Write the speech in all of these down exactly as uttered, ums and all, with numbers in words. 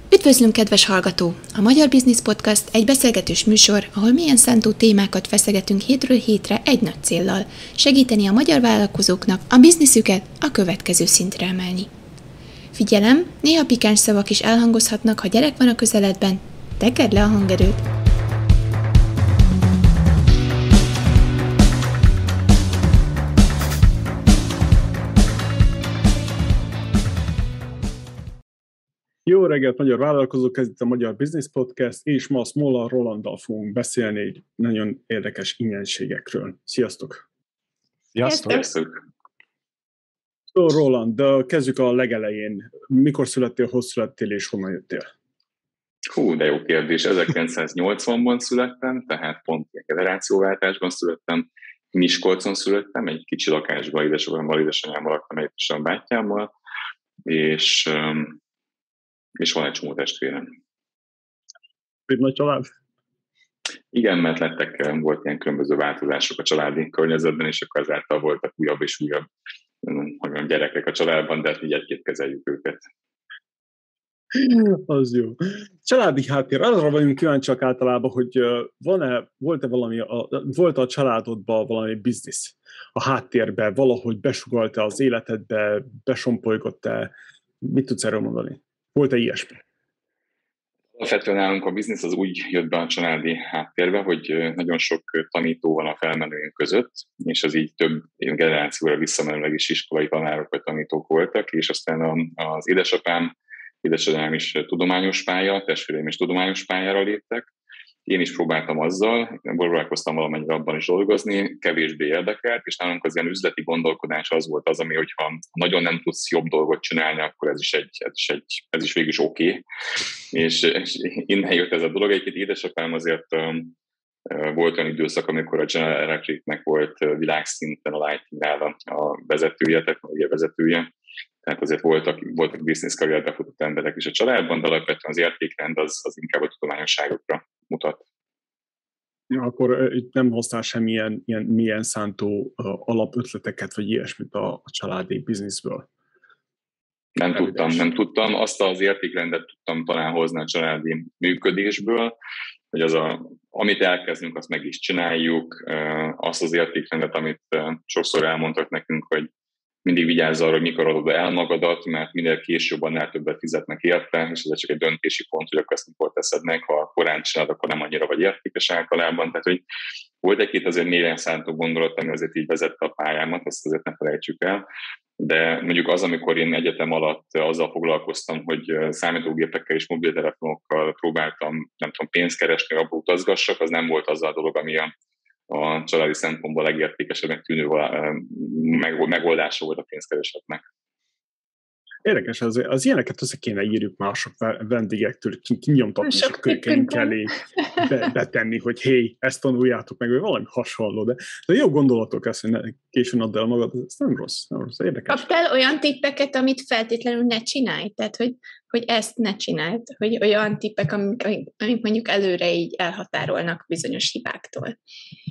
Üdvözlünk, kedves hallgató! A Magyar Business Podcast egy beszélgetős műsor, ahol milyen szántó témákat feszegetünk hétről hétre egy nagy céllal, segíteni a magyar vállalkozóknak a bizniszüket a következő szintre emelni. Figyelem, néha pikáns szavak is elhangozhatnak, ha gyerek van a közeledben, tekerd le a hangerőt! Jó reggelt, magyar vállalkozók! Ez itt a Magyar Business Podcast, és ma a Smolla Rolanddal fogunk beszélni egy nagyon érdekes ingyenségekről. Sziasztok! Sziasztok! Sziasztok. So, Roland, de kezdjük a legelején. Mikor születtél, hol születtél, és honnan jöttél? Hú, de jó kérdés. ezerkilencszáznyolcvanban születtem, tehát pont ilyen generációváltásban születtem. Miskolcon születtem, egy kicsi lakásban, édesapámmal, édesanyámmal laktam, egyébként bátyámmal, és... és van egy csomó testvérem. Egy nagy család? Igen, mert lettek, volt ilyen különböző változások a családi környezetben, és akkor ezáltal voltak újabb és újabb hogy gyerekek a családban, de így egy-két kezeljük őket. Az jó. Családi háttér. Arra vagyunk kíváncsiak általában, hogy van-e, volt-e valami, a, volt a családodban valami biznisz a háttérbe, valahogy besugalt-e az életedbe, besompolygott-e? Mit tudsz erről mondani? Volt-e ilyesmi? Alapvetően nálunk a biznisz az úgy jött be a családi háttérbe, hogy nagyon sok tanító van a felmenőink között, és az így több generációra visszamenőleg is iskolai tanárok vagy tanítók voltak, és aztán az édesapám, édesanyám is tudományos pálya, testvéreim is tudományos pályára léptek. Én is próbáltam azzal, próbálkoztam valamennyire abban is dolgozni, kevésbé érdekelt, és nálunk az ilyen üzleti gondolkodás az volt az, ami, hogyha nagyon nem tudsz jobb dolgot csinálni, akkor ez is, egy, ez is, egy, ez is végül is oké. Okay. És, és innen jött ez a dolog. Egyébként édesapám azért um, volt olyan időszak, amikor a General Electricnek volt világszinten a Lightingnál a, a vezetője, technológia vezetője. Tehát azért voltak, voltak business karrierbe futott emberek is a családban, de alapvetően az értékrend az, az inkább a tudományosságokra mutat. Ja, akkor itt nem hoztál semmilyen ilyen, milyen szántó uh, alapötleteket, vagy ilyesmit a, a családi bizniszből? Nem Evidens. tudtam, nem tudtam. Azt az értékrendet tudtam talán hozni a családi működésből, hogy az a, amit elkezdünk, azt meg is csináljuk. Uh, azt az értékrendet, amit uh, sokszor elmondtak nekünk, hogy mindig vigyázz arra, hogy mikor adod el magadat, mert minél később annál többet fizetnek érte, és ez csak egy döntési pont, hogy akkor ezt mikor teszed meg, ha korán csinálod, akkor nem annyira vagy értékes általában. Tehát, hogy volt egy-két azért mélyen szántó gondolat, ami azért így vezette a pályámat, azt azért ne felejtsük el. De mondjuk az, amikor én egyetem alatt azzal foglalkoztam, hogy számítógépekkel és mobiltelefonokkal próbáltam, nem tudom, pénzt keresni, abba utazgassak, az nem volt az a dolog, ami a a családi szempontból legértékesebbnek tűnő megoldása volt a pénzkeresetnek. Érdekes, az, az ilyeneket össze kéne írjuk mások vendégektől, kinyomtatni, és a könyvkeink elé be, betenni, hogy hé, ezt tanuljátok meg, vagy valami hasonló, de, de jó gondolatok ezt, hogy ne, későn add el magad, ez nem rossz, nem rossz, érdekes. Kaptál olyan tippeket, amit feltétlenül ne csinálj, tehát hogy, hogy ezt ne csináld, hogy olyan tippek, amik, amik mondjuk előre így elhatárolnak bizonyos hibáktól.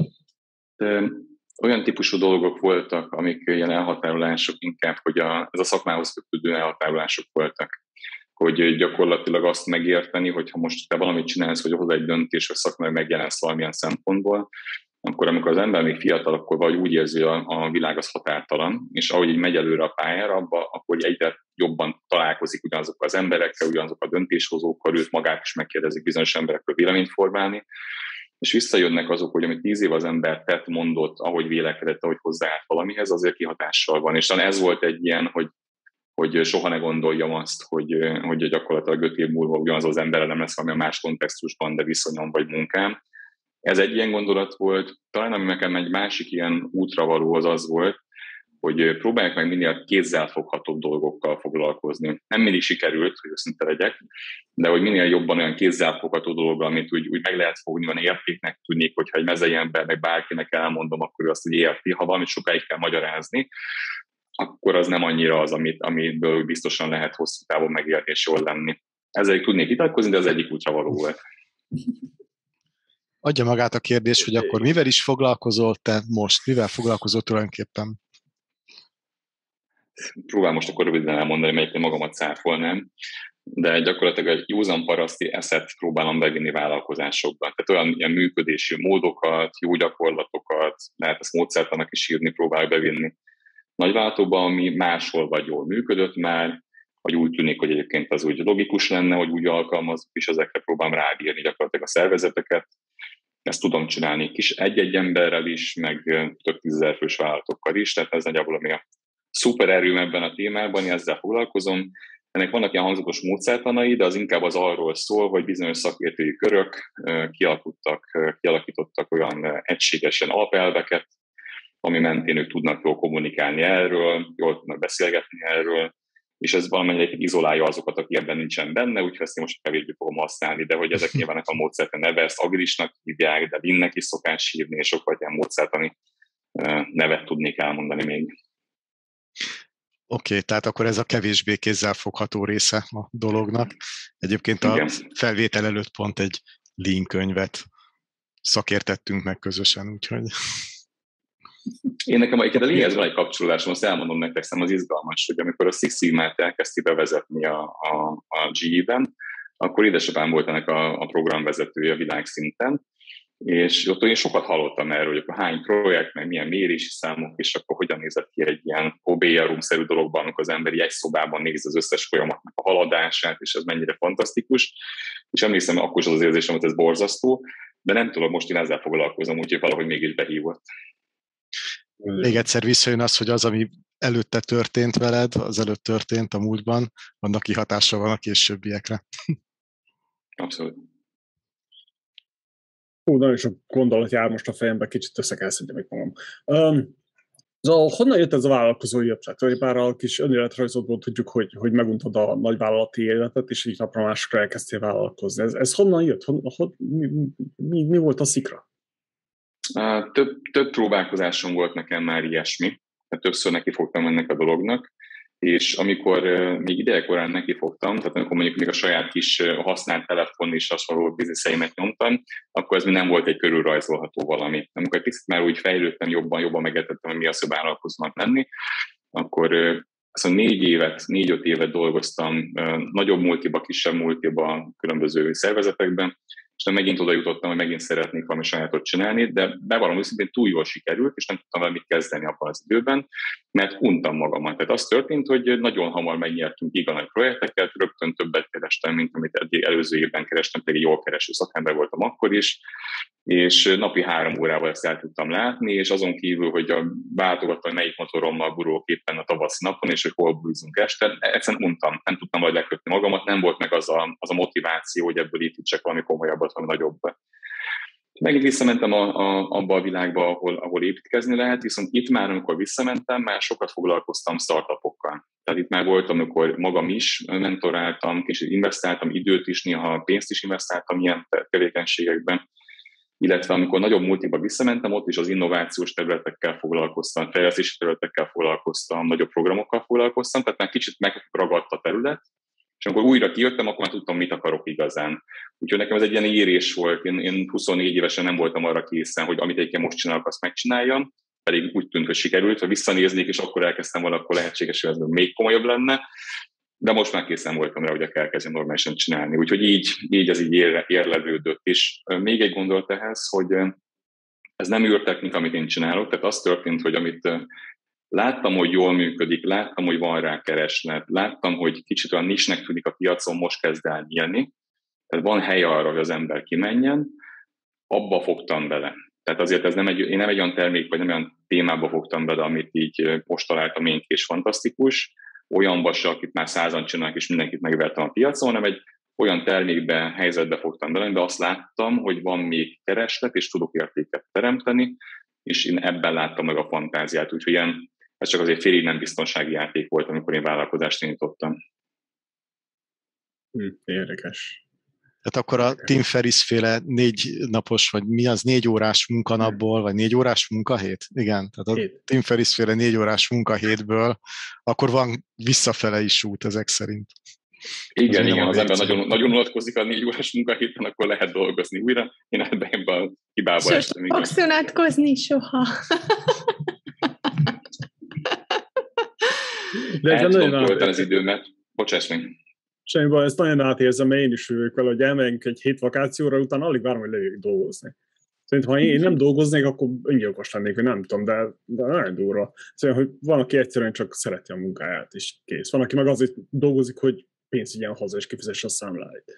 De olyan típusú dolgok voltak, amik ilyen elhatárolások inkább, hogy a, ez a szakmához kötődő elhatárolások voltak. Hogy gyakorlatilag azt megérteni, hogy ha most te valamit csinálsz, hogy hozzá egy döntés, vagy szakmai megjelensz valamilyen szempontból, akkor amikor az ember még fiatal, akkor vagy úgy érzi, hogy a, a világ az határtalan, és ahogy így megy előre a pályára, abba, akkor egyre jobban találkozik ugyanazokkal az emberekkel, ugyanazok a döntéshozókkal, őt magát is megkérdezik bizonyos emberekről véleményt formálni, és visszajönnek azok, hogy amit tíz év az ember tett, mondott, ahogy vélekedett, ahogy hozzáállt valamihez, azért kihatással van. És ez volt egy ilyen, hogy, hogy soha ne gondoljam azt, hogy, hogy gyakorlatilag öt év múlva ugyanaz az emberrel nem lesz valamilyen más kontextusban, de viszonyom vagy munkám. Ez egy ilyen gondolat volt. Talán ami nekem egy másik ilyen útra való az az volt, hogy próbálják meg minél kézzelfogható dolgokkal foglalkozni. Nem mindig sikerült, hogy őszinte legyek, de hogy minél jobban olyan kézzelfogható dolog, amit úgy, úgy meg lehet fogni, van értéknek tudnék, hogyha egy mezei ember, meg bárkinek elmondom, akkor ő azt úgy érti. Ha valamit sokáig kell magyarázni, akkor az nem annyira az, amit, amiből biztosan lehet hosszú távon megérni és jól lenni. Ezzel tudnék vitatkozni, de az egyik útra való volt. Adja magát a kérdés, hogy akkor mivel is foglalkozol te most? Mivel foglalkozol tulajdonképpen? Próbál most akkor röviden elmondani, melyiknél magamat cáfolnám. de gyakorlatilag egy józan paraszti eszet próbálom bevinni vállalkozásokban. Tehát olyan ilyen működési módokat, jó gyakorlatokat, lehet ezt módszertanak is írni, próbáljuk bevinni nagyvállalatokban, ami máshol vagy jól működött már, vagy úgy tűnik, hogy egyébként az úgy logikus lenne, hogy úgy alkalmazzuk, és ezekre próbálom rábírni gyakorlatilag a szervezeteket. Ezt tudom csinálni kis egy-egy emberrel is, meg több tízezer fős vállalatokkal is, tehát ez nagyjából ami a szupererőm ebben a témában, én ezzel foglalkozom. Ennek vannak ilyen hangzatos módszertanai, de az inkább az arról szól, hogy bizonyos szakértői körök kialakítottak, kialakítottak olyan egységesen alapelveket, ami mentén ők tudnak jól kommunikálni erről, jól tudnak beszélgetni erről, és ez valamennyire izolálja azokat, akik ebben nincsen benne, úgyhogy ezt én most kevésbé fogom használni, de hogy ezek nyilván a módszertan neve, ezt agilisnak hívják, de linnek is szokás hívni, és sokkal ilyen módszertani nevet tudnék elmondani még. Oké, okay, tehát akkor ez a kevésbé kézzelfogható része a dolognak. Egyébként a Igen. felvétel előtt pont egy lean könyvet szakértettünk meg közösen, úgyhogy... Én nekem egyébként a lényeghez van egy kapcsolódásom, azt elmondom nektek, szerintem az izgalmas, hogy amikor a Six Sigmát elkezdti bevezetni a, a, a gé é-ben, akkor édesapám volt ennek a, a programvezetője világszinten, és ott én sokat hallottam erről, hogy akkor hány projekt, meg milyen mérési számok, és akkor hogyan nézett ki egy ilyen o bé er room-szerű dologban, amikor az ember egy szobában néz az összes folyamatnak a haladását, és ez mennyire fantasztikus. És emlékszem, akkor is az az érzésem, hogy ez borzasztó, de nem tudom, most én ezzel foglalkozom, úgyhogy valahogy mégis behívott. Még egyszer visszajön az, hogy az, ami előtte történt veled, az előtt történt a múltban, annak kihatása van a későbbiekre. Abszolút. Hú, nagyon sok gondolat jár most a fejembe, kicsit össze kell szedjem még magam. Um, szóval honnan jött ez a vállalkozói ötlet? Bár a kis önéletrajzodból tudjuk, hogy, hogy meguntad a nagyvállalati életet, és így napra másokra elkezdtél vállalkozni. Ez, ez honnan jött? Hon, hon, mi, mi, mi volt a szikra? Uh, több, több próbálkozásom volt nekem már ilyesmi. Tehát többször neki fogtam ennek a dolognak. És amikor uh, még idejekorán nekifogtam, tehát amikor mondjuk még a saját kis uh, használt telefon és hasonló bizniszeimet nyomtam, akkor ez még nem volt egy körülrajzolható valami. Amikor egy picit már úgy fejlődtem, jobban, jobban megértettem, hogy mi az, hogy vállalkozónak lenni, akkor uh, azt négy évet, négy-öt évet dolgoztam uh, nagyobb multiba, kisebb multiba, különböző szervezetekben, és nem megint oda jutottam, hogy megint szeretnék valami sajátot csinálni, de bevallom őszintén túl jól sikerült, és nem tudtam vele mit kezdeni abban az időben, mert untam magamat. Tehát az történt, hogy nagyon hamar megnyertünk giga nagy projekteket, rögtön többet kerestem, mint amit eddig előző évben kerestem, pedig jól kereső szakember voltam akkor is, és napi három órával ezt el tudtam látni, és azon kívül, hogy a váltogattam, hogy melyik motorommal gurulok éppen a tavaszi napon, és hogy hol bújzunk este, egyszerűen untam, nem tudtam majd lekötni magamat, nem volt meg az a, az a motiváció, hogy ebből építsek valami komolyabbat, valami nagyobbat. Megint visszamentem a, a, abba a világba, ahol, ahol építkezni lehet, viszont itt már, amikor visszamentem, már sokat foglalkoztam startupokkal. Tehát itt már voltam, amikor magam is mentoráltam, kicsit investáltam, időt is, néha pénzt is investáltam ilyen tevékenységekben, illetve amikor nagyobb multiba visszamentem, ott is az innovációs területekkel foglalkoztam, fejlesztési területekkel foglalkoztam, nagyobb programokkal foglalkoztam, tehát már kicsit megragadt a terület, és amikor újra kijöttem, akkor már tudtam, mit akarok igazán. Úgyhogy nekem ez egy ilyen érés volt, én, én huszonnégy évesen nem voltam arra készen, hogy amit egyébként most csinálok, azt megcsináljam, pedig úgy tűnt, hogy sikerült, ha visszanéznék, és akkor elkezdtem volna, akkor lehetséges, hogy ez még komolyabb lenne, de most már készen voltam rá, hogy kell kezdeni normálisan csinálni. Úgyhogy így, így ez így ér, érlelődött. És még egy gondolat ehhez, hogy ez nem űrtechnika, amit én csinálok, tehát az történt, hogy amit láttam, hogy jól működik, láttam, hogy van rá kereslet, láttam, hogy kicsit olyan nisnek tűnik a piacon, most kezd el nyílni, tehát van hely arra, hogy az ember kimenjen, abba fogtam bele. Tehát azért ez nem egy, én nem egy olyan termék, vagy nem olyan témába fogtam bele, amit így most találtam én és fantasztikus, olyanba se, akit már százan csinálnak, és mindenkit megvertem a piacon, hanem egy olyan termékbe, helyzetbe fogtam bele, de azt láttam, hogy van még kereslet, és tudok értéket teremteni, és én ebben láttam meg a fantáziát, úgyhogy ilyen, ez csak azért félig nem biztonsági játék volt, amikor én vállalkozást indítottam. Hm, érdekes. Tehát akkor a Tim Ferriss féle négy napos, vagy mi az, négy órás munkanapból, vagy négy órás munkahét? Igen, tehát a Hét. Tim Ferriss féle négy órás munkahétből, akkor van visszafele is út ezek szerint. Igen, az igen, az ember nagyon, nagyon unatkozik a négy órás munkahéten, akkor lehet dolgozni újra. Én ebben a hibába estem. Sos fogsz unatkozni soha. De el tudom tölteni az időmet. Bocsáss meg. Semmi baj, ezt nagyon átérzem, mert én is vagyok vele, hogy elmegyünk egy hét vakációra, utána alig várom, hogy lejöjjük dolgozni. Szerintem, ha én nem dolgoznék, akkor öngyilkos lennék, hogy nem tudom, de, de nagyon durva. Szóval, hogy van, aki egyszerűen csak szereti a munkáját, és kész. Van, aki meg azért dolgozik, hogy pénzt vigyen haza, és kifizesse a számláit.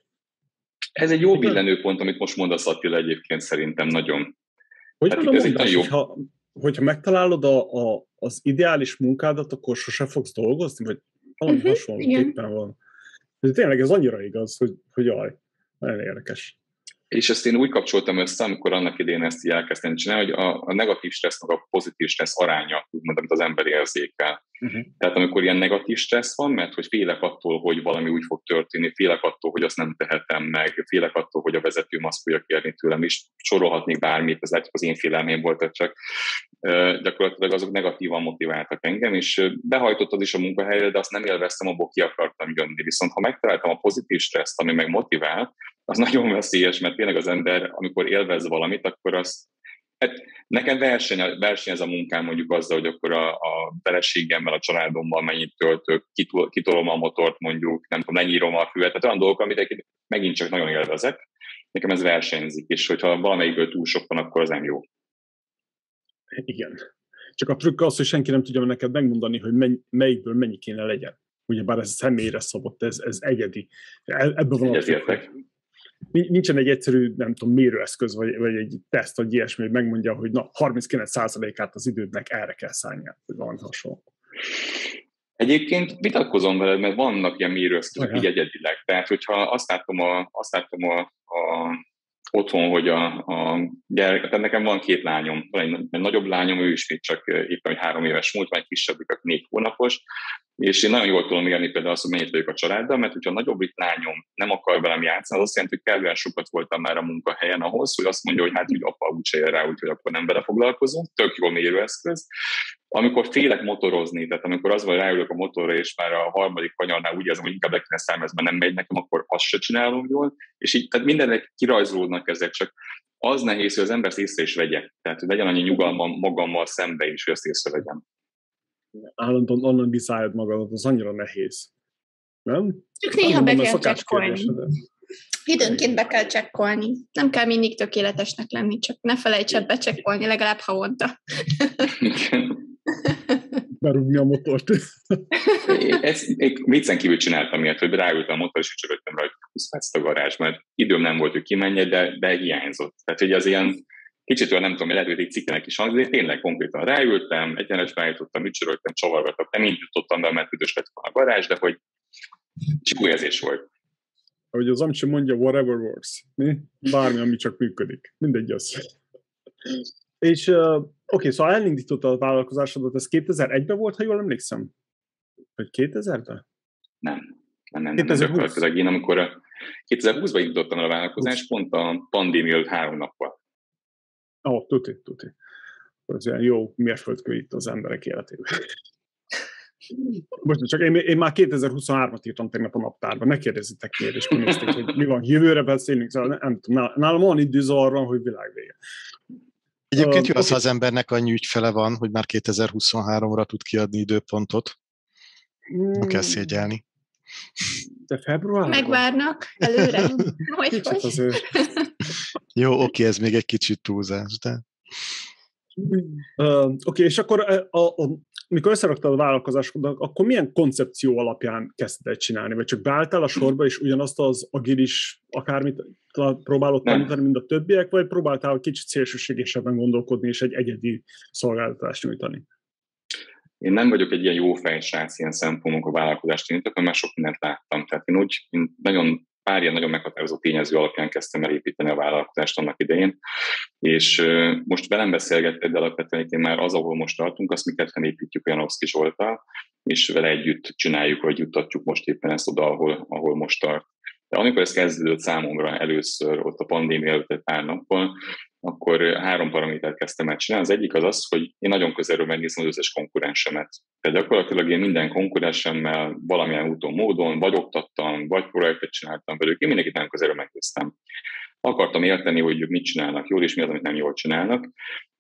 Ez egy jó billenőpont, amit most mondasz, Attila, egyébként szerintem nagyon. Hogy hát van a mondás, jó... hogyha, hogyha megtalálod a, a, az ideális munkádat, akkor sose fogsz dolgozni, vagy valami uh-huh, hasonlóképpen van. De tényleg ez annyira igaz, hogy, hogy jaj, nagyon érdekes. És ezt én úgy kapcsoltam össze, amikor annak idején ezt így elkezdtem csinálni, hogy a, a negatív stressznek a pozitív stressz aránya, úgymond, amit az ember érzékel. Uh-huh. Tehát amikor ilyen negatív stressz van, mert hogy félek attól, hogy valami úgy fog történni, félek attól, hogy azt nem tehetem meg, félek attól, hogy a vezetőm azt fogja kérni tőlem, és sorolhatnék bármit, ez lehet, az én félelmém volt, csak uh, gyakorlatilag azok negatívan motiváltak engem, és behajtott az is a munkahelyre, de azt nem élveztem, abból ki akartam jönni. Viszont ha megtaláltam a pozitív stresszt, ami meg motivál, az nagyon veszélyes, mert tényleg az ember, amikor élvez valamit, akkor az, hát nekem verseny, verseny ez a munkám mondjuk azzal, hogy akkor a, a feleségemmel, a családommal mennyit töltök, kitol, kitolom a motort mondjuk, nem tudom, lenyírom a füvet, tehát olyan dolgok, amit megint csak nagyon élvezek, nekem ez versenyzik, és hogyha valamelyikből túl sok van, akkor az nem jó. Igen. Csak a trükk az, hogy senki nem tudja neked megmondani, hogy menny, melyikből mennyi kéne legyen. Ugyebár ez személyre szabott, ez, ez egyedi. Ebből van a trükk. Nincsen egy egyszerű, nem tudom, mérőeszköz, vagy, vagy egy teszt, vagy ilyesmi, hogy megmondja, hogy na, harminckilenc százalékát az idődnek erre kell szállnia, hogy van hasonló. Egyébként vitatkozom veled, mert vannak ilyen mérőeszközök így egyedileg. Tehát, hogyha azt látom, a, azt látom a, a, otthon, hogy a, a gyerek, tehát nekem van két lányom, van egy, egy nagyobb lányom, ő is még csak éppen, hogy három éves múlt, vagy egy kisebbik, aki négy hónapos, és én nagyon jól tudom élni például azt, hogy mennyit vagyok a családdal, mert hogyha a nagyobbik lányom nem akar velem játszani, az azt jelenti, hogy kellően sokat voltam már a munkahelyen ahhoz, hogy azt mondja, hogy hát, hogy apa úgyse ér rá, úgyhogy akkor nem vele foglalkozunk, tök jó mérőeszköz. Amikor félek motorozni, tehát amikor az van, ráülök a motorra, és már a harmadik kanyarnál úgy érzem, hogy inkább le kéne szállni, mert nem megy nekem, akkor azt se csinálom jól, és így, tehát mindennek kirajzolódnak ezek, csak az nehéz, hogy az ember észre is vegye. Tehát, hogy legyen annyi nyugalmam magammal szembe is, hogy azt észrevegyem. Állandóan onnan diszáljad magadat, az annyira nehéz. Nem? Csak néha be kell csekkolni. Időnként be kell csekkolni. Nem kell mindig tökéletesnek lenni, csak ne felejtsed becsekkolni legalább havonta. Berúgni a motort. Ezt viccen kívül csináltam ilyet, hogy ráültem a motor, és csörögtem rajta húsz percet a garázs, mert időm nem volt, hogy kimenje, de, de hiányzott. Tehát, hogy az ilyen kicsit olyan, nem tudom, lehet, hogy egy cikkenek is hangzik, de tényleg konkrétan ráültem, egyenesbe állítottam, ücsörögtem, csavargattam, nem így jutottam be, mert üdös lett volna a garázs, de hogy csak érzés volt. Ahogy az Amcsi mondja, whatever works. Mi? Bármi, ami csak működik. Mindegy az. És uh, oké, okay, szóval elindítottad a vállalkozásodat, ez kétezer-egyben volt, ha jól emlékszem? Vagy kétezerben? Nem. Nem, nem, nem. kétezer-húsz. Én amikor kétezer-húszban indítottam el a vállalkozást, pont a pandémia előtt három nappal. Ó, oh, tuti, tuti. Ez ilyen jó mérföldkő itt az emberek életében. Most csak én, én már kétezer-huszonhármat írtam tegnap a naptárban, ne kérdezzitek miért, és kinézték, hogy mi van, jövőre beszélünk, szóval nem, nem tudom, nálam van időzavar van, hogy világvége. Egyébként jó az, ha az embernek annyi ügyfele van, hogy már kétezer-huszonháromra tud kiadni időpontot. Nem kell szégyelni. De februárban? Megvárnak előre. Hogy, Kicsit azért. Jó, oké, ez még egy kicsit túlzás, de... Uh, oké, okay, és akkor a, a, a, mikor összeraktad a vállalkozásodat, akkor milyen koncepció alapján kezdted el csinálni? Vagy csak beálltál a sorba, és ugyanazt az agilis akármit próbálod tanítani, mint a többiek, vagy próbáltál hogy kicsit szélsőségesebben gondolkodni, és egy egyedi szolgáltatást nyújtani? Én nem vagyok egy ilyen jó fejsrác ilyen szempontból a vállalkozást indítottam, mert sok mindent láttam. Tehát én úgy én nagyon pár ilyen nagyon meghatározó tényező alapján kezdtem el építeni a vállalkozást annak idején, és uh, most velem beszélgetted, de alapvetően én már az, ahol most tartunk, azt mi ketten építjük Janowszky Zsolttal, és vele együtt csináljuk, vagy juttatjuk most éppen ezt oda, ahol, ahol most tart. De amikor ez kezdődött számomra először, ott a pandémia előtt egy pár nappal, akkor három paramétert kezdtem el csinálni. Az egyik az az, hogy én nagyon közelről megnézem az összes konkurensemet. Tehát gyakorlatilag én minden konkurensemmel valamilyen úton, módon vagy oktattam, vagy projektet csináltam velük, én mindenkit nagyon közelről megnéztem. Akartam érteni, hogy mit csinálnak jól, és mi az, amit nem jól csinálnak.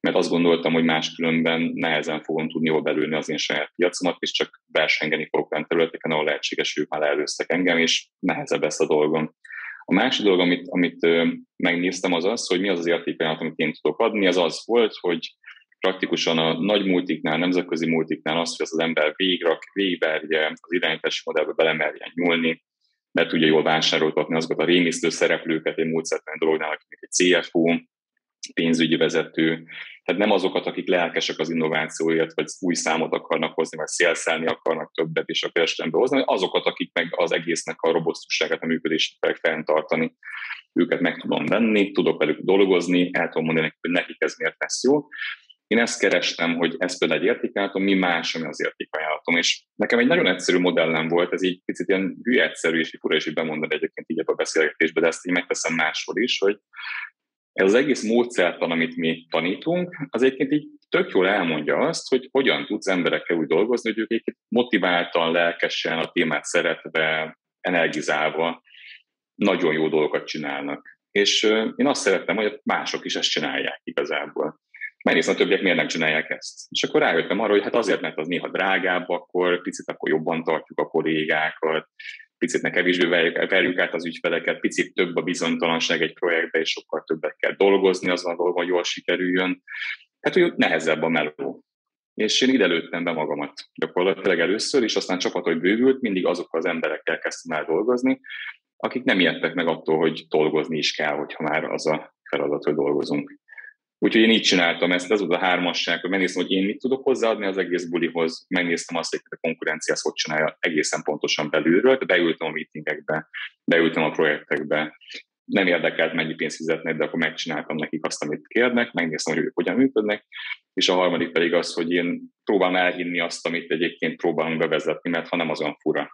mert azt gondoltam, hogy máskülönben nehezen fogom tudni jól belülni az én saját piacomat, és csak versengeni fogok olyan területeken, ahol lehetséges, ők már előztek engem, és nehezebb ezt a dolgom. A másik dolog, amit, amit megnéztem, az az, hogy mi az az értékajánlat, amit én tudok adni, az az volt, hogy praktikusan a nagy multiknál, nemzetközi multiknál az, hogy az, az ember végrak, végigverje, az irányítási modellbe belemerjen nyúlni, mert tudja jól vásároltatni azokat a rémisztő szereplőket egy módszertani dolognál, akik egy cé ef o, pénzügyi vezető, tehát nem azokat, akik lelkesek az innovációért, vagy új számot akarnak hozni, vagy szélszelni akarnak többet és a kereskedelembe hozni, azokat, akik meg az egésznek a robosztusságát, a működését kell fenntartani. Őket meg tudom venni, tudok velük dolgozni, el tudom mondani, hogy nekik ez miért lesz jó. Én ezt kerestem, hogy ez például egy értékajánlatom, mi más, ami az értékajánlatom. És nekem egy nagyon egyszerű modellem volt, ez így picit ilyen hülye egyszerű, és fura is így bemondani egyébként így ebbe a beszélgetésbe, de ezt így megteszem máshol is, hogy ez az egész módszertan, amit mi tanítunk, az egyébként így tök jól elmondja azt, hogy hogyan tudsz emberekkel úgy dolgozni, hogy ők egyébként motiváltan, lelkesen, a témát szeretve, energizálva nagyon jó dolgokat csinálnak. És én azt szerettem, hogy mások is ezt csinálják igazából. Megnéztem, a többiek miért nem csinálják ezt. És akkor rájöttem arra, hogy hát azért, mert az néha drágább, akkor picit akkor jobban tartjuk a kollégákat, picit ne kevésbé verjük át az ügyfeleket, picit több a bizonytalanság egy projektbe, és sokkal többet kell dolgozni azon a dolgon, hogy jól sikerüljön. Hát, hogy nehezebb a meló. És én ide lőttem be magamat gyakorlatilag először, és aztán csapat, hogy bővült, mindig azokkal az emberekkel kezdtem el dolgozni, akik nem ijedtek meg attól, hogy dolgozni is kell, hogyha már az a feladat, hogy dolgozunk. Úgyhogy én így csináltam ezt, ez volt a hármasság, hogy megnéztem, hogy én mit tudok hozzáadni az egész bulihoz, megnéztem azt, hogy a konkurencia ezt hogy csinálja egészen pontosan belülről, beültem a meetingekbe, beültem a projektekbe, nem érdekelt, mennyi pénzt fizetnek, de akkor megcsináltam nekik azt, amit kérnek, megnéztem, hogy ők hogyan működnek, és a harmadik pedig az, hogy én próbálom elhinni azt, amit egyébként próbálom bevezetni, mert ha nem, az olyan fura.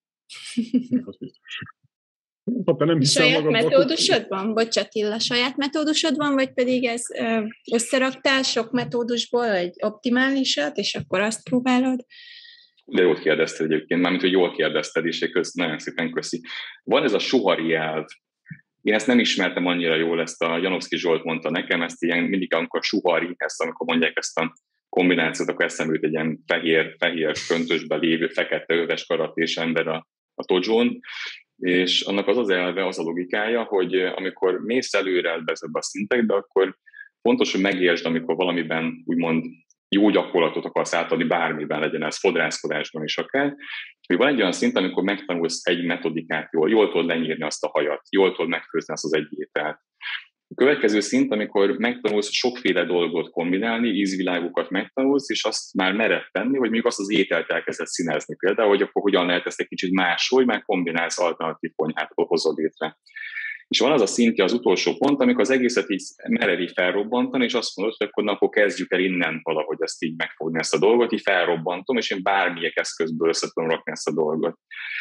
Ha nem saját metódusod van? Bocs, Attila, saját metódusod van, vagy pedig ez ö, összeraktál sok metódusból egy optimálisat, és akkor azt próbálod? De jól kérdezted egyébként, mármint, hogy jól kérdezted, és kösz, nagyon szépen köszi. Van ez a Sohari elv. Én ezt nem ismertem annyira jól, ezt a Janowski Zsolt mondta nekem, ezt ilyen mindig, amikor Sohari, ezt amikor mondják ezt a kombinációt, akkor eszembe jut egy ilyen fehér, fehér köntösben lévő, fekete öves karatés ember a, a Tojón, és annak az az elve, az a logikája, hogy amikor mész előre ezekbe a szintekbe, akkor fontos, hogy megértsd, amikor valamiben úgymond jó gyakorlatot akarsz átadni, bármiben legyen ez, fodrászkodásban is akár, hogy van egy olyan szint, amikor megtanulsz egy metodikát jól, jól tudod lenyírni azt a hajat, jól tudod megfőzni azt az egy ételt. A következő szint, amikor megtanulsz sokféle dolgot kombinálni, ízvilágokat megtanulsz, és azt már mered tenni, hogy mondjuk azt az ételt elkezded színezni például, hogy akkor hogyan lehet ezt egy kicsit máshogy, már kombinálsz alternatív konyhát, hozod létre. És van az a szintje, az utolsó pont, amikor az egészet így mered így felrobbantani, és azt mondod, hogy akkor, na, akkor kezdjük el innen valahogy ezt így megfogni ezt a dolgot, így felrobbantom, és én bármilyen eszközből össze tudom rakni ezt a dolgot.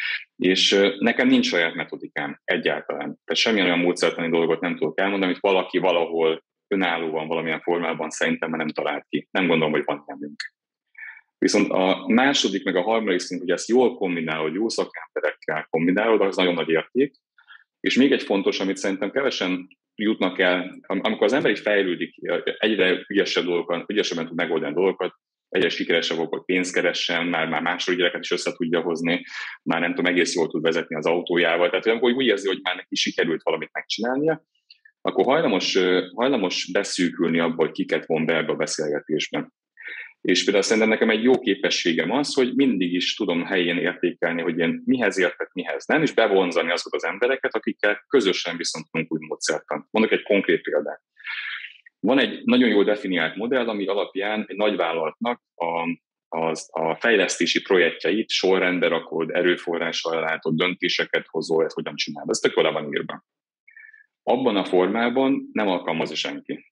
És nekem nincs saját metodikám egyáltalán. Tehát semmilyen olyan módszertani dolgot nem tudok elmondani, amit valaki valahol önállóan, valamilyen formában szerintem már nem talált ki. Nem gondolom, hogy van nemünk. Viszont a második, meg a harmadik szint, hogy ezt jól kombinálod, jó szakemberekkel kombinálod, az nagyon nagy érték. És még egy fontos, amit szerintem kevesen jutnak el, amikor az ember így fejlődik, egyre ügyesebb dolgokat, ügyesebben tud megoldani dolgokat, egyre sikeresebb volt, hogy pénzt keressen, már, már másról gyereket is össze tudja hozni, már nem tudom, egész jól tud vezetni az autójával. Tehát amikor úgy érzi, hogy már neki sikerült valamit megcsinálnia, akkor hajlamos, hajlamos beszűkülni abba, hogy kiket von be ebbe a beszélgetésben. És például szerintem nekem egy jó képességem az, hogy mindig is tudom helyén értékelni, hogy én mihez értek, mihez nem, és bevonzani azokat az embereket, akikkel közösen viszont tudunk úgy módszertant. Mondok egy konkrét példát. Van egy nagyon jól definiált modell, ami alapján egy nagyvállalatnak a, az, a fejlesztési projektjeit sorrendbe rakod, erőforrással látod, döntéseket hozol, ezt hogyan csinálod. Ez tök jól van írva. Abban a formában nem alkalmazza senki.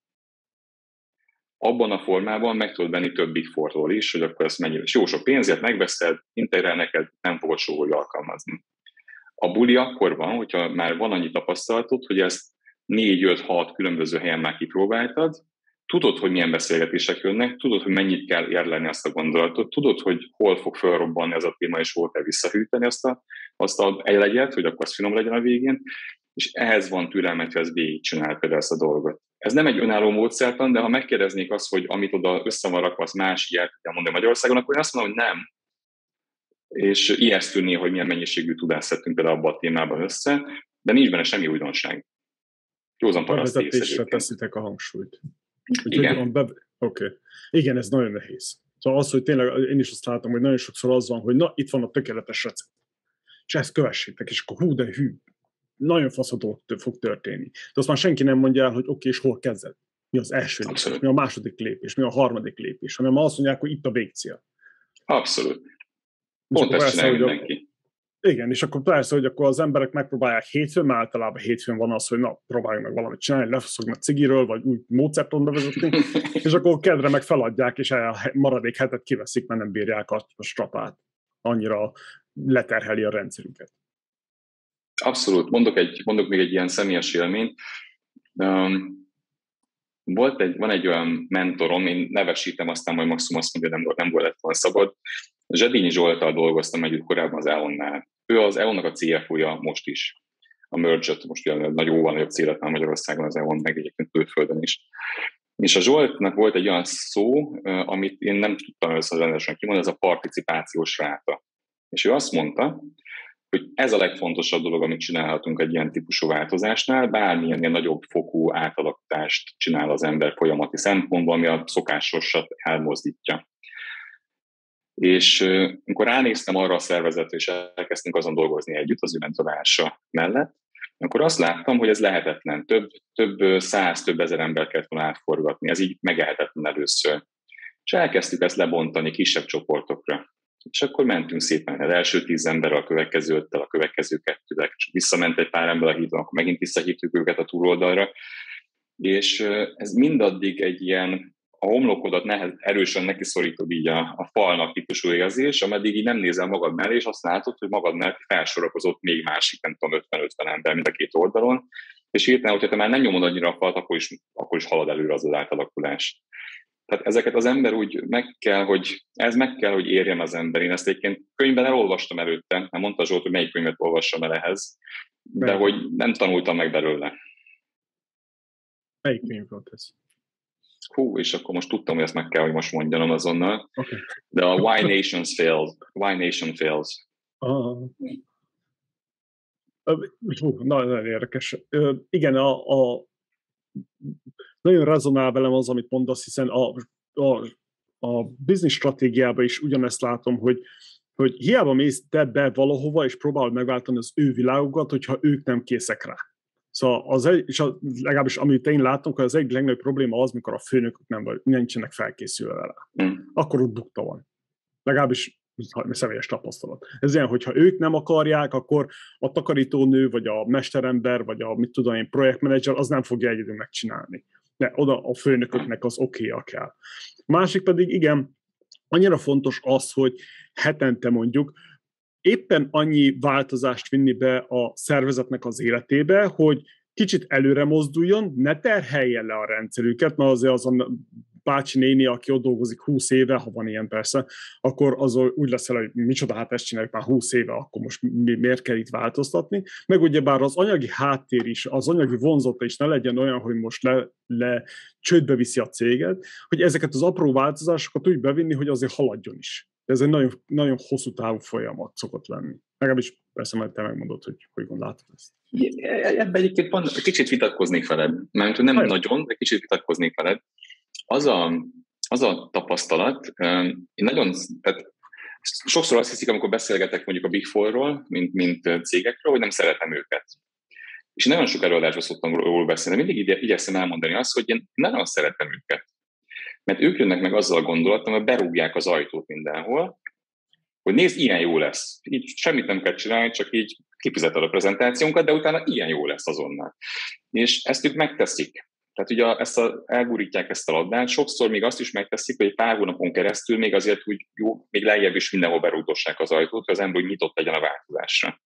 Abban a formában meg tudod venni több Big Four-tól is, hogy akkor ezt mennyire. És jó sok pénzért megveszed, integrál neked, nem fogod soha alkalmazni. A buli akkor van, hogyha már van annyi tapasztalatod, hogy ezt négy, öt, hat különböző helyen már kipróbáltad, tudod, hogy milyen beszélgetések jönnek, tudod, hogy mennyit kell érlelni azt a gondolatot, tudod, hogy hol fog felrobbanni az a téma, és hol kell visszahűteni azt a, azt a elegyet, hogy akkor az finom legyen a végén, és ehhez van türelmet, hogy ezt végigcsinál például ezt a dolgot. Ez nem egy önálló módszertan, de ha megkérdeznék azt, hogy amit oda össze van rakva, az más ilyet kell mondani Magyarországon, akkor én azt mondom, hogy nem. És ijesztő néha, hogy milyen mennyiségű tudást szedtünk például abban a témában össze, de nincs benne semmi újdonság. Józan paraszti ész egyébként. Teszitek a hangsúlyt. Igen. Be... Oké. Okay. Igen, ez nagyon nehéz. Szóval az, hogy tényleg én is azt látom, hogy nagyon sokszor az van, hogy na, itt van a tökéletes recept. És ezt kövessétek, és akkor hú, de hű. Nagyon faszható fog történni. De azt már senki nem mondja el, hogy oké, okay, és hol kezded. Mi az első lépés, mi a második lépés, mi a harmadik lépés, hanem azt mondják, hogy itt a végcél. Abszolút. Pont ezt csinálja mindenki. Igen, és akkor persze, hogy akkor az emberek megpróbálják hétfőn, mert általában hétfőn van az, hogy na, próbáljuk meg valamit csinálni, lefaszogni a cigiről, vagy új módszertant bevezetni, és akkor kedre meg feladják, és a maradék hetet kiveszik, mert nem bírják a strapát. Annyira leterheli a rendszerüket. Abszolút. Mondok, egy, mondok még egy ilyen személyes élményt. Um, volt egy, van egy olyan mentorom, én nevesítem, aztán majd maximum azt mondja, hogy nem, nem volt lett volna szabad. Zsedényi Zsolttal dolgoztam együtt korábban az é o en-nál. Ő az é o en-nak a cé ef ó-ja most is. A merge-et most olyan nagy jóval nagyobb célet már Magyarországon az é o en, meg egyébként külföldön is. És a Zsoltnak volt egy olyan szó, amit én nem tudtam először rendesen kimondani, ez a participációs ráta. És ő azt mondta, hogy ez a legfontosabb dolog, amit csinálhatunk egy ilyen típusú változásnál, bármilyen ilyen nagyobb fokú átalakítást csinál az ember folyamati szempontból, ami a szokásosat elmozdítja. És amikor ránéztem arra a szervezetre, és elkezdtünk azon dolgozni együtt az ő mentorása mellett, akkor azt láttam, hogy ez lehetetlen. Több, több száz, több ezer ember kellett volna átforgatni. Ez így megehetetlen először. És elkezdtük ezt lebontani kisebb csoportokra. És akkor mentünk szépen az első tíz emberrel, a következő öttel, a következő kettővel, és visszament egy pár ember a hídon, akkor megint visszahívtuk őket a túloldalra. És ez mindaddig egy ilyen a homlokodat nehez, erősen nekiszorítod így a, a falnak típusú érzés, ameddig így nem nézel magad mellé, és azt látod, hogy magad mellett felsorakozott még másik, nem tudom, ötven-ötven ember, mint a két oldalon, és hirtelen, hogyha te már nem nyomod annyira a falat, akkor is, akkor is halad előre az az átalakulás. Tehát ezeket az ember úgy meg kell, hogy ez meg kell, hogy érjen az ember. Én ezt egyébként könyvben elolvastam előtte, nem mondta Zsolt, hogy melyik könyvet olvassam el ehhez, de melyik? Hogy nem tanultam meg belőle. Melyik könyv volt ez? Hú, és akkor most tudtam, hogy ezt meg kell, hogy most mondjam azonnal. Okay. De a Why Nations Fails. Why Nation Fails. Ah. Hú, nagyon érdekes. Igen, a, a, nagyon rezonál velem az, amit mondasz, hiszen a, a, a business stratégiában is ugyanezt látom, hogy, hogy hiába mész te be valahova, és próbálod megváltani az ő világukat, hogyha ők nem készek rá. Szóval az egy, és az, legalábbis amit én látom, hogy az egyik legnagyobb probléma az, mikor a főnökök nem vagy, nincsenek felkészülve vele. Mm. Akkor ott bukta van. Legalábbis személyes tapasztalat. Ez ilyen, hogyha ők nem akarják, akkor a takarítónő, vagy a mesterember, vagy a mit tudom én, projektmenedzser, az nem fogja egyedül megcsinálni. De oda a főnököknek az oké-a kell. Másik pedig, igen, annyira fontos az, hogy hetente mondjuk éppen annyi változást vinni be a szervezetnek az életébe, hogy kicsit előre mozduljon, ne terhelje le a rendszerüket, mert azért az a bácsi néni, aki ott dolgozik húsz éve, ha van ilyen persze, akkor az úgy leszel, hogy micsoda, hát ezt csináljuk már húsz éve, akkor most miért kell itt változtatni. Meg ugyebár az anyagi háttér is, az anyagi vonzata is ne legyen olyan, hogy most le, le csődbe viszi a céget, hogy ezeket az apró változásokat úgy bevinni, hogy azért haladjon is. Ez egy nagyon, nagyon hosszú távú folyamat szokott lenni. Legalábbis persze majd te megmondod, hogy hogy gondoltad ezt. Ebben egyébként van, kicsit vitatkoznék veled. Mert nem Hajra. Nagyon, de kicsit vitatkoznék veled. Az a, az a tapasztalat, én nagyon, tehát sokszor azt hiszik, amikor beszélgetek mondjuk a Big Four-ról, mint, mint cégekről, hogy nem szeretem őket. És nagyon sok előadásban szoktam róla beszélni. Mindig igyekszem elmondani azt, hogy én nagyon szeretem őket. Mert ők jönnek meg azzal a gondolattal, hogy berúgják az ajtót mindenhol, hogy nézd, ilyen jó lesz. Így semmit nem kell csinálni, csak így kifizeted a prezentációnkat, de utána ilyen jó lesz azonnal. És ezt ők megteszik. Tehát ugye ezt a, elgurítják ezt a labdát, sokszor még azt is megteszik, hogy egy pár hónapon keresztül még azért úgy jó, még lejjebb is mindenhol berúgdossák az ajtót, hogy az ember úgy nyitott legyen a változásra.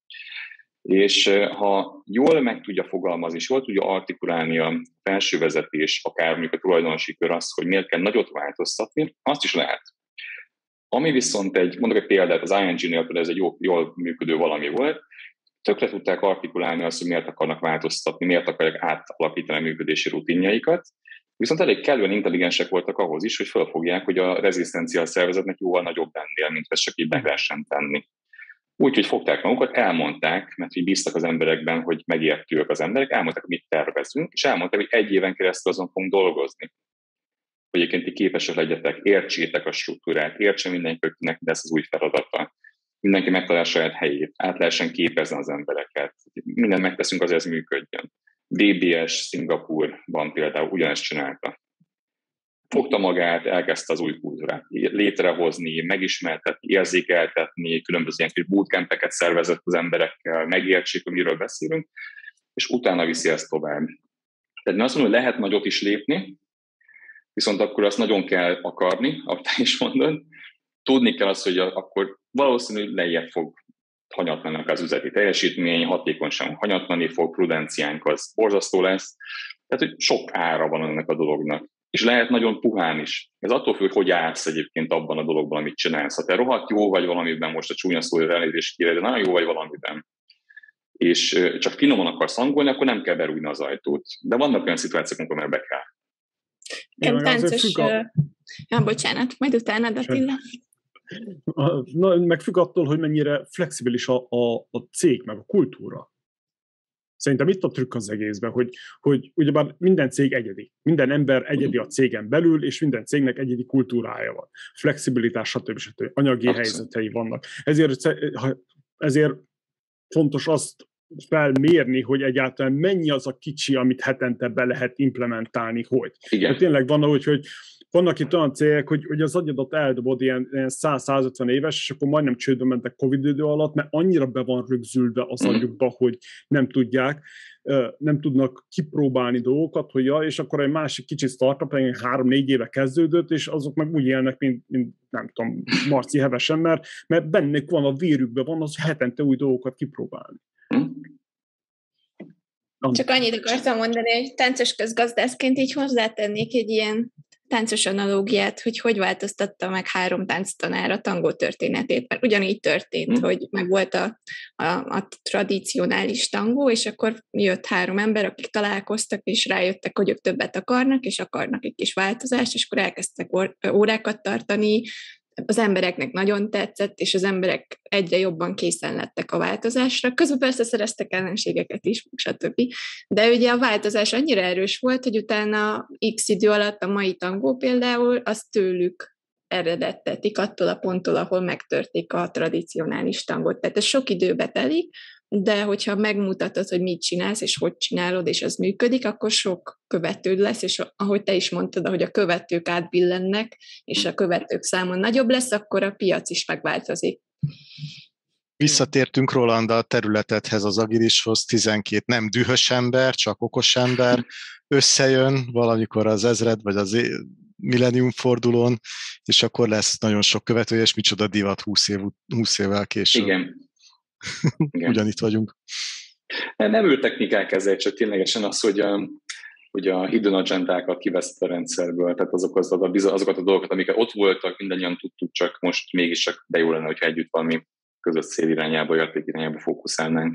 És ha jól meg tudja fogalmazni, és jól tudja artikulálni a felső vezetés, akár mondjuk a tulajdonosi kör azt, hogy miért kell nagyot változtatni, azt is lehet. Ami viszont egy, mondok egy példát, az i en gé-nél például ez egy jó, jól működő valami volt, tökre tudták artikulálni azt, hogy miért akarnak változtatni, miért akarják átalakítani a működési rutinjaikat, viszont elég kellően intelligensek voltak ahhoz is, hogy felfogják, hogy a rezisztencia a szervezetnek jóval nagyobb ennél, mint ezt csak így meg lehessen tenni. Úgyhogy fogták magukat, elmondták, mert hogy bíztak az emberekben, hogy megértőek az emberek, elmondták, hogy mit tervezünk, és elmondták, hogy egy éven keresztül azon fogunk dolgozni. Hogy egyébként ti képesek legyetek, értsétek a struktúrát, értsen mindenkinek, de ez az új feladata. Mindenki megtalál saját helyét, át lehessen képezni az embereket. Mindent megteszünk, azért ez működjön. dé bé es Szingapúrban például ugyanezt csinálta. Fogta magát, elkezdte az új kultúrát létrehozni, megismertetni, érzékeltetni, különböző ilyen kis bootcampeket szervezett az emberekkel, megértsék, hogy miről beszélünk, és utána viszi ezt tovább. Tehát azt mondom, hogy lehet nagyot is lépni, viszont akkor azt nagyon kell akarni, ahogy te is mondod. Tudni kell azt, hogy akkor valószínűleg lejjebb fog hanyatlani az üzleti teljesítmény, hatékonyság hanyatlani fog, prudenciánk az borzasztó lesz. Tehát, hogy sok ára van ennek a dolognak. És lehet nagyon puhán is. Ez attól függ, hogy állsz egyébként abban a dologban, amit csinálsz. Ha te rohadt jó vagy valamiben, most a csúnya szóra elnézést kéred, de nagyon jó vagy valamiben, és csak finoman akarsz hangolni, akkor nem kell berújni az ajtót. De vannak olyan szituációk, amikor meg be kell. Igen, táncos... A... Ja, bocsánat, majd utána, Attila. Na, meg függ attól, hogy mennyire flexibilis a, a, a cég, meg a kultúra. Szerintem itt a trükk az egészben, hogy, hogy ugyebár minden cég egyedi. Minden ember egyedi a cégen belül, és minden cégnek egyedi kultúrája van. Flexibilitás, stb. stb. Anyagi Abszett. helyzetei vannak. Ezért, ezért fontos azt felmérni, hogy egyáltalán mennyi az a kicsi, amit hetente be lehet implementálni, hogy. Igen. Tényleg van, hogy, hogy vannak itt olyan cégek, hogy, hogy az agyadat eldobod ilyen, ilyen száz-százötven éves, és akkor majdnem csődbe mentek Covid idő alatt, mert annyira be van rögzülve az agyukba, hogy nem tudják, nem tudnak kipróbálni dolgokat, hogy ja, és akkor egy másik kicsi startup, egy három-négy éve kezdődött, és azok meg úgy élnek, mint, mint nem tudom, Marci hevesen, mert, mert bennük van, a vérükben van az hetente új dolgokat kipróbálni. Csak annyit akartam mondani, hogy táncos közgazdászként így hozzátennék egy ilyen táncos analógiát, hogy hogy változtatta meg három tánctanár a tangó történetét, mert ugyanígy történt, mm. hogy meg volt a, a, a tradicionális tangó, és akkor jött három ember, akik találkoztak, és rájöttek, hogy ők többet akarnak, és akarnak egy kis változást, és akkor elkezdtek órákat tartani, az embereknek nagyon tetszett, és az emberek egyre jobban készen lettek a változásra. Közben persze szereztek ellenségeket is, stb. De ugye a változás annyira erős volt, hogy utána x idő alatt a mai tangó például, azt tőlük eredettetik attól a ponttól, ahol megtörték a tradicionális tangót. Tehát ez sok időbe telik, de hogyha megmutatod, hogy mit csinálsz, és hogy csinálod, és az működik, akkor sok követőd lesz, és ahogy te is mondtad, hogy a követők átbillennek, és a követők száma nagyobb lesz, akkor a piac is megváltozik. Visszatértünk, Roland, a területedhez, az agilishoz, tizenkét nem dühös ember, csak okos ember összejön valamikor az ezred, vagy az millennium fordulón, és akkor lesz nagyon sok követője, és micsoda divat húsz, év, húsz évvel később. Igen. Ugyanitt vagyunk. Nem űrtechnikák ezzel, csak ténylegesen az, hogy a, hogy a hidden agendákat kiveszett a rendszerből, tehát azok az, azokat a dolgokat, amiket ott voltak, mindannyian tudtuk, csak most mégiscsak de jó lenne, hogyha együtt valami közös cél irányába, érték irányába fókuszálnánk.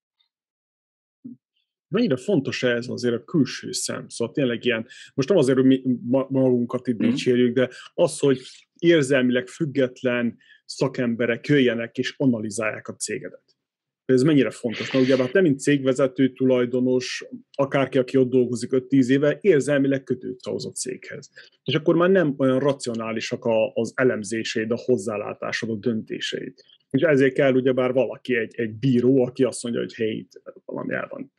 Mennyire fontos ez azért a külső szem? Szóval tényleg ilyen, most nem azért, hogy mi magunkat itt dicsérjük, de az, hogy érzelmileg független szakemberek jöjjenek és analizálják a cégedet. Ez mennyire fontos? Na ugye, hát nem mint cégvezető, tulajdonos, akárki, aki ott dolgozik öt-tíz éve, érzelmileg kötődsz ahhoz a céghez. És akkor már nem olyan racionálisak az elemzéseid, a hozzálátásod, a döntéseid. És ezért kell ugyebár valaki, egy, egy bíró, aki azt mondja, hogy hey, itt valami el van.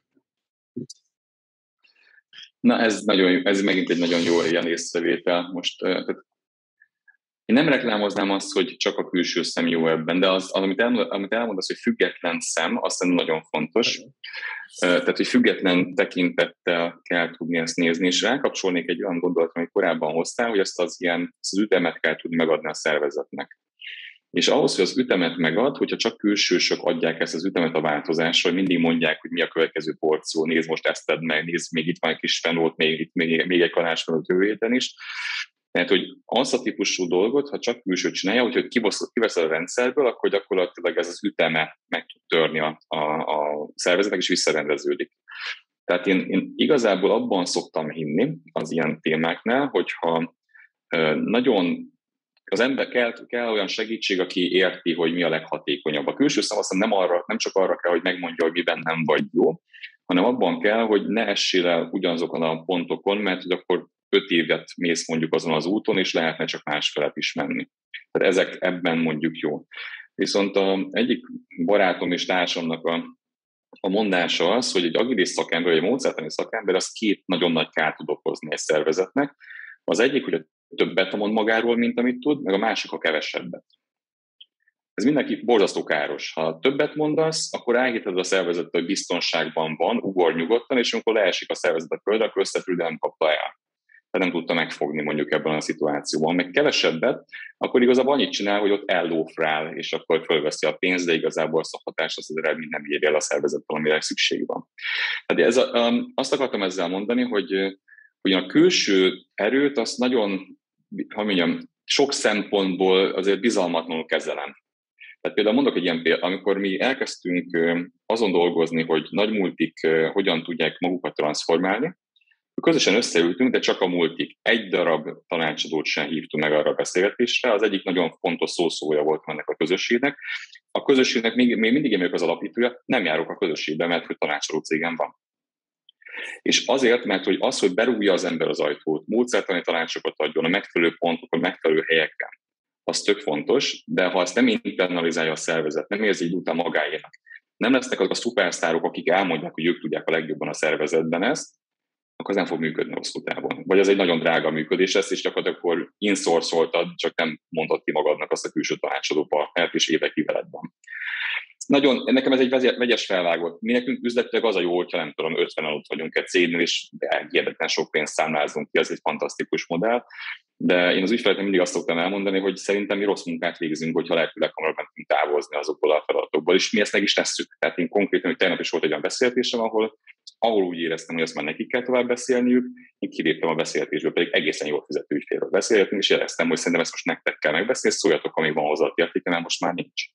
Na ez, nagyon, ez megint egy nagyon jó ilyen észrevétel. Most tehát én nem reklámoznám azt, hogy csak a külső szem jó ebben, de az, amit, el, amit elmondasz, hogy független szem, azt nagyon fontos. Tehát, hogy független tekintettel kell tudni ezt nézni, és rákapcsolnék egy olyan gondolatot, amit korábban hoztál, hogy ezt az, ilyen, ezt az ütemet kell tudni megadni a szervezetnek. És ahhoz, hogy az ütemet megad, hogyha csak külsősök adják ezt az ütemet a változásra, hogy mindig mondják, hogy mi a következő porció, nézd most ezt tedd meg, nézd, még itt van egy kis fenót, még, itt, még, még egy kalács van a jövő héten is, Tehát, hogy az a típusú dolgot, ha csak külső csinálja, hogy kivesz a rendszerből, akkor gyakorlatilag ez az üteme meg tud törni a, a, a szervezetnek, és visszarendeződik. Tehát én, én igazából abban szoktam hinni az ilyen témáknál, hogyha nagyon az ember kell, kell olyan segítség, aki érti, hogy mi a leghatékonyabb. A külső szám aztán nem, arra, nem csak arra kell, hogy megmondja, hogy miben nem vagy jó, hanem abban kell, hogy ne essél el ugyanazokon a pontokon, mert hogy akkor öt évet mész mondjuk azon az úton, és lehetne csak másfelet is menni. Tehát ezek ebben mondjuk jó. Viszont a egyik barátom és társamnak a, a mondása az, hogy egy agilis szakember, vagy egy módszertani szakember, az két nagyon nagy kárt tud okozni egy szervezetnek. Az egyik, hogy a többet mond magáról, mint amit tud, meg a másik a kevesebbet. Ez mindenki borzasztó káros. Ha többet mondasz, akkor elhited a szervezet, hogy biztonságban van, ugor nyugodtan, és amikor leesik a szervezet a földre, akkor összetűr, de nem kapta el. Tehát nem tudta megfogni mondjuk ebben a szituációban. Meg kevesebbet, akkor igazából annyit csinál, hogy ott ellófrál, és akkor fölveszi a pénzt, de igazából azt a hatást, azt az eredményt nem éri el a szervezetben, amire szükség van. Tehát ez a, um, azt akartam ezzel mondani, hogy hogy a külső erőt azt nagyon, hogy mondjam, sok szempontból azért bizalmatlanul kezelem. Tehát például mondok egy ilyen példát, amikor mi elkezdtünk azon dolgozni, hogy nagy multik hogyan tudják magukat transformálni, közösen összeültünk, de csak a multik. Egy darab tanácsadót sem hívtunk meg arra a beszélgetésre, az egyik nagyon fontos szószója volt ennek a közösségnek. A közösségnek még, még mindig én vagyok az alapítója, nem járok a közösségbe, mert hogy tanácsadó cégem van. És azért, mert hogy az, hogy berúgja az ember az ajtót, módszertani tanácsokat adjon a megfelelő pontokon, megfelelő helyeken, az tök fontos, de ha ezt nem internalizálja a szervezet, nem érzi így után magáénak, nem lesznek azok a szupersztárok, akik elmondják, hogy ők tudják a legjobban a szervezetben ezt, akkor ez nem fog működni hosszú távon. Vagy ez egy nagyon drága működés lesz, és gyakorlatilag akkor insourcoltad, csak nem mondod ki magadnak azt a külső tanácsadó partnert, és évekig veled van. Nagyon, nekem ez egy vegyes felvágott. Mi nekünk üzletileg az a jó, hogyha nem tudom, ötvenen ott vagyunk egy cégnél, és hihetetlen sok pénzt számlázunk ki, ez egy fantasztikus modell. De én az ügyfeleknek mindig azt szoktam elmondani, hogy szerintem mi rossz munkát végzünk, hogyha lehető leghamarabb meg tudunk távozni azokból a feladatokból, és mi ezt meg is tesszük. Tehát én konkrétan, hogy tegnap is volt egy olyan beszélgetésem, ahol, ahol úgy éreztem, hogy ezt már nekik kell tovább beszélniük, én kiléptem a beszélgetésből, pedig egészen jól fizető ügyfélről beszélgetünk, és éreztem, hogy szerintem ezt most nektek kell megbeszélni, szóljatok, amíg van hozzá értéke, mert most már nincs.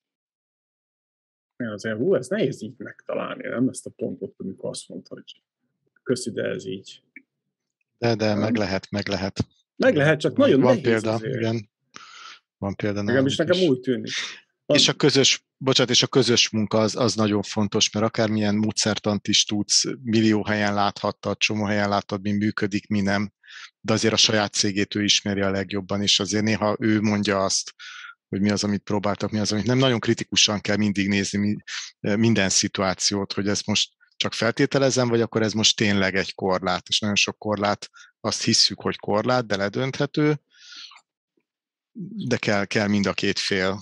Azért, hú, ez nehéz így megtalálni, nem ezt a pontot, amikor azt mondta, hogy köszi, de ez így. De, de, meg lehet, meg lehet. Meg lehet, csak nagyon van nehéz példa, azért. igen. Van példa. Nekem is nekem úgy tűnik. Van. És a közös, bocsánat, és a közös munka az, az nagyon fontos, mert akármilyen módszertant is tudsz, millió helyen láthattad, csomó helyen láttad, mi működik, mi nem, de azért a saját cégét ő ismeri a legjobban, és azért néha ő mondja azt, hogy mi az, amit próbáltak, mi az, amit nem. Nagyon kritikusan kell mindig nézni minden szituációt, hogy ezt most csak feltételezem, vagy akkor ez most tényleg egy korlát, és nagyon sok korlát azt hisszük, hogy korlát, de ledönthető, de kell, kell mind a két fél.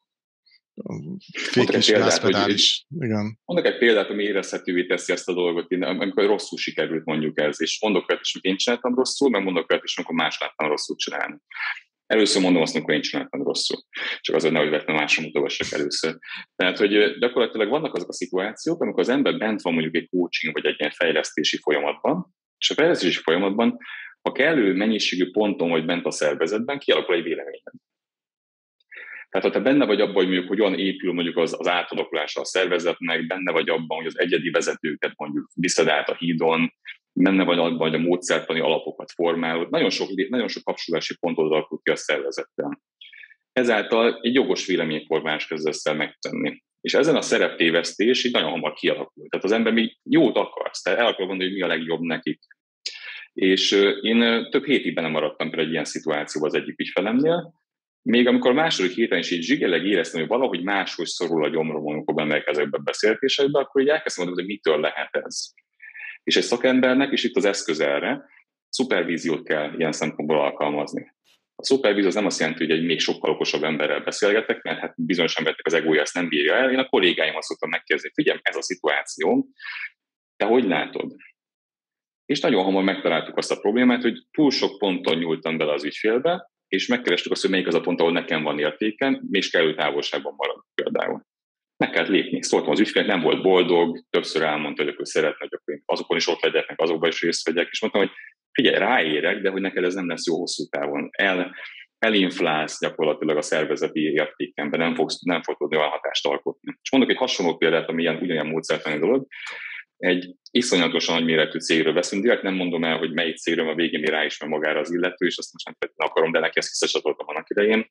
Fék és gázpedál is. Igen. Mondok egy példát, ami érezhetővé teszi ezt a dolgot, amikor rosszul sikerült mondjuk ez, és mondok olyat is, amikor én csináltam rosszul, meg mondok olyat is, amikor más láttam rosszul csinálni. Először mondom azt, amikor én csináltam rosszul. Csak azért nehogy vettem másra mutogassak először. Tehát, hogy gyakorlatilag vannak azok a szituációk, amikor az ember bent van mondjuk egy coaching vagy egy ilyen fejlesztési folyamatban, és a fejlesztési folyamatban, ha kellő mennyiségű ponton vagy bent a szervezetben, kialakul egy véleményed. Tehát, ha te benne vagy abban, hogy mondjuk hogyan épül mondjuk az, az átalakulása a szervezetnek, benne vagy abban, hogy az egyedi vezetőket mondjuk viszed át a hídon, benne vagy abban, hogy a módszertani alapokat formálod, nagyon sok, nagyon sok kapcsolási pontot alakul ki a szervezettel. Ezáltal egy jogos véleményformást kezd össze megtenni. És ezen a szereptévesztés így nagyon hamar kialakul. Tehát az ember még jót akarsz, tehát el akar gondolni, hogy mi a legjobb nekik. És én több hétig benne maradtam például egy ilyen szituációban az egyik ügyfelemnél, még amikor a második héten is így zsigeleg éreztem, hogy valahogy máshogy szorul a gyomrom, amikor bemelkezek be beszélgetésekbe, akkor így elkezdtem mondani, hogy mitől lehet ez. És egy szakembernek, és itt az eszköz erre, szupervíziót kell ilyen szempontból alkalmazni. A szupervízió az nem azt jelenti, hogy egy még sokkal okosabb emberrel beszélgetek, mert hát bizonyos emberek az egója ezt nem bírja el. Én a kollégáim azt szoktam megkérdezni, figyelj, ez a szituáció, te hogy látod? És nagyon hamar megtaláltuk azt a problémát, hogy túl sok ponton nyúltam bele az ügyfélbe, és megkerestük azt, hogy melyik az a pont, ahol nekem van értéken, és kellő távolságban marad például. Meg kellett lépni. Szóltam az ügyfél, nem volt boldog, többször elmondta, hogy akkor szeretne, hogy akkor azokon is ott legyek, meg azokban is részt vegyek, és mondtam, hogy figyelj, ráérek, de hogy neked ez nem lesz jó hosszú távon. El, elinflálsz gyakorlatilag a szervezeti értékemben, nem fogsz, nem fogsz tudni olyan hatást alkotni. És mondok egy hasonló példát, ami ilyen, ugyanilyen módszertani dolog. Egy iszonyatosan nagy méretű cégről beszélünk, direkt nem mondom el, hogy melyik cégről, a végén még ráismer magára az illető, és azt most nem akarom, de neki ezt visszacsatoltam annak idején,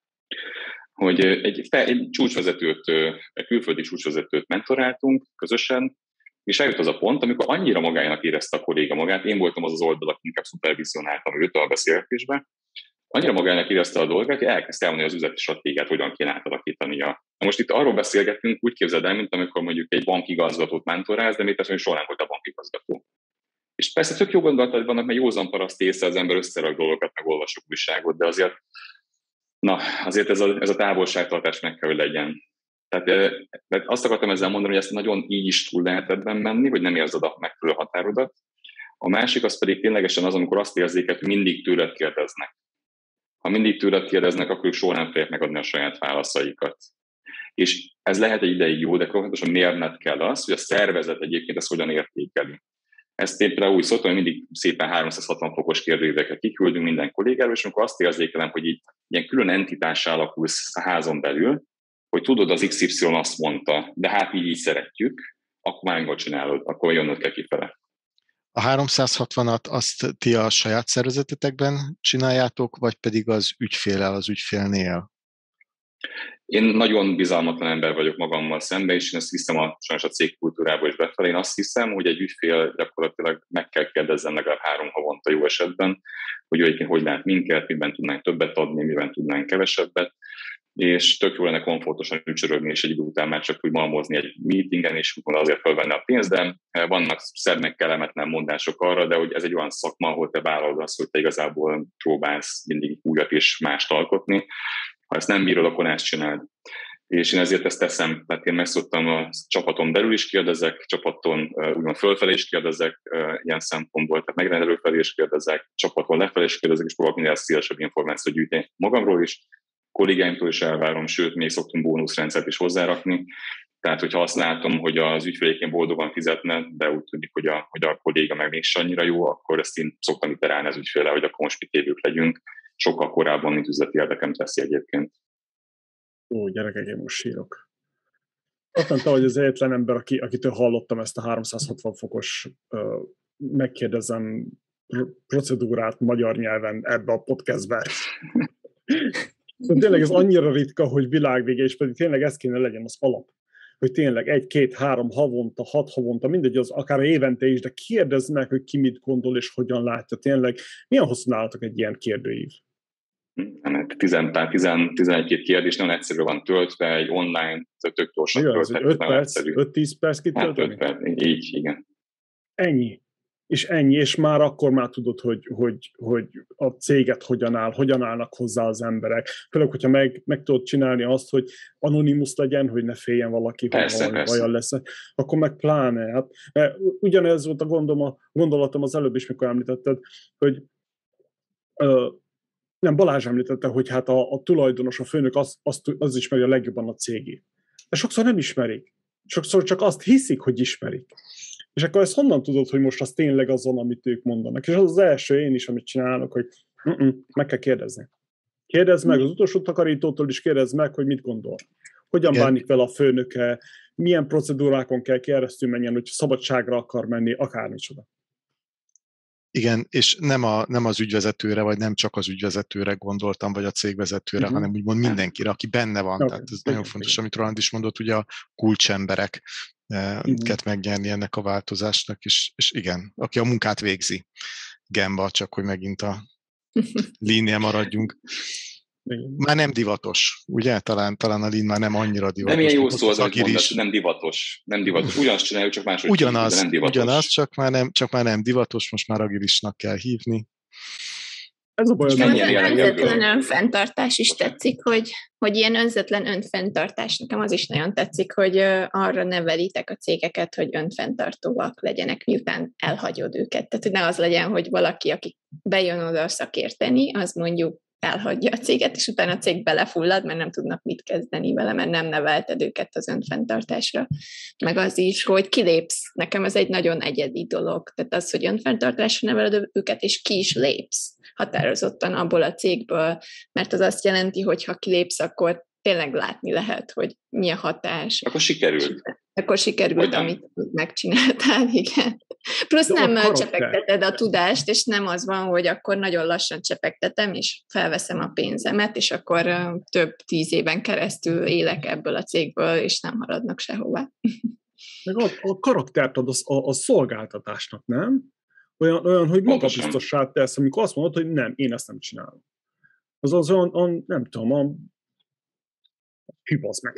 hogy egy, egy csúcsvezetőt, egy külföldi csúcsvezetőt mentoráltunk közösen, és eljött az a pont, amikor annyira magának érezte a kolléga magát, én voltam az az oldal, aki inkább szupervizionáltam őt a beszélgetésbe, annyira magának érezte a dolgát, hogy elkezdte elmondani az üzleti stratégiát, hogyan kéne átalakítania. Na most itt arról beszélgetünk, úgy képzeld el, mint amikor mondjuk egy bankigazgatót mentorálsz, de még tesz, hogy soha nem volt a bankigazgató. És persze tök jó gondolatod vannak, mert józan paraszt észre az ember összerak dolgokat, meg olvasok újságot, de azért, na, azért ez a, ez a távolságtartás meg kell, hogy legyen. Tehát, tehát azt akartam ezzel mondani, hogy ezt nagyon így is túl lehet ebben menni, hogy nem érzed a megfelelő határodat. A másik az pedig ténylegesen az, amikor azt érzéket, hogy mindig tőled kérdeznek. Ha mindig tőled kérdeznek, akkor ők soha nem fogják megadni a saját válaszaikat. És ez lehet egy ideig jó, de konkrétan mérned kell az, hogy a szervezet egyébként ezt hogyan értékeli. Ezt én például úgy szoktam, hogy mindig szépen háromszázhatvan fokos kérdőíveket kiküldünk minden kollégáról, és amikor azt érzékelem, hogy így ilyen külön entitássá alakulsz a házon belül, hogy tudod, az iksz ipszilon azt mondta, de hát így így szeretjük, akkor már jól csinálod, akkor jönnöd kell kifele. A háromszázhatvanat azt ti a saját szervezetetekben csináljátok, vagy pedig az ügyféllel, az ügyfélnél? Én nagyon bizalmatlan ember vagyok magammal szemben, és én ezt hiszem a, sajnos a cégkultúrából is befelé. Én azt hiszem, hogy egy ügyfél gyakorlatilag meg kell kérdezzen legalább három havonta jó esetben, hogy egyébként hogy lát minket, miben tudnánk többet adni, miben tudnánk kevesebbet, és tök jó lenne komfortosan ücsörögni, és egy idő után már csak úgy malmozni egy meetingen, és azért felvenni a pénzt, de vannak szebb meg kellemetlen mondások arra, de hogy ez egy olyan szakma, ahol te vállalod azt, hogy te igazából próbálsz mindig újat és mást alkotni. Ha ezt nem bírod, akkor ezt csináld. És én ezért ezt teszem, tehát én megszoktam a csapaton belül is kérdezek, csapaton úgymond fölfelé is kérdezek ilyen szempontból, tehát megrendelő felé is kérdezek, csapaton lefelé is kérdezek, és próbálok minél szélesebb információt gyűjteni magamról is, kollégáimtól is elvárom, sőt, még szoktunk bónuszrendszert is hozzárakni. Tehát, hogyha azt látom, hogy az ügyféléként boldogan fizetne, de úgy tűnik, hogy a, hogy a kolléga meg mégis annyira jó, akkor ezt én szoktam iterálni az ügyféle, hogy akkor most mit legyünk. Sokkal korábban, mint üzleti érdekem teszi egyébként. Ó, gyerekek, én most sírok. Azt mondta, hogy az egyetlen ember, aki, akitől hallottam ezt a háromszázhatvan fokos uh, megkérdezem procedúrát magyar nyelven ebbe a podcastbe. Tényleg ez annyira ritka, hogy világvége, és pedig tényleg ez kéne legyen az alap. Hogy tényleg egy, két, három havonta, hat havonta, mindegy, az akár évente is, de kérdezd meg, hogy ki mit gondol és hogyan látja. Tényleg milyen hosszú nálatok egy ilyen kérdőív? tizenegy-tizenegy kérdés nagyon egyszerű van töltve, egy online, tök gyorsan töltve. öt perc, öt-tíz perc kitölteni? Hát öt perc, így, igen. Ennyi. És ennyi, és már akkor már tudod, hogy, hogy, hogy a céget hogyan áll, hogyan állnak hozzá az emberek. Főleg, hogyha meg, meg tudod csinálni azt, hogy anonimus legyen, hogy ne féljen valaki, persze, hogy valami baja lesz, akkor meg pláne. Hát, ugyanez volt a, gondom, a gondolatom az előbb is, mikor említetted, hogy ö, nem, Balázs említette, hogy hát a, a tulajdonos, a főnök az, az, az ismeri a legjobban a cégét. De sokszor nem ismerik. Sokszor csak azt hiszik, hogy ismerik. És akkor ezt honnan tudod, hogy most az tényleg azon, amit ők mondanak? És az az első én is, amit csinálok, hogy meg kell kérdezni. Kérdezz meg az utolsó takarítótól is, kérdezz meg, hogy mit gondol. Hogyan Igen. bánik vele a főnöke, milyen procedúrákon kell keresztül menjen, hogy szabadságra akar menni, akármicsoda. Igen, és nem, a, nem az ügyvezetőre, vagy nem csak az ügyvezetőre gondoltam, vagy a cégvezetőre, uh-huh. hanem úgymond mindenkire, aki benne van. Okay. Tehát ez okay. nagyon fontos, okay. amit Roland is mondott, ugye a kulcsemberek, őket megnyerni ennek a változásnak, és, és igen, aki a munkát végzi. Gemba, csak hogy megint a Lean-nél maradjunk. Már nem divatos, ugye? Talán, talán a Lean már nem annyira divatos. Nem ilyen jó szó az, amit mondasz, nem divatos. Nem divatos. Ugyanazt csináljuk, csak máshogy ugyanaz, hívjuk, nem divatos. Ugyanaz, csak már nem, csak már nem divatos, most már agilisnak kell hívni. Ez a baj, az önzetlen önfenntartás is tetszik, hogy, hogy ilyen önzetlen önfenntartás, nekem az is nagyon tetszik, hogy arra nevelitek a cégeket, hogy önfenntartóak legyenek, miután elhagyod őket. Tehát, hogy ne az legyen, hogy valaki, aki bejön oda szakérteni, az mondjuk elhagyja a céget, és utána a cég belefullad, mert nem tudnak mit kezdeni vele, mert nem nevelted őket az önfenntartásra. Meg az is, hogy kilépsz. Nekem ez egy nagyon egyedi dolog. Tehát az, hogy önfenntartásra neveled őket, és ki is lépsz határozottan abból a cégből, mert az azt jelenti, hogy ha kilépsz, akkor tényleg látni lehet, hogy mi a hatás. Akkor sikerült. Akkor sikerült, amit megcsináltál, igen. Plusz de nem csepegteted a tudást, és nem az van, hogy akkor nagyon lassan csepegtetem, és felveszem a pénzemet, és akkor több tíz éven keresztül élek ebből a cégből, és nem haladnak sehová. Meg a, a karaktert ad a, a, a szolgáltatásnak, nem? Olyan, olyan hogy magabiztossá tesz, amikor azt mondod, hogy nem, én ezt nem csinálom. Az az olyan, olyan nem tudom, a hibasz meg.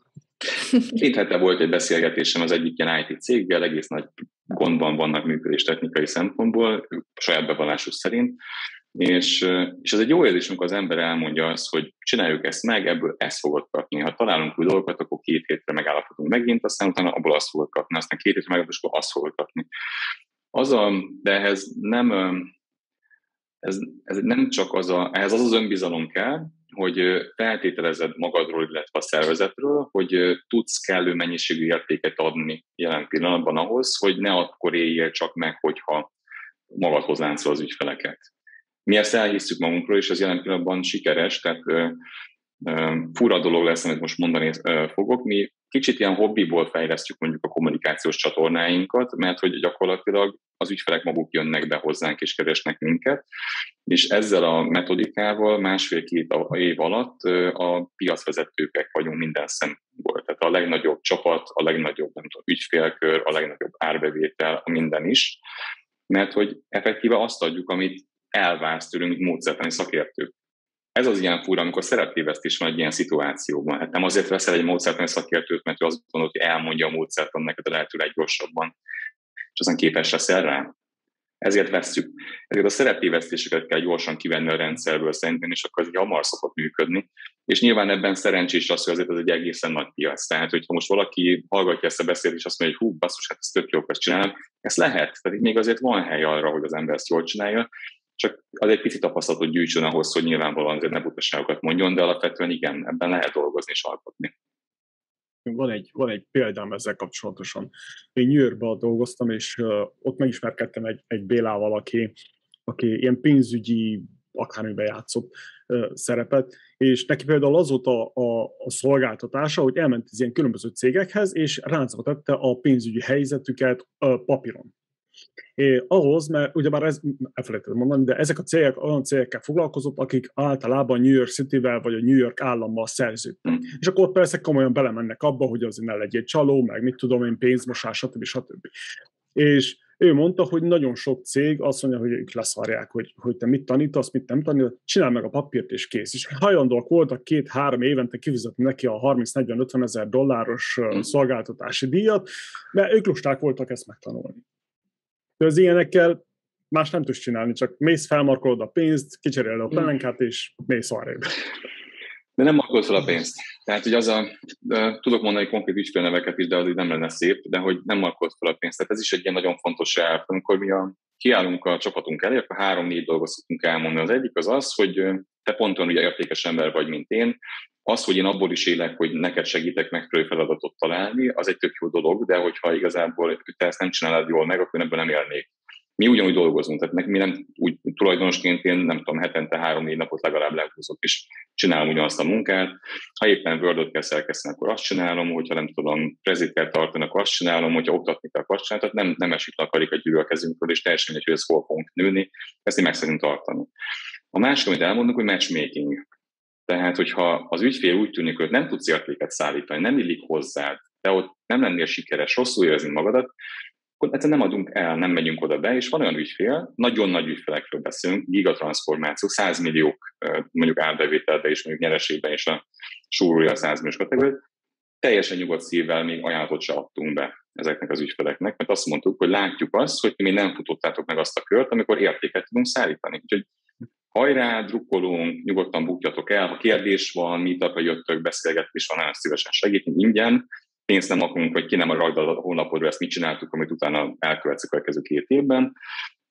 Két hete volt egy beszélgetésem az egyik ilyen i té céggel, egész nagy gondban vannak működés technikai szempontból, saját bevallásuk szerint, és, és ez egy jó érzés, amikor az ember elmondja azt, hogy csináljuk ezt meg, ebből ezt fogod kapni. Ha találunk új dolgokat, akkor két hétre megállapodunk megint, aztán utána abból azt fogod kapni, aztán két hétre megállapodunk, és akkor azt fogod kapni. Az a, de ehhez nem, ez, ez nem csak az a, ehhez az az önbizalom kell, hogy feltételezed magadról, illetve a szervezetről, hogy tudsz kellő mennyiségű értéket adni jelen pillanatban ahhoz, hogy ne akkor éljél csak meg, hogyha magadhoz láncolod az ügyfeleket. Mi ezt elhisszük magunkról, és ez jelen pillanatban sikeres, tehát ö, ö, fura dolog lesz, amit most mondani ö, fogok. Mi kicsit ilyen hobbiból fejlesztjük mondjuk a kommunikációs csatornáinkat, mert hogy gyakorlatilag az ügyfelek maguk jönnek be hozzánk és keresnek minket, és ezzel a metodikával másfél-két év alatt a piacvezetőkek vagyunk minden szempontból. Tehát a legnagyobb csapat, a legnagyobb nem tudom, ügyfélkör, a legnagyobb árbevétel, a minden is, mert hogy effektíve azt adjuk, amit elvársz tőlünk, mint módszertani szakértők. Ez az ilyen fura, amikor szereptévesztés van egy ilyen szituációban. Hát nem azért veszel egy módszertani szakértőt, mert ő azt gondolod, hogy elmondja a módszertan neked a lehető leggyorsabban, és aztán képes leszel rá. Ezért vesszük. Ezért a szereptévesztéseket kell gyorsan kivenni a rendszerből szerintem, és akkor ez így hamar szokott működni. És nyilván ebben szerencsés az, hogy azért ez egy egészen nagy piac. Tehát, hogyha most valaki hallgatja ezt a beszélt, és azt mondja, hogy hú, basszus, hát ez tök jó, ezt csinálom, ez lehet. Tehát még azért van hely arra, hogy az ember ezt jól csinálja, csak az egy picit tapasztalatot gyűjtsön ahhoz, hogy nyilvánvalóan azért ne butaságokat mondjon, de alapvetően igen, ebben lehet dolgozni és alkotni. Van egy, van egy példám ezzel kapcsolatosan. Én New Yorkban dolgoztam, és uh, ott megismerkedtem egy, egy Bélával, aki, aki ilyen pénzügyi, akármiben játszott uh, szerepet, és neki például az volt a, a, a szolgáltatása, hogy elment az ilyen különböző cégekhez, és ráncba tette a pénzügyi helyzetüket uh, papíron. É, ahhoz, mert ugyebár ez, elfelejtettem mondani, de ezek a cégek olyan cégekkel foglalkozott, akik általában New York Cityvel vagy a New York állammal szerződtek. És akkor ott persze komolyan belemennek abba, hogy azért ne legyél csaló, meg mit tudom én, pénzmosás, stb. stb. És ő mondta, hogy nagyon sok cég azt mondja, hogy ők leszarják, hogy, hogy te mit tanítasz, mit nem tanítasz, csinál meg a papírt és kész. És hajlandóak voltak két-három évente kifizetni neki a harminc-negyven-ötven ezer dolláros szolgáltatási díjat, mert ők lusták voltak ezt megtanulni. De az ilyenekkel más nem tudsz csinálni, csak mész, felmarkolod a pénzt, kicseréled a pelenkát, és mész arrébb. De nem markolod fel a pénzt. Tehát, hogy az a, de, tudok mondani konkrét ügyfélneveket is, de az így nem lenne szép, de hogy nem markolod fel a pénzt. Tehát ez is egy ilyen nagyon fontos elv. Amikor mi a, kiállunk a csapatunk elé, akkor három-négy dolgot szoktunk elmondani. Az egyik az az, hogy te pont olyan ugye értékes ember vagy, mint én. Az, hogy én abból is élek, hogy neked segítek megfelelő feladatot találni, az egy tök jó dolog, de hogyha igazából te ezt nem csinálod jól meg, akkor ebből nem élnék. Mi ugyanúgy dolgozunk, tehát mi nem úgy tulajdonosként én nem tudom, hetente három-négy napot legalább lehúzok, és csinálom ugyanazt a munkát. Ha éppen Word-ot kell szerkeszteni, akkor azt csinálom, hogyha nem tudom, prezit kell tartani, akkor azt csinálom, hogyha oktatni kell, akkor azt csinálom, tehát nem, nem esik le a karika gyűrű a kezünkről, és teljesen mindegy, hogy ezt hol fogunk nőni, ezt én meg szeretném tartani. A másik, amit elmondunk, hogy matchmaking. Tehát, hogyha az ügyfél úgy tűnik, hogy nem tudsz értéket szállítani, nem illik hozzád, de ott nem lennél sikeres, rosszul érezni magadat, akkor egyszerűen nem adunk el, nem megyünk oda be, és van olyan ügyfél, nagyon nagy ügyfelekről beszélünk, gigatranszformáció, száz milliók mondjuk árbevételbe és mondjuk nyereségben is a súrolja a száz milliós kategóriát, teljesen nyugodt szívvel még ajánlatot se adtunk be ezeknek az ügyfeleknek, mert azt mondtuk, hogy látjuk azt, hogy ti még nem futottátok meg azt a kört, amikor értéket tudunk szállítani. Úgyhogy hajrá, drukkolunk, nyugodtan bukjatok el, ha kérdés van, meetupra jöttök, beszélgetés van, nagyon szívesen segítünk ingyen, pénzt nem akarunk, vagy ki nem a ragdad a honlapodra, ezt mit csináltuk, amit utána elkövetsz a következő két évben.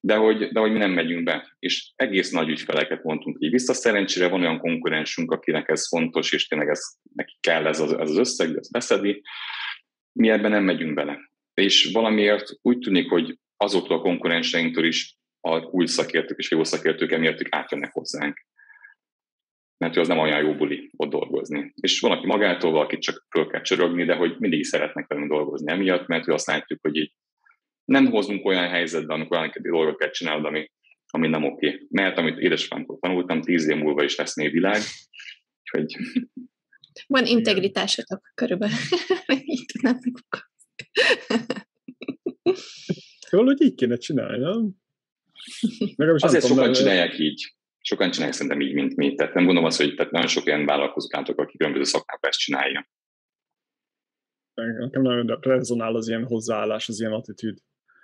de hogy, de hogy mi nem megyünk be. És egész nagy ügyfeleket mondtunk így vissza. Szerencsére van olyan konkurensünk, akinek ez fontos, és tényleg ez, neki kell ez az, ez az összeg, ez beszedi. Mi ebben nem megyünk bele. És valamiért úgy tűnik, hogy azoktól a konkurenseinktől is a új szakértők és jó szakértők emiatt átjönnek hozzánk. Mert az nem olyan jó buli ott dolgozni. És van, aki magától, valaki csak föl kell csörögni, de hogy mindig szeretnek velünk dolgozni emiatt, mert azt látjuk, hogy így nem hozunk olyan helyzetbe, amikor olyan dolgokat kell csinálni, ami, ami nem oké. Okay. Mert amit édesapámtól tanultam, tíz év múlva is lesz névvilág. Úgyhogy... Van integritásotok körülbelül. Így tudnám megfogalmazni. Valahogy így kéne csinálni, nem? Azért sokan nem, csinálják így. Sokan csinálják szerintem így, mint mi. Tehát nem gondolom azt, hogy tehát nagyon sok ilyen vállalkozók látok, akik különböző szakmákban ezt csinálja. Nekem nagyon rezonál az ilyen hozzáállás, az ilyen attitűd.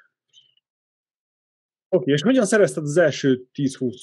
Oké, okay, és hogyan szerezted az első tíz-húsz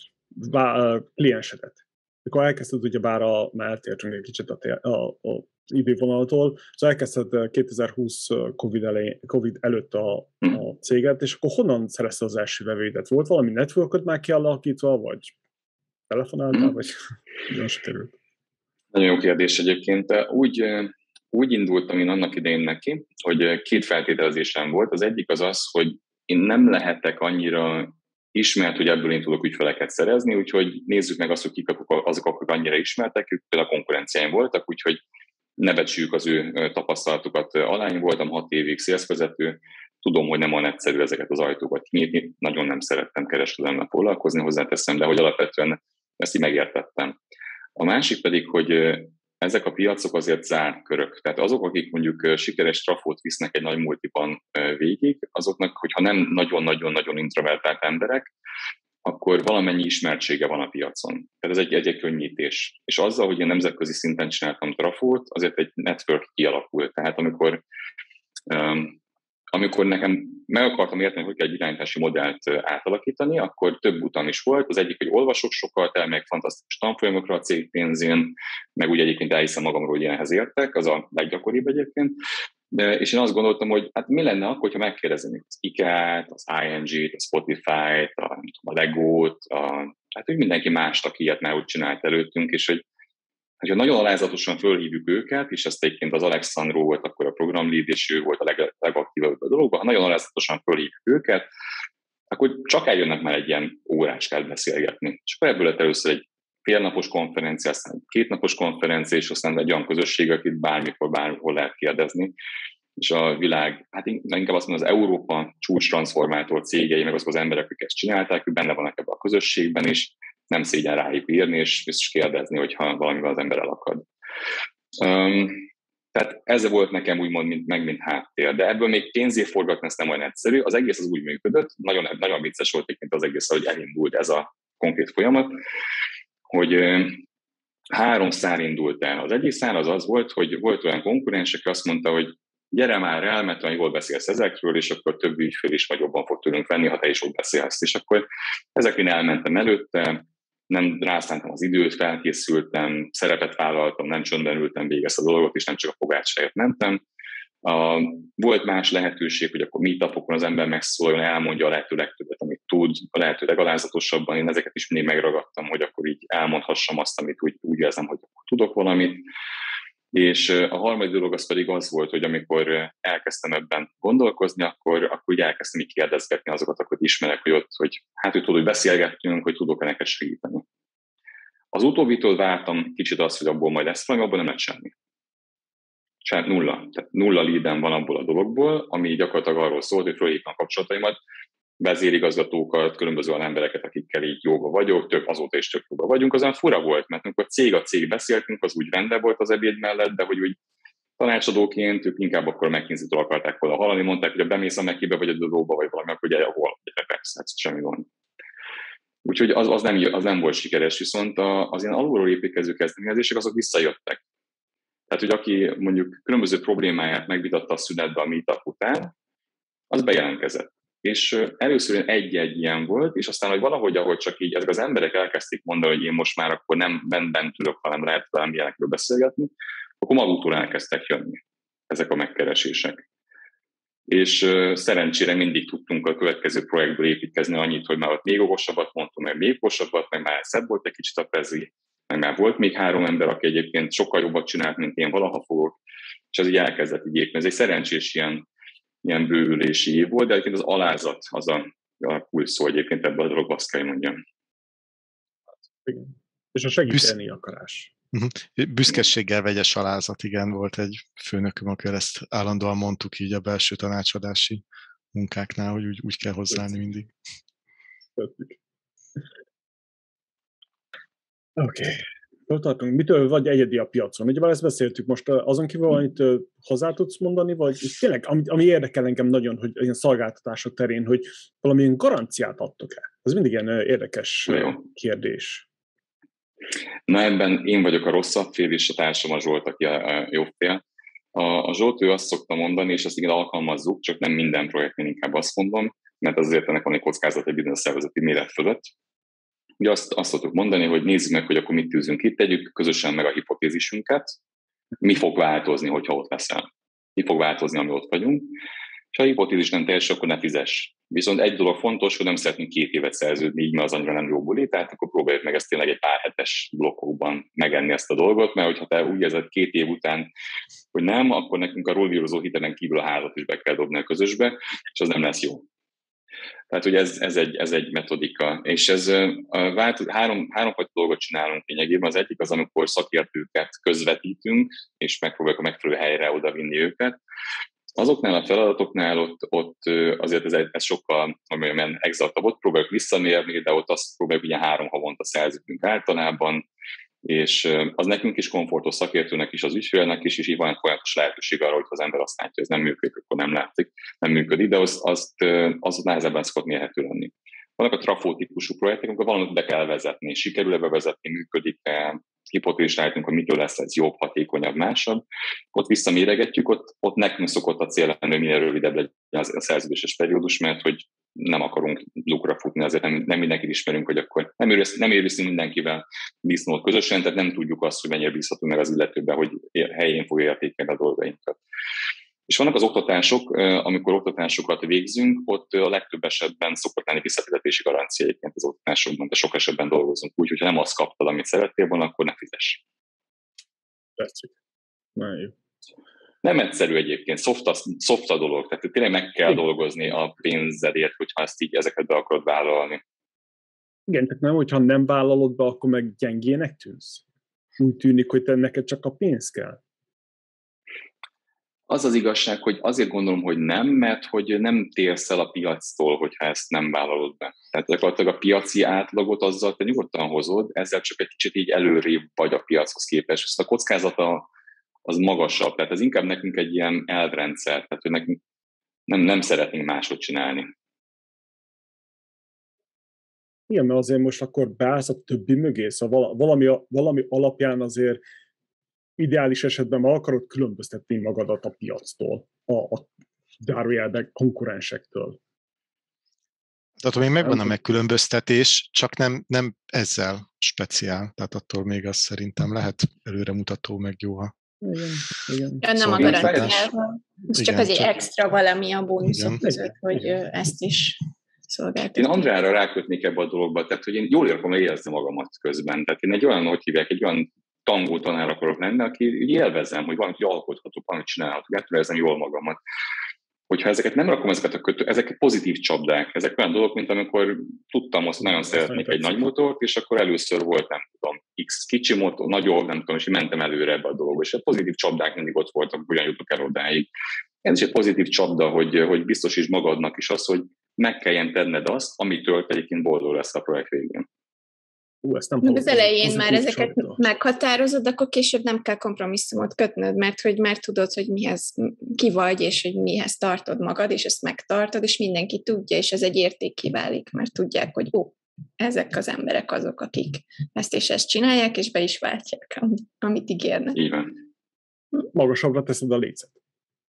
kliensedet? Akkor elkezdted, ugye bár a, már eltértünk egy kicsit a, a, a idővonaltól, szóval elkezdted kétezer-húsz Covid, elején, Covid előtt a, a céget, és akkor honnan szerezted az első vevőidet? Volt valami networköd már kialakítva, vagy telefonáltál, vagy nagyon sikerült? Nagyon jó kérdés egyébként. Úgy, úgy indultam én annak idején neki, hogy két feltételezésem volt. Az egyik az az, hogy én nem lehetek annyira ismert, hogy ebből én tudok ügyfeleket szerezni, úgyhogy nézzük meg azt, hogy kik azok, akik annyira ismertek, ők például a konkurenciáim voltak, úgyhogy ne becsüljük az ő tapasztalatukat. Alány voltam hat évig szélszvezető, tudom, hogy nem olyan egyszerű ezeket az ajtókat nyitni, nagyon nem szerettem kereskedelemmel foglalkozni, hozzáteszem, de hogy alapvetően ezt így megértettem. A másik pedig, hogy ezek a piacok azért zárt körök. Tehát azok, akik mondjuk sikeres trafót visznek egy nagy multiban végig, azoknak, hogyha nem nagyon-nagyon-nagyon introvertált emberek, akkor valamennyi ismertsége van a piacon. Tehát ez egy, egy, egy könnyítés. És azzal, hogy én nemzetközi szinten csináltam trafót, azért egy network kialakult. Tehát amikor, um, amikor nekem meg akartam érteni, hogy kell egy irányítási modellt átalakítani, akkor több utam is volt. Az egyik, hogy olvasok sokat, elmegyek fantasztikus tanfolyamokra a cég pénzén, meg úgy egyébként elhiszem magamról, hogy ilyenhez értek, az a leggyakoribb egyébként. De, és én azt gondoltam, hogy hát mi lenne akkor, ha megkérdeznék az IKEA-t, az I N G-t, a Spotify-t, a, a Lego-t, a, hát hogy mindenki mást, aki ilyet már úgy csinált előttünk, és hogy hogyha nagyon alázatosan fölhívjuk őket, és ezt egyébként az Alexandro volt akkor a programlead, és ő volt a leg, legaktívabb a dologban, ha nagyon alázatosan fölhívjuk őket, akkor csak eljönnek már egy ilyen óráskát beszélgetni. És akkor ebből lett először egy félnapos konferencia, aztán kétnapos konferencia, és aztán egy olyan közösség, akit bármikor, bárhol lehet kérdezni. És a világ, hát inkább azt mondom, az Európa csúcs transformátor cégei, meg azok az emberek, akik ezt csinálták, ők benne vannak ebben a közösségben, és nem szégyen rájuk írni, és, és kérdezni, hogyha valamivel az ember elakad. Um, tehát ez volt nekem úgymond mint, meg, mint háttér. De ebből még pénzért forgatni, ez nem olyan egyszerű. Az egész az úgy működött, nagyon, nagyon vicces volt egyébként az egész, hogy elindult ez a konkrét folyamat, hogy három szár indult el. Az egyik szár az az volt, hogy volt olyan konkurens, aki azt mondta, hogy gyere már el, mert olyan jól beszélsz ezekről, és akkor több ügyfél is vagy jobban fog tőlünk venni, ha te is ott beszélsz. És akkor ezekén elmentem előtte, nem rászántam az időt, felkészültem, szerepet vállaltam, nem csöndben ültem végig ezt a dolgot, és nem csak a fogácsáért mentem. Uh, volt más lehetőség, hogy akkor meetupokon az ember megszóljon, elmondja a lehető legtöbbet, amit tud, a lehető legalázatosabban. Én ezeket is mindig megragadtam, hogy akkor így elmondhassam azt, amit úgy, úgy érzem, hogy tudok valamit. És a harmadik dolog az pedig az volt, hogy amikor elkezdtem ebben gondolkozni, akkor, akkor úgy elkezdtem így kérdezgetni azokat, akik ismerek, hogy ott, hogy hát, hogy tudod, hogy beszélgettünk, hogy tudok-e neked segíteni. Az utóbbitól vártam kicsit azt, hogy abból majd lesz valami, abból nem lett semmi. Sem, nulla. Tehát nulla leadem van abból a dologból, ami gyakorlatilag arról szólt, hogy fölhívtam a kapcsolataimat, vezérigazgatókat, különböző olyan embereket, akikkel így jóba vagyok, több, azóta is több jóba vagyunk, azon fura volt, mert amikor cég a cég beszéltünk, az úgy rendben volt az ebéd mellett, de hogy úgy tanácsadóként ők inkább akkor a McKinsey-től akarták volna hallani, mondták, hogy a bemész a McKinsey-be, vagy a Dodóba, vagy valami, akkor gyere, hol, gyere, persze, ez semmi van. Úgyhogy az, az, nem, az nem volt sikeres, viszont az ilyen alulról építkező kezdeményezések, azok visszajöttek. Tehát, hogy aki mondjuk különböző problémáját megvitatta a szünetbe a meetup után, az bejelentkezett. És először egy-egy ilyen volt, és aztán, hogy valahogy, ahogy csak így ezek az emberek elkezdték mondani, hogy én most már akkor nem bent tudok, hanem lehet velem ilyenekről beszélgetni, akkor maguktól elkezdtek jönni ezek a megkeresések. és szerencsére mindig tudtunk a következő projektből építkezni annyit, hogy már ott még okosabbat mondtam, meg még okosabbat, meg már szebb volt egy kicsit a prezi, meg már volt még három ember, aki egyébként sokkal jobbat csinált, mint én valaha fogok, és ez így elkezdett így építeni. Ez egy szerencsés ilyen, ilyen bővülési év volt, de egyébként az alázat az a, a kulcs szó egyébként ebben a dologban, azt kell mondjam. Igen. És a segíteni akarás. Uh-huh. Büszkeséggel vegyes alázat, igen, volt egy főnököm, akivel ezt állandóan mondtuk így a belső tanácsadási munkáknál, hogy úgy, úgy kell hozzáállni mindig. Oké. Okay. Tartunk. Mitől vagy egyedi a piacon? Ugye ezt beszéltük most, azon kívül valamit hozzá tudsz mondani, vagy tényleg, ami, ami érdekel engem nagyon, hogy ilyen szolgáltatások terén, hogy valamilyen garanciát adtok-e? Ez mindig ilyen érdekes Jó. kérdés. Na ebben én vagyok a rosszabb fél, és a társam a Zsolt, aki a jobb fél. A, a Zsolt, ő azt szokta mondani, és azt igen alkalmazzuk, csak nem minden projektnél inkább azt mondom, mert azért ennek van egy kockázat egy bizonyos szervezeti méret fölött. Ugye azt, azt szoktuk mondani, hogy nézzük meg, hogy akkor mit tűzünk itt, tegyük közösen meg a hipotézisünket, mi fog változni, hogyha ott leszel. Mi fog változni, ami ott vagyunk. És ha a hipotézis nem teljes, akkor ne fizess. Viszont egy dolog fontos, hogy nem szeretnénk két évet szerződni, így mert az annyira nem jó buli, tehát akkor próbáljuk meg ezt tényleg egy pár hetes blokkokban megenni ezt a dolgot, mert hogyha te úgy érzed két év után, hogy nem, akkor nekünk a rollvírozó hitelen kívül a házat is be kell dobni a közösbe, és az nem lesz jó. Tehát, hogy ez, ez, egy, ez egy metodika. És ez a vált, három, háromfajta dolgot csinálunk lényegében. Az egyik az, amikor szakértőket közvetítünk, és megpróbáljuk a megfelelő helyre odavinni őket. Azoknál a feladatoknál ott, ott azért ez, ez sokkal amilyen exaktabb, ott próbáljuk visszamérni, de ott azt próbáljuk ugye három havonta szerződünk általában, és az nekünk is komfortos, szakértőnek is, az ügyfélnek is, és így van egy folyamatos lehetőség arra, hogy az ember azt látja, hogy ez nem működik, akkor nem látszik, nem működik, de az, azt, az nehezebben szokott mérhető lenni. Vannak a trafó típusú projektek, amikor valamit be kell vezetni, sikerül-e bevezetni, működik-e, hipotézist állítunk, hogy mitől lesz ez jobb, hatékonyabb, másabb. Ott visszaméregetjük, ott, ott nekünk szokott a cél lenni, hogy minél rövidebb legyen a szerződéses periódus, mert hogy nem akarunk lukra futni, azért nem, nem mindenkit ismerünk, hogy akkor nem, érvesz, nem érveszünk mindenkivel disznót közösen, tehát nem tudjuk azt, hogy mennyire bízhatunk meg az illetőben, hogy helyén fogja értékelni a dolgainkat. És vannak az oktatások, amikor oktatásokat végzünk, ott a legtöbb esetben szokott lenni visszafizetési garancia egyébként az oktatásokban, de sok esetben dolgozunk úgy, hogyha nem azt kaptad, amit szerettél volna, akkor ne fizess. Tetszik. Nagyon jó. Nem egyszerű egyébként, soft a, soft a dolog, tehát tényleg meg kell Igen. dolgozni a pénzedért, hogyha ezt így ezeket be akarod vállalni. Igen, tehát nem, hogyha nem vállalod be, akkor meg gyengének tűnsz? Úgy tűnik, hogy te neked csak a pénz kell. Az az igazság, hogy azért gondolom, hogy nem, mert hogy nem térsz el a piactól, hogyha ezt nem vállalod be. Tehát gyakorlatilag a piaci átlagot azzal te nyugodtan hozod, ezzel csak egy kicsit így előrébb vagy a piachoz képest. Ezt a kockázata az magasabb, tehát ez inkább nekünk egy ilyen elvrendszer, tehát hogy nekünk nem, nem szeretnénk máshogy csinálni. Igen, mert azért most akkor beállsz a többi mögé, szóval valami, valami alapján azért ideális esetben már akarod különböztetni magadat a piactól, a, a zárójelben konkurensektől. Tehát még megvan a megkülönböztetés, csak nem, nem ezzel speciál, tehát attól még az szerintem lehet előremutató, meg jó. Igen, igen. Ja, nem a garanciával. Ez csak az egy extra valami a bónuszok igen. között, hogy igen. ezt is szolgáltatni. Én Andrára rákötnék ebbe a dologba, tehát hogy én jól értem érezni magamat közben. Tehát én egy olyan, hogy hívják, egy olyan tangó tanár akarok lenni, aki élvezem, hogy valamit alkothatok, valamit csinálhatok, átvérzem jól magamat. Hogyha ezeket nem rakom, ezeket a kötő, ezek pozitív csapdák, ezek olyan dolgok, mint amikor tudtam, azt nagyon szeretnék egy nagy motort, és akkor először volt, nem tudom, X kicsi motor, nagyobb, nem tudom, és mentem előre ebbe a dologba, és a pozitív csapdák mindig ott voltak, hogyan jutok el odáig. Ez is egy pozitív csapda, hogy, hogy biztosíts magadnak is az, hogy meg kelljen tenned azt, amitől egyébként boldog lesz a projekt végén. Ú, ezt nem Meg az elején már ezeket csapda. meghatározod, akkor később nem kell kompromisszumot kötnöd, mert hogy már tudod, hogy mihez ki vagy, és hogy mihez tartod magad, és ezt megtartod, és mindenki tudja, és ez egy értékké válik, mert tudják, hogy ó, ezek az emberek azok, akik ezt és ezt csinálják, és be is váltják, amit ígérnek. Így van. Magasabbra teszed a lécet.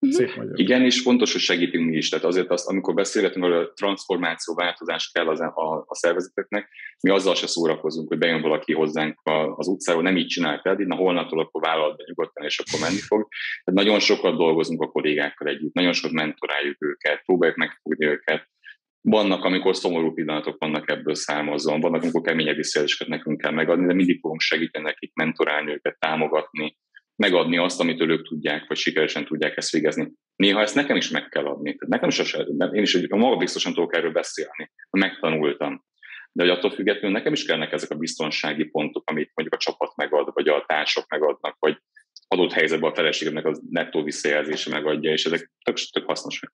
Szép magyar. Igen, és fontos, hogy segítünk mi is. Tehát azért azt, amikor beszélgetünk, hogy a transformáció, változás kell az, a, a szervezeteknek, mi azzal se szórakozunk, hogy bejön valaki hozzánk az utcáról, nem így csinált eddig, na holnaptól akkor vállalt be nyugodtan, és akkor menni fog. Tehát nagyon sokat dolgozunk a kollégákkal együtt, nagyon sokat mentoráljuk őket, próbáljuk megfogni őket. Vannak, amikor szomorú pillanatok vannak ebből származóan, vannak, amikor keményebb visszajelzéseket nekünk kell megadni, de mindig fogunk segíteni nekik, mentorálni őket, támogatni, megadni azt, amit ők tudják, vagy sikeresen tudják ezt végezni. Néha ezt nekem is meg kell adni. Tehát nekem is a, én is magabiztosan tudok erről beszélni, megtanultam. De hogy attól függetlenül nekem is kellnek ezek a biztonsági pontok, amit mondjuk a csapat megad, vagy a társak megadnak, vagy adott helyzetben a feleségemnek az nettó visszajelzése megadja, és ezek tök, tök hasznosak.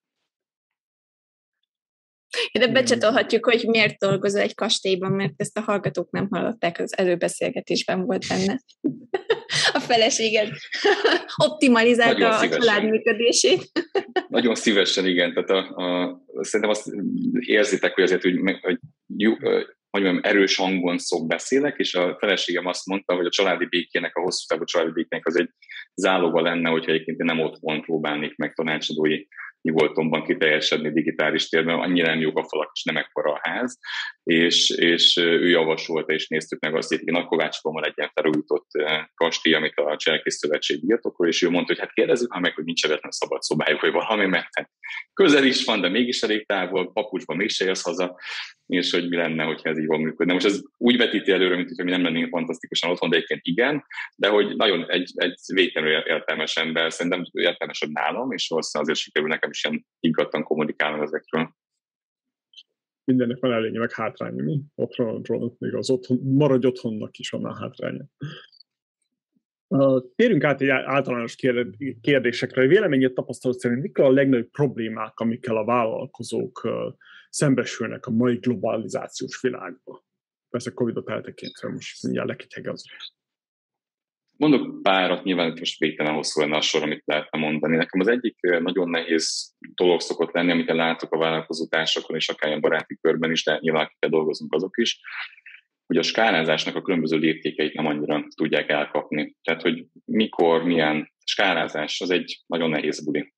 De becsatolhatjuk, hogy miért dolgozol egy kastélyban, mert ezt a hallgatók nem hallották, az előbeszélgetésben volt benne. A feleséged optimalizálta a család működését. Nagyon szívesen, igen. Tehát a, a, szerintem azt érzitek, hogy azért, hogy, hogy jó, hogy mondjam, erős hangon szok beszélek, és a feleségem azt mondta, hogy a családi békének, a hosszú távú családi békének az egy záloga lenne, hogyha egyébként én nem otthon próbálnék meg tanácsadói nyugodtomban kiteljesedni digitális térben, annyira nem jók a falak, és nem ekkora a ház, és, és ő javasolta, és néztük meg azt, hogy én a Kovácsban van egy ilyen felújított kastély, amit a Cselkész Szövetség birtokol, és ő mondta, hogy hát kérdezzük ha meg, hogy nincs egyetlen szabad szobájuk, vagy valami, mert közel is van, de mégis elég távol, papucsban mégse jössz haza, és hogy mi lenne, hogyha ez így van működne. Most ez úgy vetíti előre, mint hogy mi nem lennénk fantasztikusan otthon, de egyébként igen, de hogy nagyon egy, egy végtelenül értelmes ember, szerintem értelmesebb nálam, és valószínűleg azért sikerül nekem is ilyen higgadtan kommunikálnom ezekről. Mindennek van előnye, meg hátránya, mi? Otthonról, még az otthon, maradj otthonnak is van a hátránya. Uh, térjünk át egy általános kérdésekre. Véleményed tapasztalat szerint mik a legnagyobb problémák, amikkel a vállalkozók uh, szembesülnek a mai globalizációs világban? Persze Covidot eltekintve most mindjárt lekityegezni. Mondok párat, nyilván most végtelen hosszú lenne a sor, amit lehetne mondani. Nekem az egyik nagyon nehéz dolog szokott lenni, amit látok a vállalkozótársakon, és akár ilyen baráti körben is, de nyilván akikkel dolgozunk azok is, hogy a skálázásnak a különböző léptékeit nem annyira tudják elkapni. Tehát, hogy mikor, milyen skálázás, az egy nagyon nehéz buli.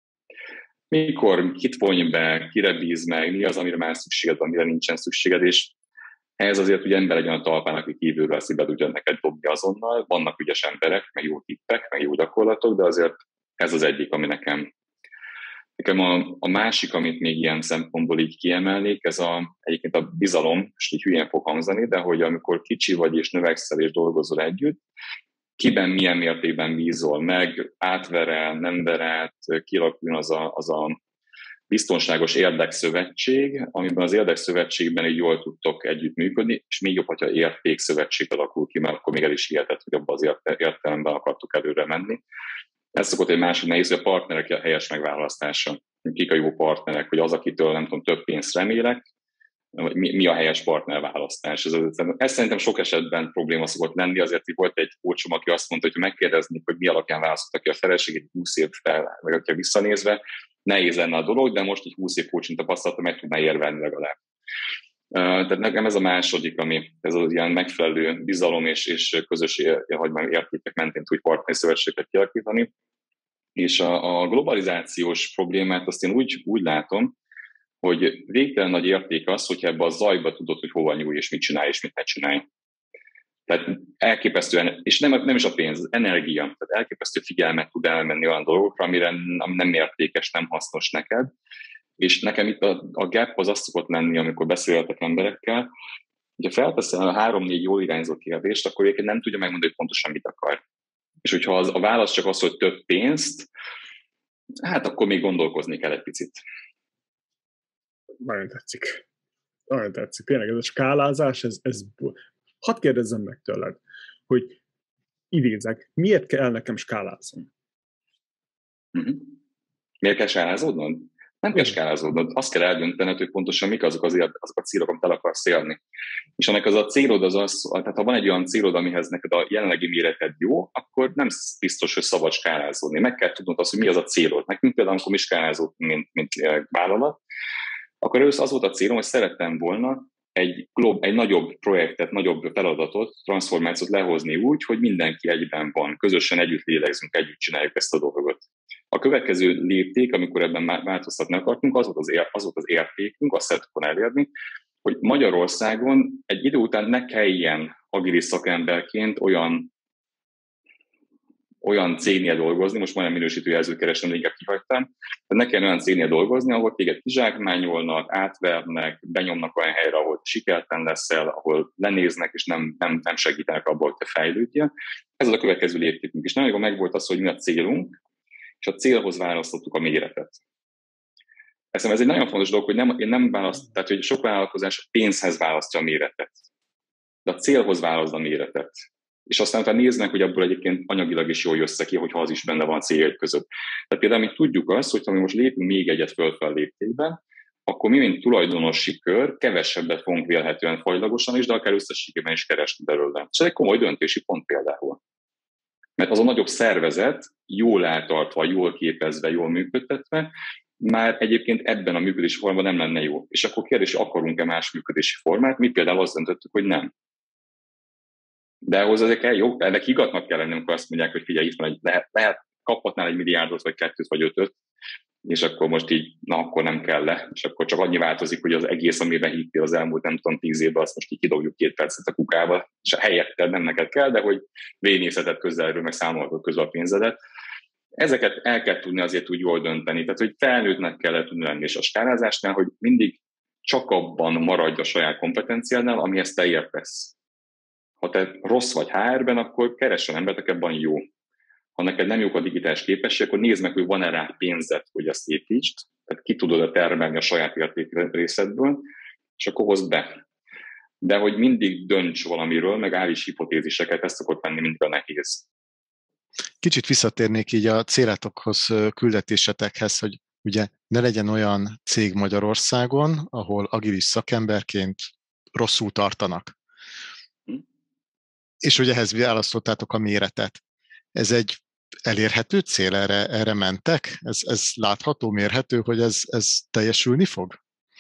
Mikor, kit vonj be, kire bíz meg, mi az, amire már szükséged van, amire nincsen szükséged, és ehhez azért ugye ember egy olyan talpán, aki kívülről szíve tudja neked dobni azonnal. Vannak ügyes emberek, meg jó tippek, meg jó gyakorlatok, de azért ez az egyik, ami nekem. Nekem a, a másik, amit még ilyen szempontból így kiemelnék, ez a, egyébként a bizalom, és így hülyén fog hangzani, de hogy amikor kicsi vagy és növekszel és dolgozol együtt, kiben milyen mértékben bízol meg, átverel, nem verel, kialakuljon az a, az a biztonságos érdekszövetség, amiben az érdekszövetségben így jól tudtok együttműködni, és még jobb, hogyha értékszövetség alakul ki, mert akkor még el is hihetett, hogy abban az értelemben akartuk előre menni. Ez szokott egy másik nehéz, hogy a partnerek a helyes megválasztása. Kik a jó partnerek, hogy az, akitől nem tudom, több pénzt remélek, mi, mi a helyes partnerválasztás. Ez, ez szerintem sok esetben probléma szokott lenni, azért volt egy coachom, aki azt mondta, hogy ha megkérdeznék, hogy mi alapján választottak ki a feleségét húsz év fel, vagy ha visszanézve, nehéz lenne a dolog, de most így húsz év coaching tapasztalata meg tudná érvelni legalább. Uh, tehát nekem ez a második, ami ez az ilyen megfelelő bizalom és, és közös értékek mentén tud partneri szövetséget kialakítani. És a, a globalizációs problémát azt én úgy, úgy látom, hogy végtelen nagy érték az, hogyha ebbe a zajba tudod, hogy hova nyúlj, és mit csinálj, és mit ne csinálj. Tehát elképesztően, és nem, nem is a pénz, az energia, tehát elképesztő figyelmet tud elmenni olyan dolgokra, amire nem értékes, nem hasznos neked. És nekem itt a, a gap az azt szokott lenni, amikor beszélhetek emberekkel, hogyha felteszel a három-négy jól irányzó kérdést, akkor egyébként nem tudja megmondani, hogy pontosan mit akar. És hogyha az, a válasz csak az, hogy több pénzt, hát akkor még gondolkozni kell egy picit. Nagyon tetszik. Nagyon tetszik. Tényleg ez a skálázás, ez, ez... Hadd kérdezzem meg tőled, hogy idézek, miért kell nekem skálázni? Mm-hmm. Miért kell skálázódnod? Nem kell skálázódnod. Azt kell eldöntened, hogy pontosan mik azok, az, azok a célok, amit el akarsz élni. És ennek az a célod az az, tehát ha van egy olyan célod, amihez neked a jelenlegi méreted jó, akkor nem biztos, hogy szabad skálázódni. Meg kell tudnod azt, hogy mi az a célod. Nekünk például, amikor mi skálázódtunk, mint, mint vállalat, akkor először az volt a célom, hogy szerettem volna egy, glob, egy nagyobb projektet, nagyobb feladatot, transformációt lehozni úgy, hogy mindenki egyben van, közösen együtt lélegzünk, együtt csináljuk ezt a dolgot. A következő lépték, amikor ebben változtatni akartunk, az volt az, ér, az, volt az értékünk, azt szerettük volna elérni, hogy Magyarországon egy idő után ne kelljen agilis szakemberként olyan, olyan cégnél dolgozni, most majdnem minősítőjelzőt keresem, de inkább kihagytam, tehát ne kelljen olyan cégnél dolgozni, ahol téged kizsákmányolnak, átvernek, benyomnak olyan helyre, ahol sikertelen leszel, ahol lenéznek, és nem, nem, nem segítenek abból, hogy te fejlődjél. Ez az a következő léptékünk. És nagyon megvolt az, hogy mi a célunk, és a célhoz választottuk a méretet. Ezt ez egy nagyon fontos dolog, hogy nem, én nem választ, tehát hogy sok vállalkozás a pénzhez választja a méretet, de a célhoz választ a méretet. És aztán utána néznek, hogy abból egyébként anyagilag is jól jössz ki, hogyha az is benne van a céljaid között. Tehát például mi tudjuk azt, hogy ha mi most lépünk még egyet fölfel léptékben, akkor mi, mint tulajdonosi kör, kevesebbet fogunk vélhetően fajlagosan is, de akár összességében is keresni belőle. És ez egy komoly döntési pont például. Mert az a nagyobb szervezet, jól eltartva, jól képezve, jól működtetve, már egyébként ebben a működési formában nem lenne jó. És akkor kérdés, akarunk-e más működési formát? Mi például azt döntöttük, hogy nem. De ahhoz ezek el, jó, ennek higatnak kell lenni, amikor azt mondják, hogy figyelj, itt van egy, lehet, lehet kaphatnál egy milliárdot, vagy kettőt, vagy ötöt, és akkor most így, na akkor nem kell le, és akkor csak annyi változik, hogy az egész, amiben hittél az elmúlt, nem tudom, tíz évben, azt most kidobjuk két percet a kukába, és a helyetted nem neked kell, de hogy végignézheted közelről, meg számolhatod közül a pénzedet. Ezeket el kell tudni azért úgy jól dönteni, tehát hogy felnőttnek kell tudni lenni, és a skálázásnál, hogy mindig csak abban maradj a saját kompetenciádnál, amihez te értesz. Ha te rossz vagy há er-ben, akkor keressen embert, aki ebben jó. Ha neked nem jók a digitális képesség, akkor nézd meg, hogy van-e rá pénzed, hogy azt építsd, tehát ki tudod-e termelni a saját érték részedből, és akkor hozd be. De hogy mindig dönts valamiről, meg állíts hipotéziseket, ezt szokott lenni mindig a nehéz. Kicsit visszatérnék így a célatokhoz, küldetésetekhez, hogy ugye ne legyen olyan cég Magyarországon, ahol agilis szakemberként rosszul tartanak. Hm. És hogy ehhez választottátok a méretet. Ez egy elérhető cél, erre, erre mentek? Ez, ez látható, mérhető, hogy ez, ez teljesülni fog?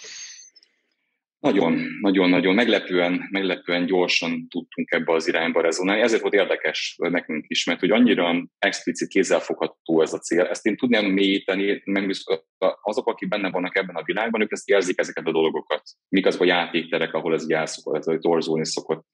Nagyon, nagyon, nagyon meglepően, meglepően gyorsan tudtunk ebbe az irányba rezonálni. Ezért volt érdekes nekünk is, mert hogy annyira explicit kézzelfogható ez a cél. Ezt én tudnám mélyíteni, meg azok, akik benne vannak ebben a világban, ők ezt érzik ezeket a dolgokat. Mik azok a játékterek, ahol ez elszokott, ez torzulni szokott.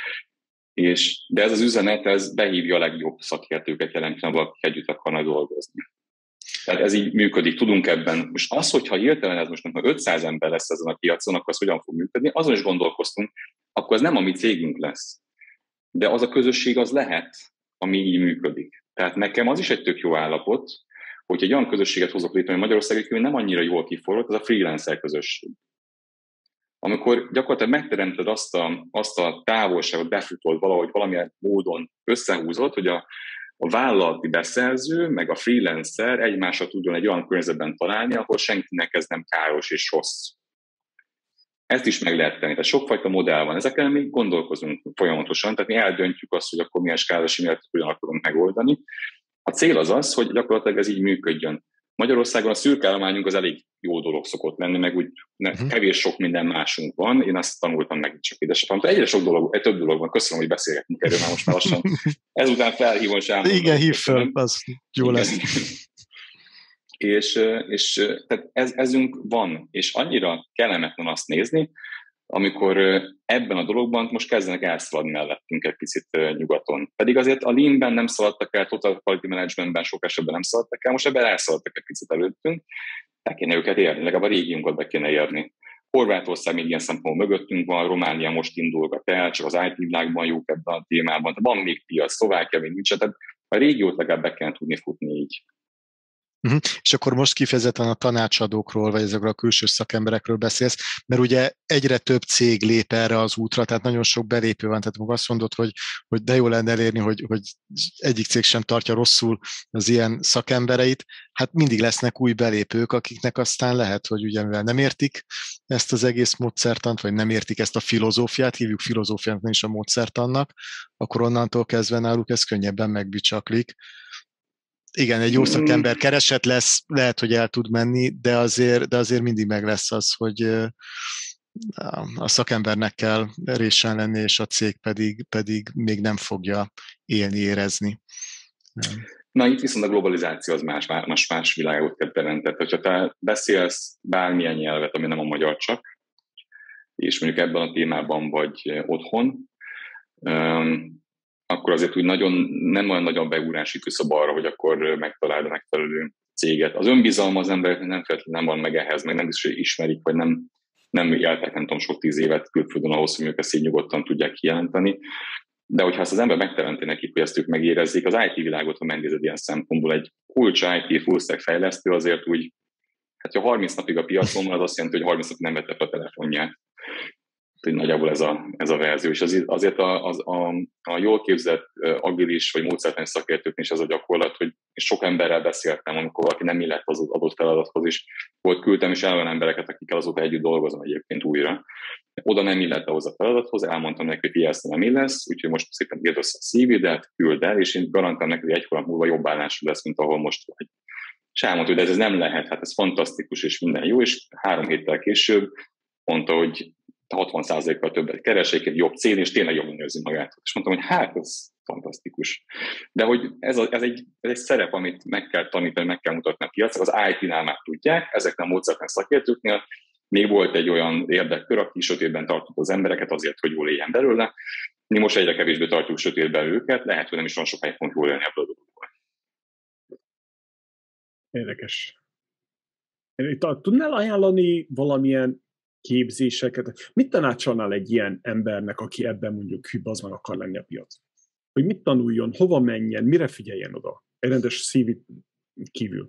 És, de ez az üzenet, ez behívja a legjobb szakértőket jelen pillanatban, akik együtt akarnak dolgozni. Tehát ez így működik, tudunk ebben. Most az, hogyha hirtelen ez most nem ötszáz ember lesz ezen a piacon, akkor az hogyan fog működni, azon is gondolkoztunk, akkor ez nem a mi cégünk lesz. De az a közösség az lehet, ami így működik. Tehát nekem az is egy tök jó állapot, hogy egy olyan közösséget hozok létre, hogy Magyarországon nem annyira jól kiforrott, az a freelancer közösség. Amikor gyakorlatilag megteremted azt a, azt a távolságot, befutod valahogy valamilyen módon összehúzott, hogy a, a vállalati beszerző, meg a freelancer egymásra tudjon egy olyan környezetben találni, ahol senkinek ez nem káros és rossz. Ezt is meg lehet tenni. Tehát sokfajta modell van. Ezeken még gondolkozunk folyamatosan, tehát mi eldöntjük azt, hogy akkor milyen skálási méretet hogyan akarunk megoldani. A cél az az, hogy gyakorlatilag ez így működjön. Magyarországon a szürkeállományunk az elég jó dolog szokott lenni, meg úgy ne, kevés sok minden másunk van. Én azt tanultam meg csak édesapám. Egyre sok dolog, egy több dolog van. Köszönöm, hogy beszélgetünk erről már most már lassan. Ezután felhívom Sámon. Igen, hív fel, az jó Igen. lesz. és és tehát ez, ezünk van, és annyira kellemetlen azt nézni, amikor ebben a dologban most kezdenek elszaladni mellettünk egy picit nyugaton. Pedig azért a Lean-ben nem szaladtak el, Total Quality Management-ben sok esetben nem szaladtak el, most ebben elszaladtak egy picit előttünk, be kéne őket érni, legalább a régiunkat be kéne érni. Horvátország még ilyen szempontból mögöttünk van, Románia most indulgat el, csak az i té világban jók ebben a témában, van még piac, Szlovákia még nincs, tehát a régiót legalább be kell tudni futni így. Uh-huh. És akkor most kifejezetten a tanácsadókról, vagy ezekről a külső szakemberekről beszélsz, mert ugye egyre több cég lép erre az útra, tehát nagyon sok belépő van, tehát azt mondod, hogy, hogy de jó lenne elérni, hogy, hogy egyik cég sem tartja rosszul az ilyen szakembereit, hát mindig lesznek új belépők, akiknek aztán lehet, hogy ugye mivel nem értik ezt az egész módszertant, vagy nem értik ezt a filozófiát, hívjuk filozófiának, nem is a módszertannak, akkor onnantól kezdve náluk ez könnyebben megbicsaklik. Igen, egy jó szakember keresett lesz, lehet, hogy el tud menni, de azért, de azért mindig meg lesz az, hogy a szakembernek kell résen lenni, és a cég pedig, pedig még nem fogja élni, érezni. Na, itt viszont a globalizáció az más, más, más világot jelentett. Hogyha te beszélsz bármilyen nyelvet, ami nem a magyar csak, és mondjuk ebben a témában vagy otthon, akkor azért úgy nagyon, nem olyan nagyon beugrási küszöb arra, hogy akkor megtaláld a megfelelő céget. Az önbizalma az embereknek nem feltétlenül nem van meg ehhez, meg nem biztos, hogy ismerik, vagy nem, nem éltek, nem tudom, sok tíz évet külföldön ahhoz, hogy ők ezt így nyugodtan tudják kijelenteni. De hogyha ezt az ember megteremti nekik, hogy ezt ők megérezzék, az i té világot, ha megnézed ilyen szempontból, egy kulcs i té full stack fejlesztő azért úgy, hát ha harminc napig a piacon van, az azt jelenti, hogy harminc napig nem vette a telefonját. Tehát nagyjából ez a, ez a verzió. És az, azért a, az, a, a jól képzett agilis vagy módszertani szakértőknél is ez a gyakorlat, hogy sok emberrel beszéltem, amikor valaki nem illett az adott feladathoz, és volt küldtem is el olyan embereket, akikkel azóta együtt dolgozom egyébként újra. Oda nem illett ahhoz a feladathoz, elmondtam neki, hogy ezt nem illesz, úgyhogy most szépen írd össze a szí védet, küld el, és én garantálom neki, hogy egy hónap múlva jobb állású lesz, mint ahol most vagy. És elmondta, hogy ez, ez nem lehet, hát ez fantasztikus, és minden jó, és három héttel később mondta, hogy hatvan százalékkal többet keres, egy jobb cél, és tényleg jobban érzi magát. És mondtam, hogy hát, ez fantasztikus. De hogy ez, a, ez, egy, ez egy szerep, amit meg kell tanítani, meg kell mutatni a piacnak, az i té-nál már tudják, ezeknek a módszertani szakértőknél még volt egy olyan érdekkör, aki sötétben tartott az embereket azért, hogy jól éljen belőle. Mi most egyre kevésbé tartjuk sötétben őket, lehet, hogy nem is van sok helyet jól élni ebből a dologból. Érdekes. Tudnál ajánlani valamilyen képzéseket? Mit tanácsolnál egy ilyen embernek, aki ebben mondjuk hű, az meg akar lenni a piac? Hogy mit tanuljon, hova menjen, mire figyeljen oda? Egy rendes szí vé kívül.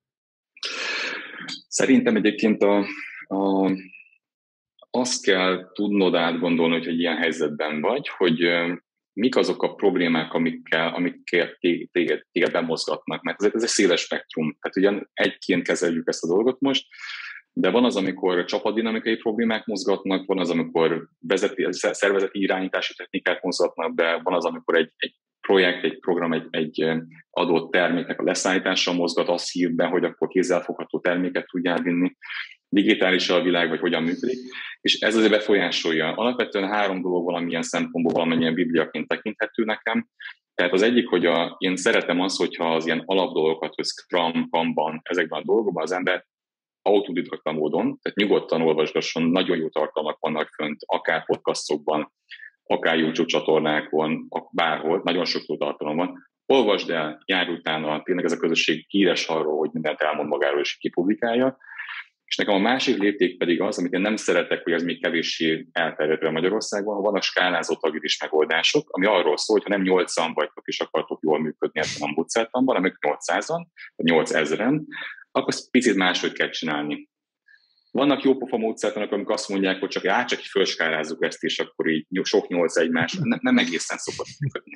Szerintem egyébként a, a, azt kell tudnod átgondolni, hogy egy ilyen helyzetben vagy, hogy mik azok a problémák, amikkel, amikkel téged, téged bemozgatnak, mert ez, ez egy széles spektrum. Tehát ugyan egyként kezeljük ezt a dolgot most, de van az, amikor csapatdinamikai problémák mozgatnak, van az, amikor vezeti, szervezeti irányítási technikák mozgatnak be, van az, amikor egy, egy projekt, egy program, egy, egy adott terméknek a leszállítása mozgat, azt hív be, hogy akkor kézzelfogható terméket tudjál vinni, digitális a világ, vagy hogyan működik, és ez azért befolyásolja. Alapvetően három dolog valamilyen szempontból valamennyien bibliaként tekinthető nekem. Tehát az egyik, hogy a, én szeretem azt, hogyha az ilyen alapdolgokat, hogy Scrum, Kanban, ezekben a dolgokban az ember autodidakta módon, tehát nyugodtan olvasgasson, nagyon jó tartalmak vannak fönt, akár podcastokban, akár YouTube csatornákon, bárhol, nagyon sok jó tartalom van. Olvasd el, járj utána, tényleg ez a közösség híres arról, hogy mindent elmond magáról és kipublikálja. És nekem a másik lépték pedig az, amit én nem szeretek, hogy ez még kevéssé elterjedve Magyarországon, vannak skálázott agilis megoldások, ami arról szól, hogy ha nem nyolcan vagytok és akartok jól működni ebben a módszertanban, hanem nyolcszázan, vagy nyolcezren, akkor ezt picit máshogy kell csinálni. Vannak jó pofa módszertanak, amik azt mondják, hogy csak át csak felskálázzuk ezt, és akkor így sok nyolc egymás, nem, nem egészen szokott működni.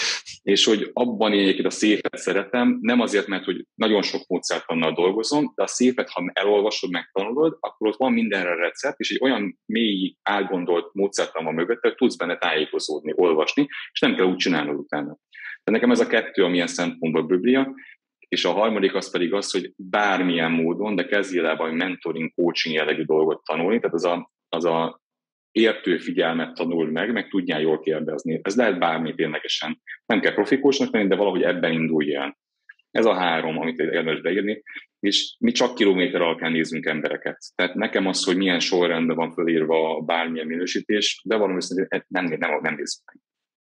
És hogy abban én egyébként a szépet szeretem, nem azért, mert hogy nagyon sok módszertannal dolgozom, de a szépet, ha elolvasod, megtanulod, akkor ott van mindenre recept, és egy olyan mély, átgondolt módszertan van mögötte, hogy tudsz benne tájékozódni, olvasni, és nem kell úgy csinálnod utána. De nekem ez a kettő, amilyen szempontból biblia, és a harmadik az pedig az, hogy bármilyen módon, de kezdjél el valami mentoring, coaching jellegű dolgot tanulni, tehát az a, az a értő figyelmet tanul meg, meg tudjál jól kérdezni. Ez lehet bármi ténylegesen. Nem kell profikósnak lenni, de valahogy ebben indulj el. Ez a három, amit érdemes beírni, és mi csak kilométer alapján nézünk embereket. Tehát nekem az, hogy milyen sorrendben van fölírva bármilyen minősítés, de valami szerint nem, nem, nem, nem nézzük meg.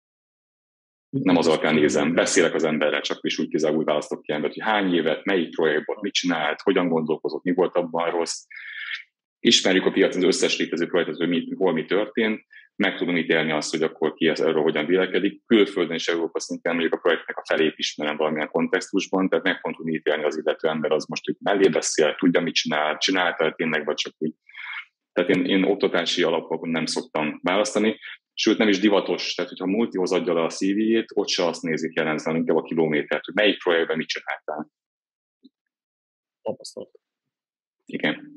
Nem az alapján nézem, beszélek az emberrel, csak is úgy kizárólag úgy választok ki embert, hogy hány évet, melyik projektban, mit csinált, hogyan gondolkozott, mi volt abban rossz. Ismerjük a piacon az összes létező projektet, hogy mi, hol mi történt, meg tudom ítélni azt, hogy akkor ki ez erről hogyan vélekedik. Külföldön és Európa szinten mondjuk a projektnek a felét ismerem valamilyen kontextusban, tehát meg tudom ítélni az illető ember, az most hogy mellé beszél, tudja, mit csinál, csinálta tényleg, vagy csak úgy. Tehát én, én oktatási alapokon nem szoktam választani, sőt nem is divatos, tehát hogyha multihoz adja le a szí vé-jét, ott se azt nézik jelentően, inkább a kilométert, hogy melyik projektben mit csináltál. Tapasztalat. Igen.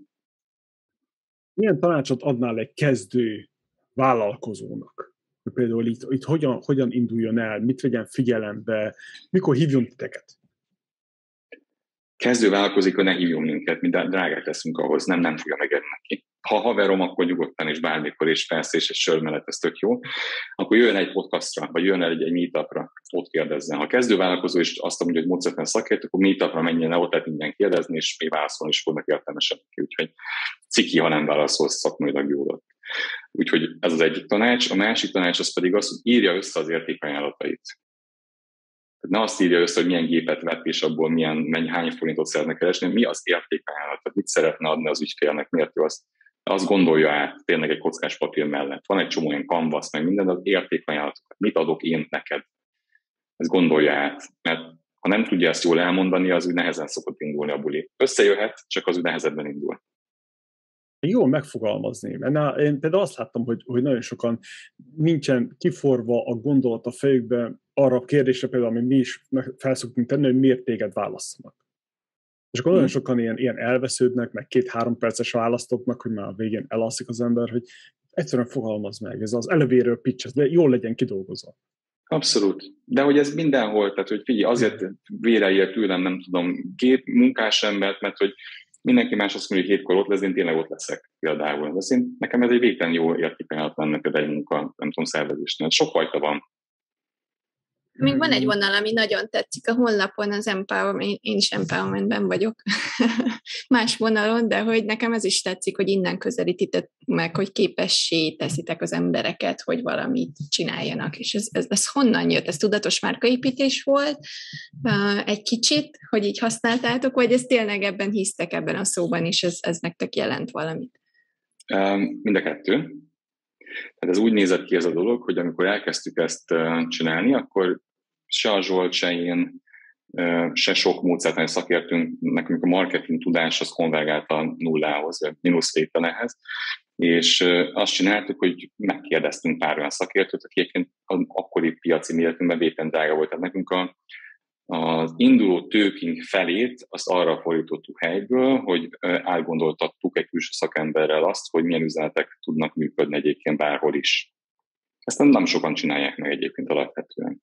Milyen tanácsot adnál egy kezdő vállalkozónak? Például itt, itt hogyan, hogyan induljon el, mit vegyen figyelembe, mikor hívjon titeket? Kezdő vállalkozik, hogy ne hívjon minket, mi drágák leszünk ahhoz, nem, nem fogja megérni neki. Ha haverom, akkor nyugodtan és bármikor, és persze, és egy sör mellett, ez tök jó. Akkor jöjjön egy podcastra, vagy jöjjön el egy, egy meetupra. ott kérdezzen. Ha kezdővállalkozó is azt mondja, hogy módszertan szakértő, akkor meetupra menjen le, ott lehet ingyen kérdezni, és még válaszolni is fognak értelmesen ki. Úgyhogy ciki, ha nem válaszolsz szakmailag jól. Úgyhogy ez az egyik tanács. A másik tanács az pedig az, hogy írja össze az értékajánlatait. Ne azt írja össze, hogy milyen gépet vett, és abból milyen, mennyi, hány forintot szeretne keresni, mi az értékajánlat, mit szeretne adni az ügyfélnek, miért ő azt, azt gondolja át tényleg egy kockás papír mellett. Van egy csomó olyan canvas, meg minden, az értékajánlatokat. Mit adok én neked? Ezt gondolja át, mert ha nem tudja ezt jól elmondani, az úgy nehezen szokott indulni a buli. Összejöhet, csak az úgy nehezebben indul. Jól megfogalmazni. Mert én például azt láttam, hogy, hogy nagyon sokan nincsen kiforva a gondolat a fejükben arra a kérdésre, például, amit mi is felszoktunk tenni, hogy miért téged válasszanak. És akkor nagyon sokan ilyen, ilyen elvesződnek, meg két-három perces választoknak, hogy már a végén elalszik az ember, hogy egyszerűen fogalmaz meg. Ez az elevator pitch, de jól legyen kidolgozva. Abszolút. De hogy ez mindenhol, tehát hogy figyelj, azért véreljél tőlem, nem tudom, két munkás embert, mert hogy mindenki más azt mondja, hogy hétkor ott lesz, én tényleg ott leszek például. De szint, nekem ez egy végtelen jó értékajánlat lenne például egy munka, nem tudom, szervezésnél. Sokfajta van. Még van egy vonal, ami nagyon tetszik a honlapon, az Empowerment, én is Empowermentben vagyok más vonalon, de hogy nekem ez is tetszik, hogy innen közelítitek meg, hogy képessé teszitek az embereket, hogy valamit csináljanak. És ez, ez, ez honnan jött? Ez tudatos márkaépítés volt uh, egy kicsit, hogy így használtátok, vagy ez tényleg ebben hisztek ebben a szóban, és ez, ez nektek jelent valamit? Um, mind a kettő. Tehát ez úgy nézett ki ez a dolog, hogy amikor elkezdtük ezt csinálni, akkor se a Zsolt, se én, se sok módszertani szakértünk, nekünk a marketing tudás az konvergált a nullához, vagy mínusz vételenhez, és azt csináltuk, hogy megkérdeztünk pár olyan szakértőt, akik egyébként az akkori piaci méretünkben vépen drága volt. Tehát nekünk a, az induló tőkink felét azt arra fordítottuk helyből, hogy átgondoltattuk egy külső szakemberrel azt, hogy milyen üzenetek tudnak működni egyébként bárhol is. Ezt nem, nem sokan csinálják meg egyébként alapvetően.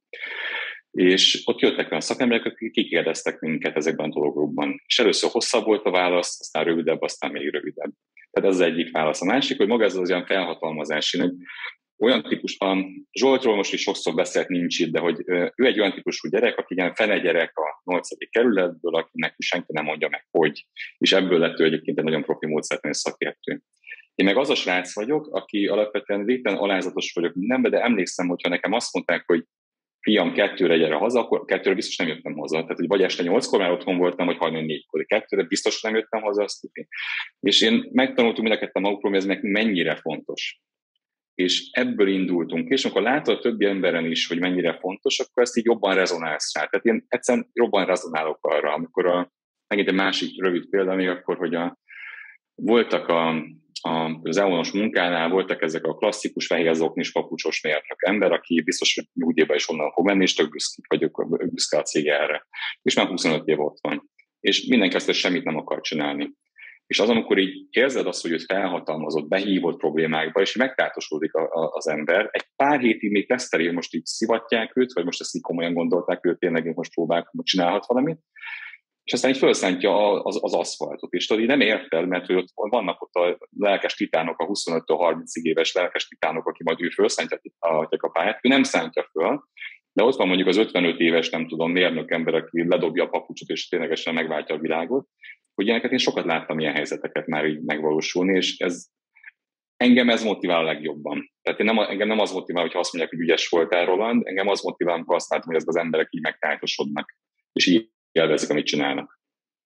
És ott jöttek olyan szakemberek, akik kikérdeztek minket ezekben a dolgokban. És először hosszabb volt a válasz, aztán rövidebb, aztán még rövidebb. Tehát ez az egyik válasz. A másik, hogy maga ez az olyan felhatalmazás, hogy olyan típus, a Zsoltról most is sokszor beszélt, nincs itt, de hogy ő egy olyan típusú gyerek, aki ilyen fene gyerek a nyolcadik kerületből, akinek senki nem mondja meg, hogy. És ebből lett ő egyébként egy nagyon profi módszertani szakértő. Én meg az a srác vagyok, aki alapvetően végtelen alázatos vagyok mindenben, de emlékszem, hogyha nekem azt mondták, hogy fiam, kettőre gyere haza, akkor kettőre biztos nem jöttem haza. Tehát, hogy vagy este nyolckor már otthon voltam, vagy hajnali négykor, kettőre biztos nem jöttem haza, azt tudni. És én megtanultam mind a ketten magukról, hogy ez meg mennyire fontos. És ebből indultunk, és amikor látod a többi emberen is, hogy mennyire fontos, akkor ezt így jobban rezonálsz rá. Tehát én egyszerűen jobban rezonálok arra, amikor a, megint egy másik rövid példa még akkor, hogy a, voltak a, a, az é o en-os munkánál voltak ezek a klasszikus fehér zoknis papucsos mérnök ember, aki biztos, hogy nyugdíjba is onnan fog menni, és tök büszke vagyok, büszke a cég erre. És már huszonöt év ott van. És mindenki ezt semmit nem akar csinálni. És az, amikor így érzed azt, hogy őt felhatalmazott, behívott problémákba, és megtátosodik a, a, az ember, egy pár hétig még teszteli, most így szivatják őt, vagy most ezt így komolyan gondolták, hogy tényleg én most próbálok, hogy csinálhat valamit, és aztán így felszántja az, az aszfaltot. És tudod, így nem érted, mert hogy ott vannak ott a lelkes titánok, a huszonöttől harmincig éves lelkes titánok, aki majd ő felszántja a pályát, ő nem szántja föl, de ott van mondjuk az ötvenöt éves, nem tudom, mérnök ember, aki ledobja a papucsot, és ténylegesen megváltja a világot, hogy ilyeneket én sokat láttam ilyen helyzeteket már így megvalósulni, és ez, engem ez motivál a legjobban. Tehát én nem, engem nem az motivál, hogyha azt mondják, hogy ügyes voltál, Roland, engem az motivál, amikor azt látom, hogy ezek az emberek így megtájtosodnak, és így élvezik, amit csinálnak.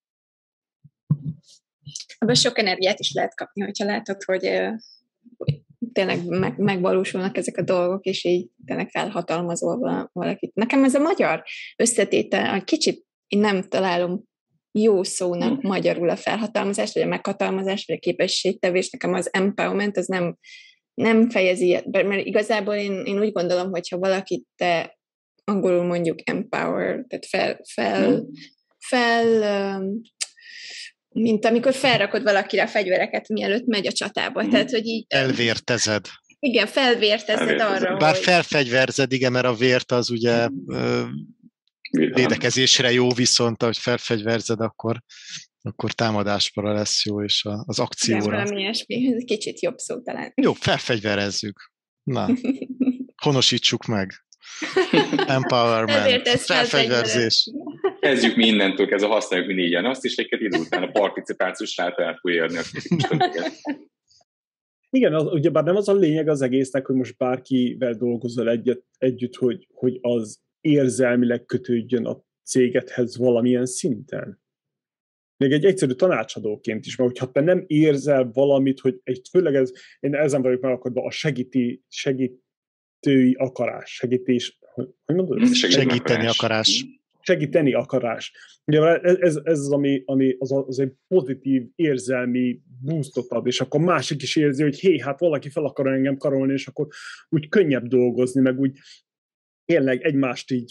Abban sok energiát is lehet kapni, hogyha látod, hogy tényleg meg, megvalósulnak ezek a dolgok, és így tényleg felhatalmazol valakit. Nekem ez a magyar összetétel, egy kicsit én nem találom jó szónak hmm. magyarul a felhatalmazást, vagy a meghatalmazást, vagy a képességtevés. Nekem az empowerment az nem, nem fejezi, mert igazából én, én úgy gondolom, hogyha valakit te angolul mondjuk empower, tehát fel, fel, hmm. fel mint amikor felrakod valakire a fegyvereket, mielőtt megy a csatába. Hmm. Tehát, hogy így... Elvértezed. Igen, felvértezed arra, Bár hogy... felfegyverzed, igen, mert a vért az ugye... védekezésre jó, viszont ahogy felfegyverzed, akkor, akkor támadásra lesz jó, és a, az akcióra. Igen, valami ilyesmi, ez kicsit jobb szó talán. Jó, felfegyverezzük. Na, honosítsuk meg. Empowerment, felfegyverzés. Kezdjük mi innentől, kezdve használjuk mi négyen azt, és egy idő után a participációs ráta el fogja érni a kritikus. Igen, az, ugyebár nem az a lényeg az egésznek, hogy most bárkivel dolgozol egyet, együtt, hogy, hogy az érzelmileg kötődjön a cégedhez valamilyen szinten. Még egy egyszerű tanácsadóként is, mert hogyha te nem érzel valamit, hogy egy, főleg ez, én ezen vagyok megakadva, a segíti, segítői akarás, segítés, hogy, hogy mondod? Segíteni akarás. Segíteni akarás. Ugye ez, ez, ez az, ami, ami az, az egy pozitív érzelmi boostot ad, és akkor másik is érzi, hogy hé, hát valaki fel akar engem karolni, és akkor úgy könnyebb dolgozni, meg úgy tényleg egymást így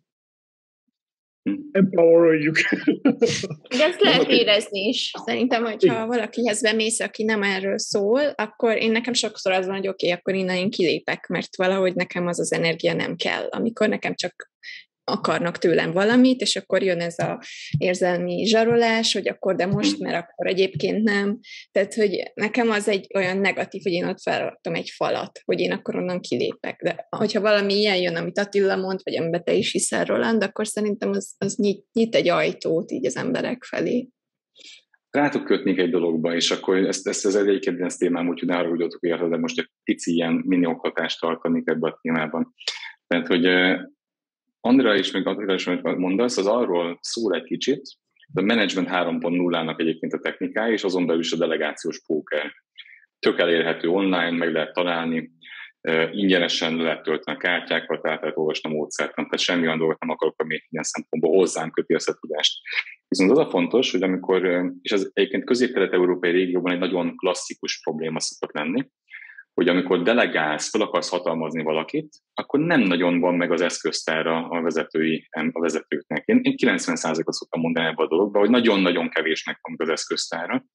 empoweroljuk. De ezt lehet érezni is. Szerintem, hogyha igen. valakihez bemész, aki nem erről szól, akkor én nekem sokszor az van, hogy oké, okay, akkor innen én kilépek, mert valahogy nekem az az energia nem kell. Amikor nekem csak akarnak tőlem valamit, és akkor jön ez az érzelmi zsarolás, hogy akkor de most, mert akkor egyébként nem. Tehát, hogy nekem az egy olyan negatív, hogy én ott feladtam egy falat, hogy én akkor onnan kilépek. De hogyha valami ilyen jön, amit Attila mond, vagy amiben te is hiszel, Roland, akkor szerintem az, az nyit, nyit egy ajtót így az emberek felé. Rátok kötnék egy dologba, és akkor ezt, ezt az egyik kedvenc témám, úgyhogy ne haragudjatok érte, de most egy pici ilyen mini oktatást tartanék ebben a témában. Tehát, hogy Andrea is, meg Attila is, amit mondasz, az arról szól egy kicsit, a Management három pont nullának egyébként a technikája, és azon belül is a delegációs póker. Tök elérhető online, meg lehet találni, ingyenesen lehet tölteni a kártyákat, tehát lehet olvasni a módszertant, tehát semmi olyan dolgot nem akarok, ami ilyen szempontból hozzám köti ezt a tudást. Viszont az a fontos, hogy amikor, és ez egyébként közép-kelet-európai régióban egy nagyon klasszikus probléma szokott lenni, hogy amikor delegálsz, fel akarsz hatalmazni valakit, akkor nem nagyon van meg az eszköztára a vezetői, a vezetőknek. Én, én kilencven százalékot szoktam mondani ebbe a dologba, hogy nagyon-nagyon kevésnek van meg az eszköztára,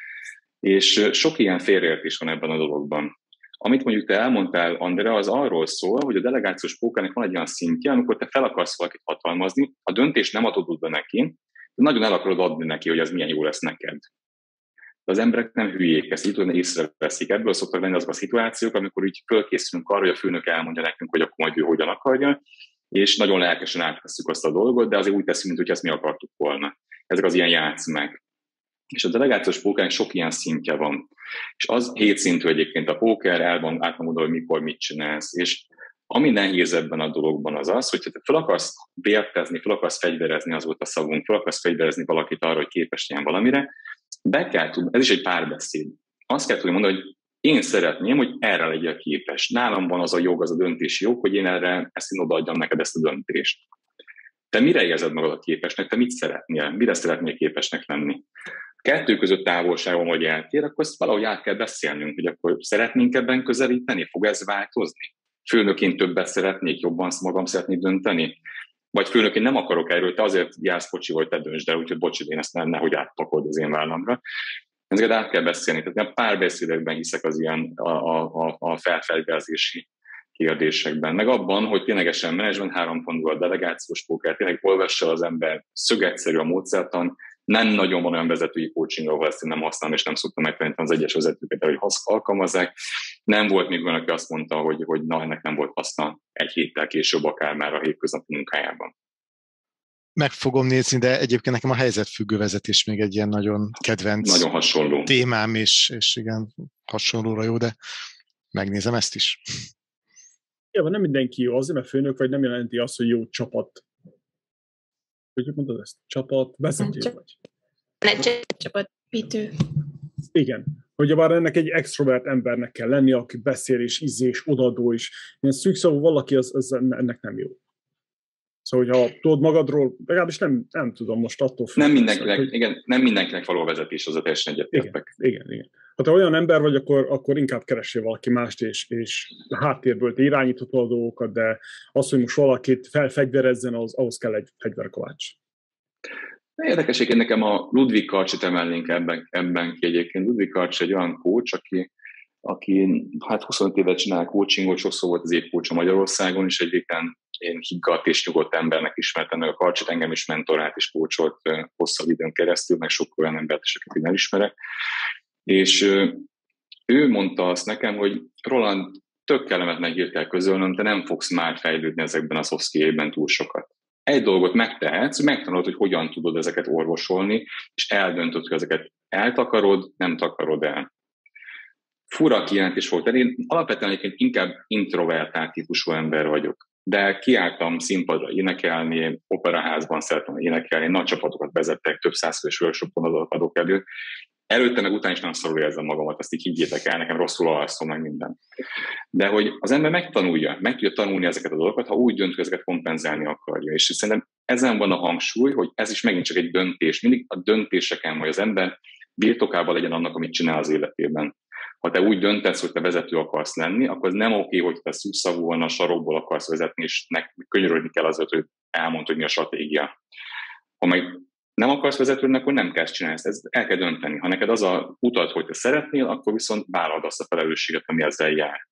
és sok ilyen félreértés van ebben a dologban. Amit mondjuk te elmondtál, Andrea, az arról szól, hogy a delegációs pókernek van egy olyan szintje, amikor te fel akarsz valakit hatalmazni, a döntést nem adod be neki, de nagyon el akarod adni neki, hogy ez milyen jó lesz neked. De az emberek nem hülyék, ezt így tudom, észreveszik. Ebből szoktak lenni azok a szituációk, amikor így fölkészülünk arra, hogy a főnök elmondja nekünk, hogy akkor majd ő hogyan akarja, és nagyon lelkesen átvesszük azt a dolgot, de azért úgy teszünk, mintha ezt mi akartuk volna. Ezek az ilyen játszmák. És a delegációs pókernek sok ilyen szintje van. És az hét szintű egyébként a póker, el van átmondva, hogy mikor mit csinálsz. És ami nehéz ebben a dologban az az, hogy te fel akarsz vértezni, fel akarsz fegyverezni, az volt a szavunk, fel akarsz fegyverezni valakit arra, hogy képes legyen valamire, be kell tudni, ez is egy párbeszéd. Azt kell tudni mondani, hogy én szeretném, hogy erre legyél képes. Nálam van az a jog, az a döntési jog, hogy én erre ezt én odaadjam neked ezt a döntést. Te mire érzed magadat képesnek? Te mit szeretnél? Mire szeretnél képesnek lenni? Kettő között távolságon vagy eltér, akkor ezt valahogy át kell beszélnünk, hogy akkor szeretnénk ebben közelíteni? Fog ez változni? Főnöként többet szeretnék, jobban magam szeretnék dönteni? Vagy főnöként nem akarok erről, te azért jársz kocsi, hogy te döntsd el, úgyhogy bocsi, én ezt nem, nehogy átpakold az én vállamra. Ezeket át kell beszélni. Tehát a párbeszédekben hiszek az ilyen a, a, a felfegyverzési kérdésekben. Meg abban, hogy ténylegesen Management három pont null a delegációs póker, tényleg olvassa az ember, szögegyszerű a módszertan, nem nagyon van olyan vezetői coaching, ahol ezt én nem használom, és nem szoktam megtanítani az egyes vezetőket, hogy alkalmazzák. Nem volt még olyan, aki azt mondta, hogy, hogy na, ennek nem volt haszna egy héttel később, akár már a hétköznapi munkájában. Meg fogom nézni, de egyébként nekem a helyzetfüggő vezetés még egy ilyen nagyon kedvenc nagyon hasonló témám, és, és igen, hasonlóra jó, de megnézem ezt is. Ja, nem mindenki jó, azért, mert főnök vagy, nem jelenti azt, hogy jó csapat. Hogy mondod ezt? Csapat, vezető Csak... vagy. Csapatépítő. Igen. Hogy bár ennek egy extrovert embernek kell lenni, aki beszél és ízés, odadó is. Ilyen szűkszavú valaki, az, az ennek nem jó. Szóval, hogyha tudod magadról, legalábbis nem, nem tudom most attól függ. Nem mindenkinek, hogy... igen, nem mindenkinek való vezetés, az a teljesen egyetértek. Igen, igen, igen. Ha te olyan ember vagy, akkor, akkor inkább keressél valaki mást, és, és háttérből te irányíthatod a dolgokat, de az, hogy most valakit felfegyverezzen, az, ahhoz kell egy fegyverkovács. Érdekes, hogy nekem a Ludwig Karcsit emelnénk ebben, ebben ki egyébként. Ludwig Karcs egy olyan coach, aki, aki hát huszonöt évet csinál coachingot, sokszor volt az évcoach Magyarországon, és egyébként én higgadt és nyugodt embernek ismertem meg a Karcsit, engem is mentorált és coacholt hosszabb időn keresztül, meg sok olyan embert is, akit én elismerek. És ő mondta azt nekem, hogy Roland, tök kellemetlen hírt kell közölnöm, te nem fogsz már fejlődni ezekben a soft skill-ben túl sokat. Egy dolgot megtehetsz, hogy megtanulod, hogy hogyan tudod ezeket orvosolni, és eldöntöd, hogy ezeket eltakarod, nem takarod el. Fura kijelentés volt, én alapvetően egyébként inkább introvertált típusú ember vagyok, de kiálltam színpadra énekelni, operaházban szeretem énekelni, nagy csapatokat vezettek, több százfős workshopon adok elő. Előtte meg után is nem szarul érzem magamat, azt így higgyétek el, nekem rosszul alszom meg minden. De hogy az ember megtanulja, meg tudja tanulni ezeket a dolgokat, ha úgy dönt, hogy ezeket kompenzálni akarja. És szerintem ezen van a hangsúly, hogy ez is megint csak egy döntés. Mindig a döntéseken, hogy az ember birtokában legyen annak, amit csinál az életében. Ha te úgy döntesz, hogy te vezető akarsz lenni, akkor ez nem oké, hogy te szűkszavúan a sarokból akarsz vezetni, és könyörögni kell azért, hogy elmond, hogy mi a stratégia. Ha meg nem akarsz vezetődni, akkor nem kell csinálni ezt. ezt el kell dönteni. Ha neked az a utat, hogy te szeretnél, akkor viszont vállald azt a felelősséget, ami ezzel jár.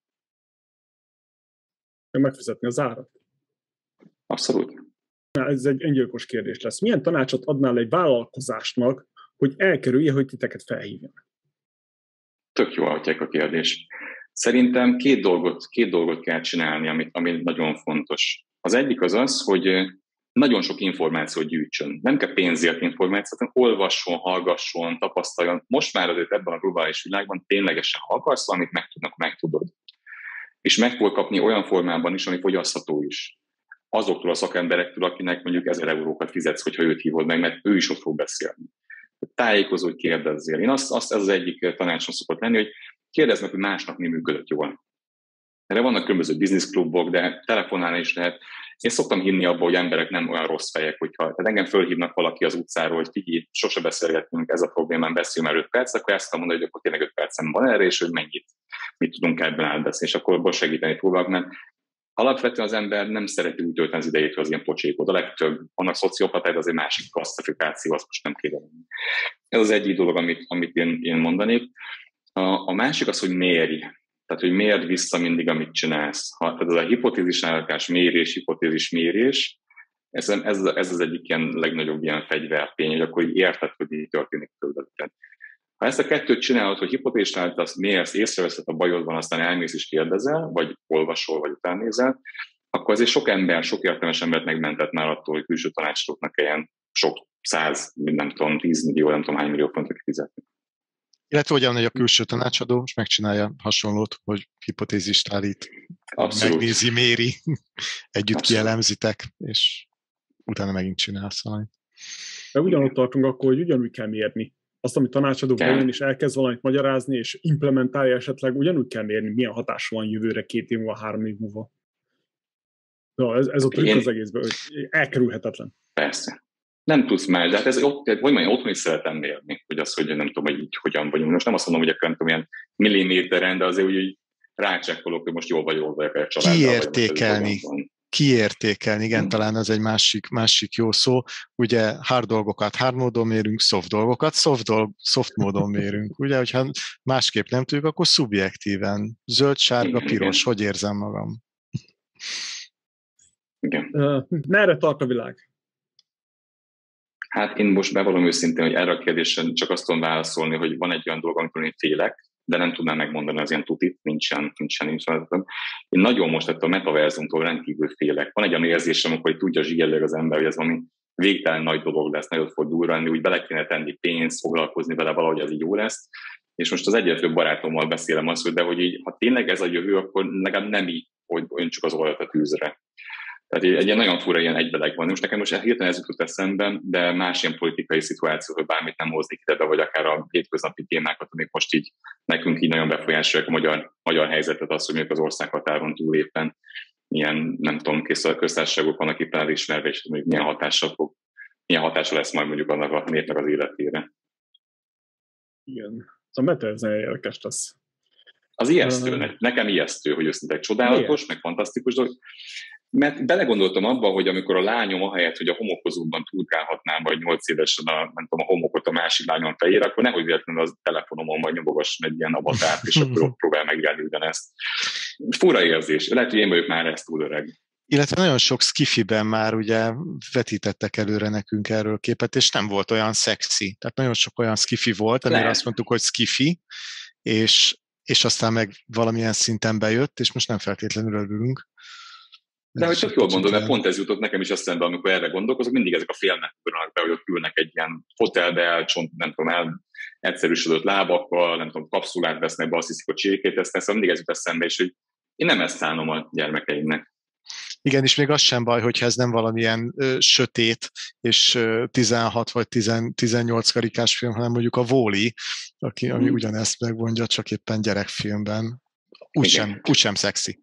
Megfizetni az árat. Abszolút. Ez egy öngyilkos kérdés lesz. Milyen tanácsot adnál egy vállalkozásnak, hogy elkerülje, hogy titeket felhívjanak? Tök jó hagyják a kérdés. Szerintem két dolgot, két dolgot kell csinálni, amit, ami nagyon fontos. Az egyik az az, hogy nagyon sok információt gyűjtsön. Nem kell pénzért információt, hanem olvasson, hallgasson, tapasztaljon. Most már azért ebben a globális világban ténylegesen, ha akarsz valamit megtudnak, megtudod. És meg fogod kapni olyan formában is, ami fogyasztható is. Azoktól a szakemberektől, akinek mondjuk ezer eurókat fizetsz, hogyha őt hívod meg, mert ő is ott fog beszélni. Tájékozódj, kérdezzél. Én azt, azt ez az egyik tanácsom szokott lenni, hogy kérdezd meg, hogy másnak mi működött jól. Erre vannak különböző bizniszklubok, de telefonálni is lehet. Én szoktam hinni abba, hogy emberek nem olyan rossz fejek, hogyha tehát engem fölhívnak valaki az utcáról, hogy figyelj, sose beszélgetünk, ez a problémám, beszélj már öt perc, akkor ezt mondani, hogy akkor tényleg öt percem van erre, és hogy mennyit, mit tudunk ebben átbeszélni, és akkor abból segíteni próbálok, mert alapvetően az ember nem szereti úgy tölteni az idejét, hogy az ilyen pocsékod. A legtöbb, annak szociopatája, az egy másik klasszifikáció, azt most nem kérdezem. Ez az egyik dolog, amit, amit én, én mondanék. A, a másik az, hogy mérj. Tehát, hogy mérd vissza mindig, amit csinálsz. Ha, tehát ez a hipotézis állítás, mérés, hipotézis, mérés, ez, ez, ez az egyik ilyen legnagyobb ilyen fegyvertény, hogy akkor így érted, hogy mi történik körülötted. Ha ezt a kettőt csinálod, hogy hipotézis állítasz, mérsz, észreveszed a bajodban, aztán elmész és kérdezel, vagy olvasol, vagy utánnézel, akkor azért sok ember, sok értelmes embert megmentett már attól, hogy külső tanácsadóknak kelljen sok száz, nem tudom, tízmillió, nem tudom hány millió fontot fizetni. Illetve olyan, hogy a külső tanácsadó most megcsinálja hasonlót, hogy hipotézist állít, Abszolút. Megnézi, méri, együtt Abszolút. Kielemzitek, és utána megint csinálsz valamit. De ugyanott tartunk akkor, hogy ugyanúgy kell mérni. Azt, amit tanácsadó bejön, és elkezd valamit magyarázni, és implementálja esetleg, ugyanúgy kell mérni, milyen hatása van jövőre, két év múlva, három év múlva. No, ez, ez a trükk az egészben, hogy elkerülhetetlen. Persze. Nem tudsz más, de hát ez ott, hogy mondjam, otthon is szeretem mérni, hogy az, hogy nem tudom, hogy így hogyan vagyunk. Most nem azt mondom, hogy akkor nem tudom, ilyen milliméteren, de azért úgy, úgy rácsekkolok, hogy most jól vagy, jól vagyok a családdal. Kiértékelni. Kiértékelni, igen, hmm. talán ez egy másik, másik jó szó. Ugye hard dolgokat hard módon mérünk, soft dolgokat soft, dolg, soft módon mérünk. Ugye, hogyha másképp nem tudjuk, akkor szubjektíven. Zöld, sárga, piros, igen. Hogy érzem magam? Igen. Uh, merre tart a világ? Hát én most bevallom őszintén, hogy erre a kérdésre csak azt tudom válaszolni, hogy van egy olyan dolog, amikor én félek, de nem tudnám megmondani az ilyen tutit, nincsen, nincsen, nincsen. Én nagyon most ettől a metaverzumtól rendkívül félek. Van egy olyan érzésem, amikor tudja zsíjelleg az ember, hogy ez valami végtelen nagy dolog lesz, nagyon fog durranni, úgy bele kéne tenni pénzt, foglalkozni vele valahogy, az így jó lesz. És most az egyre több barátommal beszélem azt, hogy de hogy így, ha tényleg ez a jövő, akkor legalább nem így, hogy öntsük az olajat a tűzre. Tehát egy ilyen nagyon fura ilyen egybeleg van. Most nekem most hirtelen ez jutott eszembe, de más ilyen politikai szituáció, hogy bármit nem hoznik ide be, vagy akár a hétköznapi témákat, amik most így nekünk így nagyon befolyásolják a magyar, magyar helyzetet, az, hogy az országhatáron túl éppen milyen, nem tudom, köztársaságok vannak itt elismerve, és mondjuk milyen hatással fog, milyen hatása lesz majd mondjuk annak a népnek az életére. Igen. A metaverse érdekes lesz. Az ijesztő, uh, nekem ijesztő, hogy őszintén csodálatos, miért? Meg fantasztikus dolog. Mert belegondoltam abba, hogy amikor a lányom ahelyett, hogy a homokozóban turkálhatnám, vagy nyolc évesen a, nem tudom, a homokot a másik lányom fejére, akkor nehogy véletlenül az telefonomon majd nyomogasson egy ilyen avatárt, és akkor ott próbál megjelni ugyanezt. Fura érzés. Lehet, hogy én vagyok már ezt túl öreg. Illetve nagyon sok skifiben már ugye vetítettek előre nekünk erről képet, és nem volt olyan szexi. Tehát nagyon sok olyan skifi volt, amire azt mondtuk, hogy skifi, és és aztán meg valamilyen szinten bejött, és most nem feltétlenül örülünk. De hogy csak jól mondom, mert pont ez jutott nekem is eszembe, amikor erre gondolkozok, mindig ezek a filmek ugranak be, hogy ott ülnek egy ilyen hotelbe, elcsont, nem tudom, el, egyszerűsödött lábakkal, nem tudom, kapszulát vesznek be, azt hiszik, hogy csirkét tesznek, szóval mindig ez jut eszembe, és hogy én nem ezt szánom a gyermekeimnek. Igen, és még az sem baj, hogyha ez nem valamilyen ö, sötét és ö, tizenhat vagy tizennyolc karikás film, hanem mondjuk a Wall-E, aki, ami hmm. ugyanezt megmondja, csak éppen gyerekfilmben. Úgysem, úgysem szexi.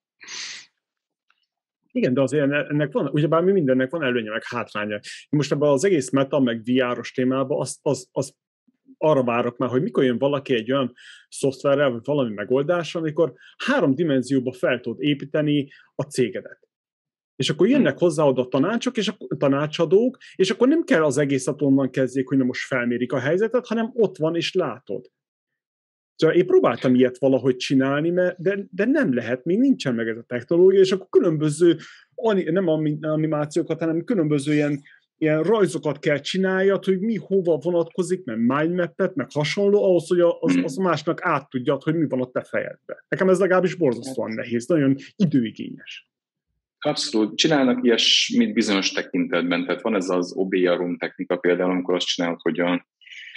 Igen, de azért ennek van, ugyebár mi mindennek van előnye, meg hátránya. Most ebben az egész meta, meg vé er-os témában az, az, az arra várok már, hogy mikor jön valaki egy olyan szoftverrel, vagy valami megoldásra, amikor három dimenzióba fel tudod építeni a cégedet. És akkor jönnek hozzá oda tanácsok, és a tanácsadók, és akkor nem kell az egészet onnan kezdjék, hogy na most felmérik a helyzetet, hanem ott van, és látod. Szóval én próbáltam ilyet valahogy csinálni, de, de nem lehet, még nincsen meg ez a technológia, és akkor különböző, nem animációkat, hanem különböző ilyen, ilyen rajzokat kell csináljad, hogy mi hova vonatkozik, meg mindmappet, meg hasonló, ahhoz, hogy az, az másnak át tudjad, hogy mi van a te fejedben. Nekem ez legalábbis borzasztóan nehéz, nagyon időigényes. Abszolút. Csinálnak ilyesmit bizonyos tekintetben, tehát van ez az Obeya Room technika például, amikor azt csinálod, hogy a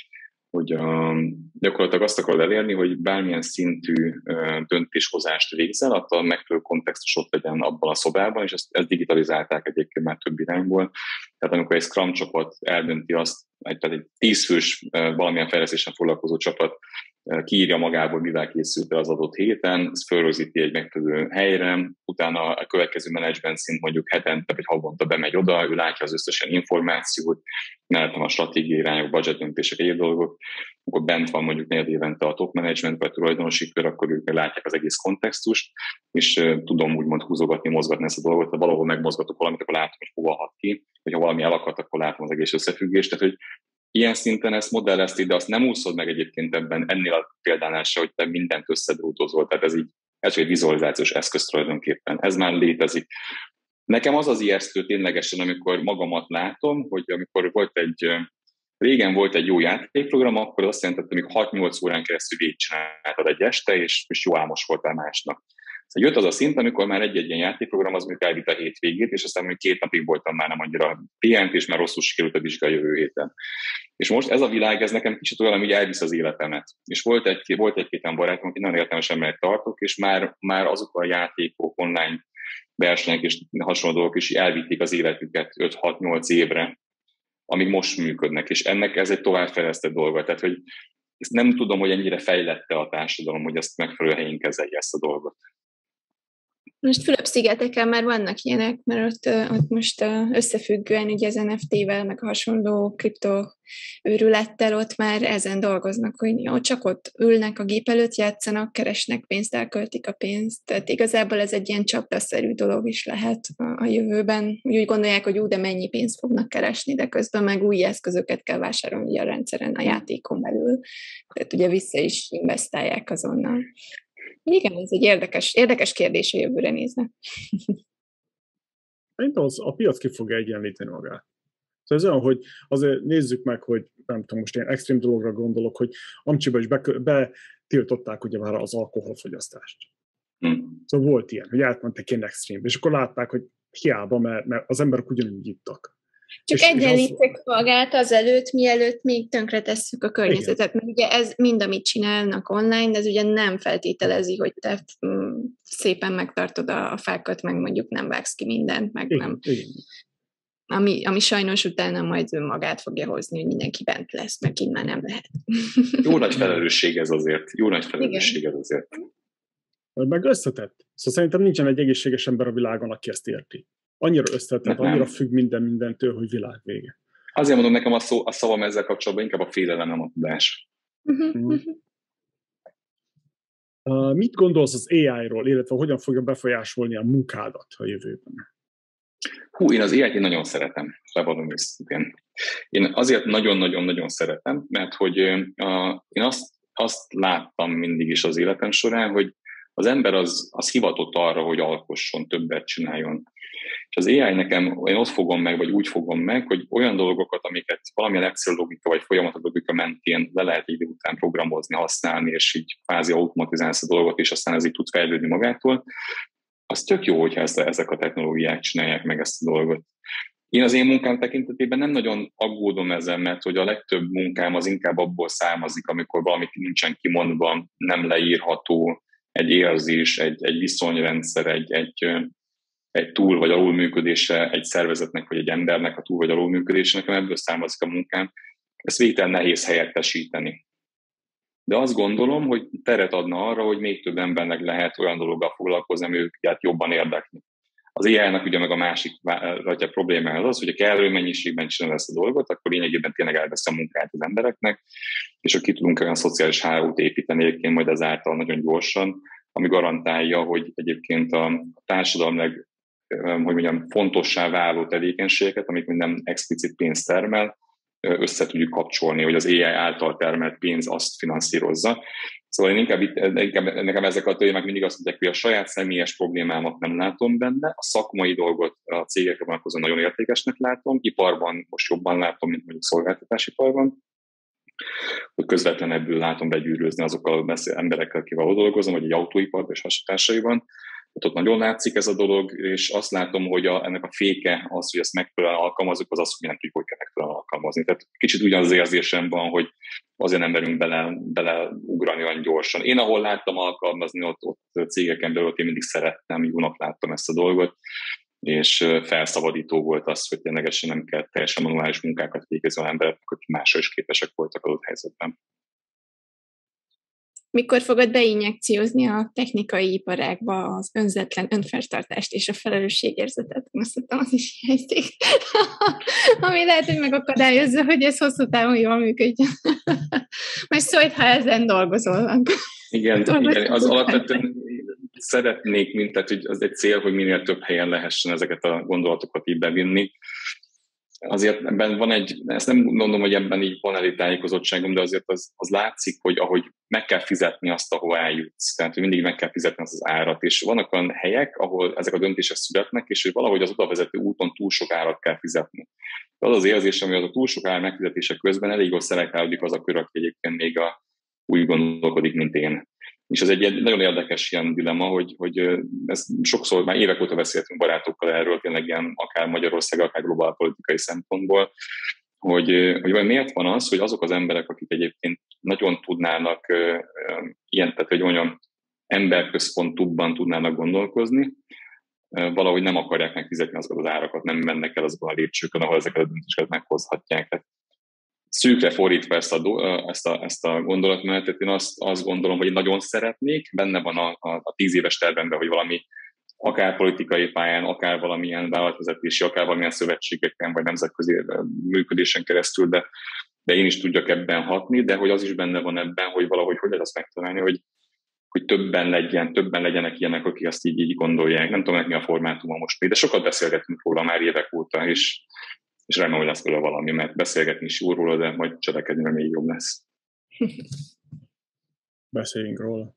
hogy a, gyakorlatilag azt akarod elérni, hogy bármilyen szintű ö, döntéshozást végzel, attól megfelelő kontextus ott legyen abban a szobában, és ezt, ezt digitalizálták egyébként már több irányból. Tehát amikor egy Scrum csapat eldönti azt, egy, tehát egy tízfős ö, valamilyen fejlesztésen foglalkozó csapat ö, kiírja magából, mivel készült az adott héten, ezt fölrögzíti egy megfelelő helyre, utána a következő menedzsment szint mondjuk hetente vagy havonta bemegy oda, ő látja az összesen információt, mellettem a stratégiai irányok, budget döntések, egyéb dolgok, akkor bent van mondjuk negyed évente a top management vagy tulajdonosi kör, akkor ők látják az egész kontextust, és uh, tudom úgymond húzogatni, mozgatni ezt a dolgot, ha valahol megmozgatok valamit, akkor látom, hogy hova hat ki, vagy ha valami elakadt, akkor látom az egész összefüggést, tehát hogy ilyen szinten ezt modellezti, de azt nem úszod meg egyébként ebben ennél a példánál se, hogy te mindent összedrótozol, tehát ez így, ez egy vizualizációs eszköz tulajdonképpen, ez már létezik. Nekem az az ijesztő ténylegesen, amikor magamat látom, hogy amikor volt egy, régen volt egy jó játékprogram, akkor azt jelentette, hogy hat-nyolc órán keresztül végigcsináltad egy este, és, és jó álmos voltál másnak. Szóval jött az a szint, amikor már egy-egy ilyen játékprogram az mondjuk elvitt a hétvégét, és aztán mondjuk két napig voltam már nem annyira pihent, és már rosszul sikerült a vizsga jövő héten. És most ez a világ, ez nekem kicsit olyan, hogy elvisz az életemet. És volt egy, volt egy-két olyan barátom, aki nagyon értelmes emberek tartok, és már, már azok a játékok, online versenyek és hasonló dolgok is elvitték az életüket öt-hat-nyolc évre, amíg most működnek, és ennek ez egy továbbfejlesztett dolga. Tehát, hogy ezt nem tudom, hogy ennyire fejlette a társadalom, hogy ezt megfelelő helyén kezelje ezt a dolgot. Most Fülöp-szigeteken már vannak ilyenek, mert ott, ott most összefüggően ugye az en ef té-vel, meg hasonló kriptoőrülettel ott már ezen dolgoznak, hogy jó, csak ott ülnek, a gép előtt játszanak, keresnek pénzt, elköltik a pénzt. Tehát igazából ez egy ilyen csapdaszerű dolog is lehet a jövőben. Úgy gondolják, hogy ú, de mennyi pénzt fognak keresni, de közben meg új eszközöket kell vásárolni a rendszeren, a játékon belül. Tehát ugye vissza is investálják azonnal. Igen, ez egy érdekes, érdekes kérdés a jövőre nézve. Szerintem az, a piac ki fogja egyenlíteni magát. Szóval ez olyan, hogy azért nézzük meg, hogy nem tudom, most én extrém dologra gondolok, hogy Amcsiba is betiltották ugye már az alkoholfogyasztást. Hmm. Szóval volt ilyen, hogy átmentek ilyen extrémbe, és akkor látták, hogy hiába, mert, mert az emberek ugyanúgy ittak. Csak egyenlítik az... magát azelőtt, mielőtt még tönkretesszük a környezetet. Mert ugye ez mind, amit csinálnak online, de ez ugye nem feltételezi, hogy te mm, szépen megtartod a, a fákat, meg mondjuk nem vágsz ki mindent, meg igen, nem. Igen. Ami, ami sajnos utána majd magát fogja hozni, hogy mindenki bent lesz, meg így már nem lehet. Jó nagy felelősség ez azért. Jó nagy felelősség ez azért. Meg összetett. Szóval szerintem nincsen egy egészséges ember a világon, aki ezt érti. Annyira összetett, annyira függ minden mindentől, hogy világ vége. Azért mondom, nekem a, szó, a szavam ezzel kapcsolatban inkább a félelem, nem a tudás. Uh-huh. Uh, mit gondolsz az á í-ról, illetve hogyan fogja befolyásolni a munkádat a jövőben? Hú, én az á í-t én nagyon szeretem, bevallom őszintén. Én azért nagyon-nagyon-nagyon szeretem, mert hogy uh, én azt, azt láttam mindig is az életem során, hogy az ember az, az hivatott arra, hogy alkosson, többet csináljon. És az á i nekem, én ott fogom meg, vagy úgy fogom meg, hogy olyan dolgokat, amiket valamilyen Excel logika, vagy folyamat logika mentén le lehet idő után programozni, használni, és így kvázi automatizálsz a dolgot, és aztán ez így tud fejlődni magától, az tök jó, hogyha ezt, ezek a technológiák csinálják meg ezt a dolgot. Én az én munkám tekintetében nem nagyon aggódom ezen, mert hogy a legtöbb munkám az inkább abból származik, amikor valamit nincsen kimondva, nem leírható, egy érzés, egy, egy viszonyrendszer, egy, egy, egy túl- vagy alulműködése egy szervezetnek, vagy egy embernek a túl- vagy alulműködése, nekem ebből származik a munkám. Ezt végtelen nehéz helyettesíteni. De azt gondolom, hogy teret adna arra, hogy még több embernek lehet olyan dologgal foglalkozni, ami őket jobban érdekli. Az á i-nak ugye meg a másik a problémája az az, hogy a kellő mennyiségben csinál ezt a dolgot, akkor lényegében tényleg elvesz a munkát az embereknek, és akkor ki tudunk olyan szociális hálót építeni egyébként majd ezáltal nagyon gyorsan, ami garantálja, hogy egyébként a társadalomnak, hogy mondjam, fontossá váló tevékenységeket, amik minden explicit pénzt termel, össze tudjuk kapcsolni, hogy az á i által termelt pénz azt finanszírozza. Szóval én inkább, inkább nekem ezek a témák mindig azt mondják, hogy a saját személyes problémámat nem látom benne, a szakmai dolgot a cégekre vonatkozóan nagyon értékesnek látom, iparban most jobban látom, mint mondjuk szolgáltatásiparban, hogy közvetlen ebből látom begyűrűzni azokkal az emberekkel, akivel dolgozom, vagy egy autóiparban és hasonlóan. Ott nagyon látszik ez a dolog, és azt látom, hogy a, ennek a féke az, hogy ezt megfelelően alkalmazzuk, az az, hogy nem tudjuk, hogy kell megfelelően alkalmazni. Tehát kicsit ugyanaz az érzésem van, hogy azért nem merünk bele, beleugrani olyan gyorsan. Én ahol láttam alkalmazni, ott, ott cégeken belül, ott én mindig szerettem, jónak láttam ezt a dolgot, és felszabadító volt az, hogy ténylegesen nem kell teljesen manuális munkákat végezni az emberek, hogy másra is képesek voltak adott helyzetben. Mikor fogod beinjekciózni a technikai iparágba az önzetlen önfenntartást és a felelősségérzetet? Most szerintem az is hiányzik. Ami lehet, hogy megakadályozza, hogy ez hosszú távon jól működjön. Majd szólj, ha ezen dolgozol. Igen, igen, az alapvetően szeretnék, mint, tehát, hogy az egy cél, hogy minél több helyen lehessen ezeket a gondolatokat így bevinni. Azért ebben van egy, ezt nem gondolom, hogy ebben így van elég tájékozottságom, de azért az, az látszik, hogy ahogy meg kell fizetni azt, ahova eljutsz. Tehát, hogy mindig meg kell fizetni azt az árat. És vannak olyan helyek, ahol ezek a döntések születnek, és hogy valahogy az odavezető úton túl sok árat kell fizetni. Az az érzésem, hogy az a túl sok ár megfizetése közben elég jól szelektálódik az a kör, aki egyébként még a, úgy gondolkodik, mint én. És ez egy, egy nagyon érdekes ilyen dilemma, hogy, hogy ezt sokszor már évek óta beszéltünk barátokkal erről, tényleg ilyen akár Magyarország, akár globál politikai szempontból, hogy, hogy miért van az, hogy azok az emberek, akik egyébként nagyon tudnának ilyen, tehát hogy olyan emberközpontúbban tudnának gondolkozni, valahogy nem akarják megfizetni azokat az árakat, nem mennek el azokon a lépcsőkön, ahol ezeket a döntéseket meghozhatják. Tehát szűkre fordítva ezt a, ezt a, ezt a gondolatmenetet, én azt, azt gondolom, hogy nagyon szeretnék, benne van a, a, a tíz éves tervemben, hogy valami akár politikai pályán, akár valamilyen vállalatvezetési, akár valamilyen szövetségeken, vagy nemzetközi működésen keresztül, de, de én is tudjak ebben hatni, de hogy az is benne van ebben, hogy valahogy hogy lehet azt megtalálni, hogy, hogy többen legyen, többen legyenek ilyenek, akik azt így, így gondolják. Nem tudom, mi a formátuma most még, de sokat beszélgetünk róla már évek óta, és és remélem, hogy lesz belőle valami, mert beszélgetni is jó róla, de majd cselekedni még jobb lesz. Beszéljünk róla.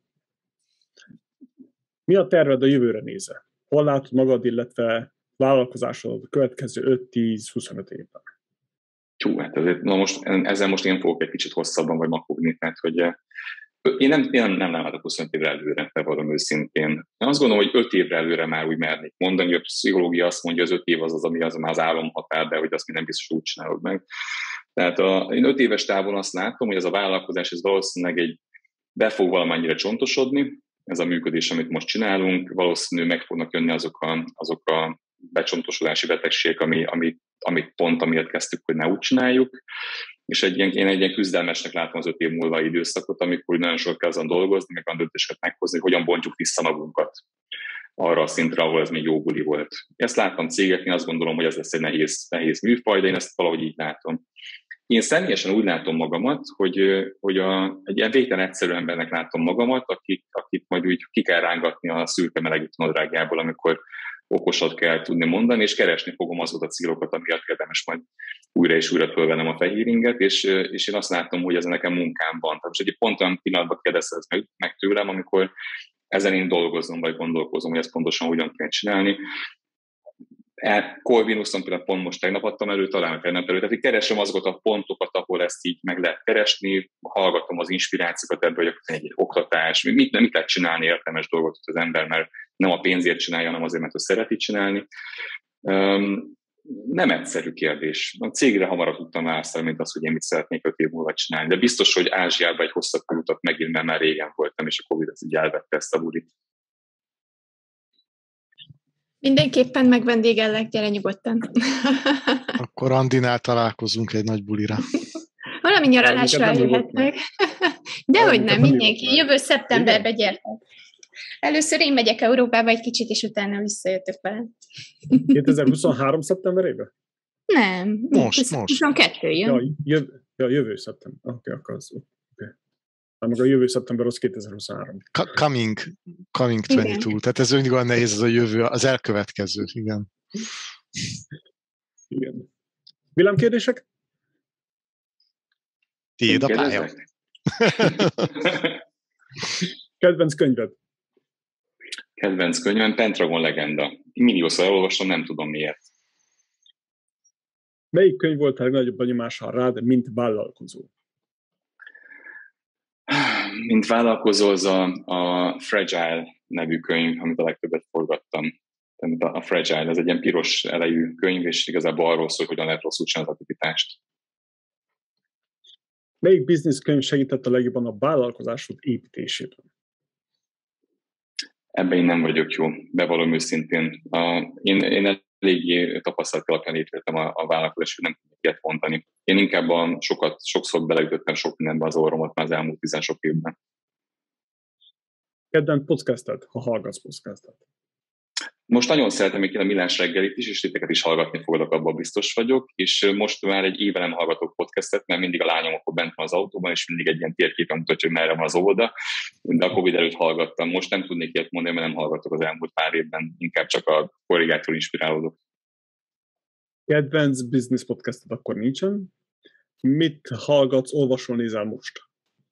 Mi a terved a jövőre nézve? Hol látod magad, illetve vállalkozásod a következő öt-tíz-huszonöt évben? Hú, hát ezért, na most, ezzel most én fogok egy kicsit hosszabban vagy makogni, tehát hogy én nem, én nem, nem látok huszonöt évre előre, de valami őszintén. Én azt gondolom, hogy öt évre előre már úgy mernék mondani, hogy a pszichológia azt mondja, hogy az öt év az az, ami az már az álomhatár, de hogy azt mi nem biztos úgy csinálod meg. Tehát a, én öt éves távon azt látom, hogy ez a vállalkozás, ez valószínűleg egy, be fog valamennyire csontosodni, ez a működés, amit most csinálunk, valószínűleg meg fognak jönni azok a, azok a becsontosodási betegségek, ami, ami, amit pont amiért kezdtük, hogy ne úgy csináljuk. És egy ilyen, én egy ilyen küzdelmesnek látom az öt év múlva időszakot, amikor nagyon sokat kell azon dolgozni, meg olyan döntéseket meghozni, hogy hogyan bontjuk vissza magunkat arra a szintre, ahol ez még jó buli volt. Ezt láttam cégeknél, azt gondolom, hogy ez lesz egy nehéz, nehéz műfaj, de én ezt valahogy így látom. Én személyesen úgy látom magamat, hogy, hogy a, egy ilyen végtelen egyszerű embernek látom magamat, akik, akit majd úgy ki kell rángatni a szürke melegű nadrágjából, amikor okosat kell tudni mondani, és keresni fogom azokat a célokat, amiért érdemes majd újra és újra fölvennem a fehéringet, és, és én azt látom, hogy ez nekem munkám van. Tehát most egy pont olyan pillanatban kérdezz meg, meg tőlem, amikor ezen én dolgozom, vagy gondolkozom, hogy ezt pontosan hogyan kell csinálni. Corvinuson például pont most tegnap adtam elő, talán tegnap elő, tehát keresem azokat a pontokat, ahol ezt így meg lehet keresni, hallgatom az inspirációkat ebből, hogy egy, egy oktatás, mit, mit lehet csinálni értelmes dolgot az ember, mert nem a pénzért csinálja, hanem azért, mert ő szereti csinálni. Um, nem egyszerű kérdés. A cégre hamarabb tudtam választani, mint az, hogy én mit szeretnék öt év múlva csinálni. De biztos, hogy Ázsiában egy hosszabb utat megint, mert már régen voltam, és a Covid az így elvette ezt a bulit. Mindenképpen megvendégellek, gyere nyugodtan. Akkor Andinál találkozunk egy nagy bulira. Valami nyaralásra eljöhetnek. Dehogy nem, mindenki. Jövő szeptemberben gyertek. Először én megyek Európába egy kicsit, és utána visszajöttök vele. kétezer-huszonhárom szeptemberében? Nem. Most, most. huszonkettő jön. Ja, jövő, ja, jövő szeptember. Oké, okay, akkor az. Okay. Meg a jövő szeptember az kétezer-huszonhárom. Coming, coming huszonkettő. Tehát ez mindig olyan nehéz, az a jövő, az elkövetkező, igen. Igen. Villámkérdések? Tiéd a pálya. Kedvenc könyved? Kedvenc könyvem Pentragon legenda. Milliószor elolvastam, nem tudom miért. Melyik könyv volt a legnagyobb benyomással rád, mint vállalkozó? Mint vállalkozó az a, a Fragile nevű könyv, amit a legtöbbet forgattam. Tehát a Fragile, ez egy ilyen piros elejű könyv, és igazából arról szól, hogy hogyan lehet rosszul csinálni az aktivitást. Melyik bizniszkönyv segített a legjobban a vállalkozásod építésében? Ebben én nem vagyok jó, bevallom őszintén. A, én, én eléggé tapasztalat alapján létrejöttem a, a vállalkozás, hogy nem tudok ilyet mondani. Én inkább a, sokat, sokszor beleütöttem sok mindenbe az orromat már az elmúlt tizen sok évben. Kedvenc podcastet, ha hallgatsz podcastet? Most nagyon szeretem még a Millás reggelit is, és titeket is hallgatni foglak, abban biztos vagyok, és most már egy éve nem hallgatok podcastet, mert mindig a lányom akkor bent van az autóban, és mindig egy ilyen térképen mutatja, hogy merre van az óvoda, de a Covid előtt hallgattam. Most nem tudnék ilyet mondani, mert nem hallgatok az elmúlt pár évben, inkább csak a korrigától inspirálódok. Kedvenc business podcastet akkor nincsen. Mit hallgatsz, olvasol, nézel most?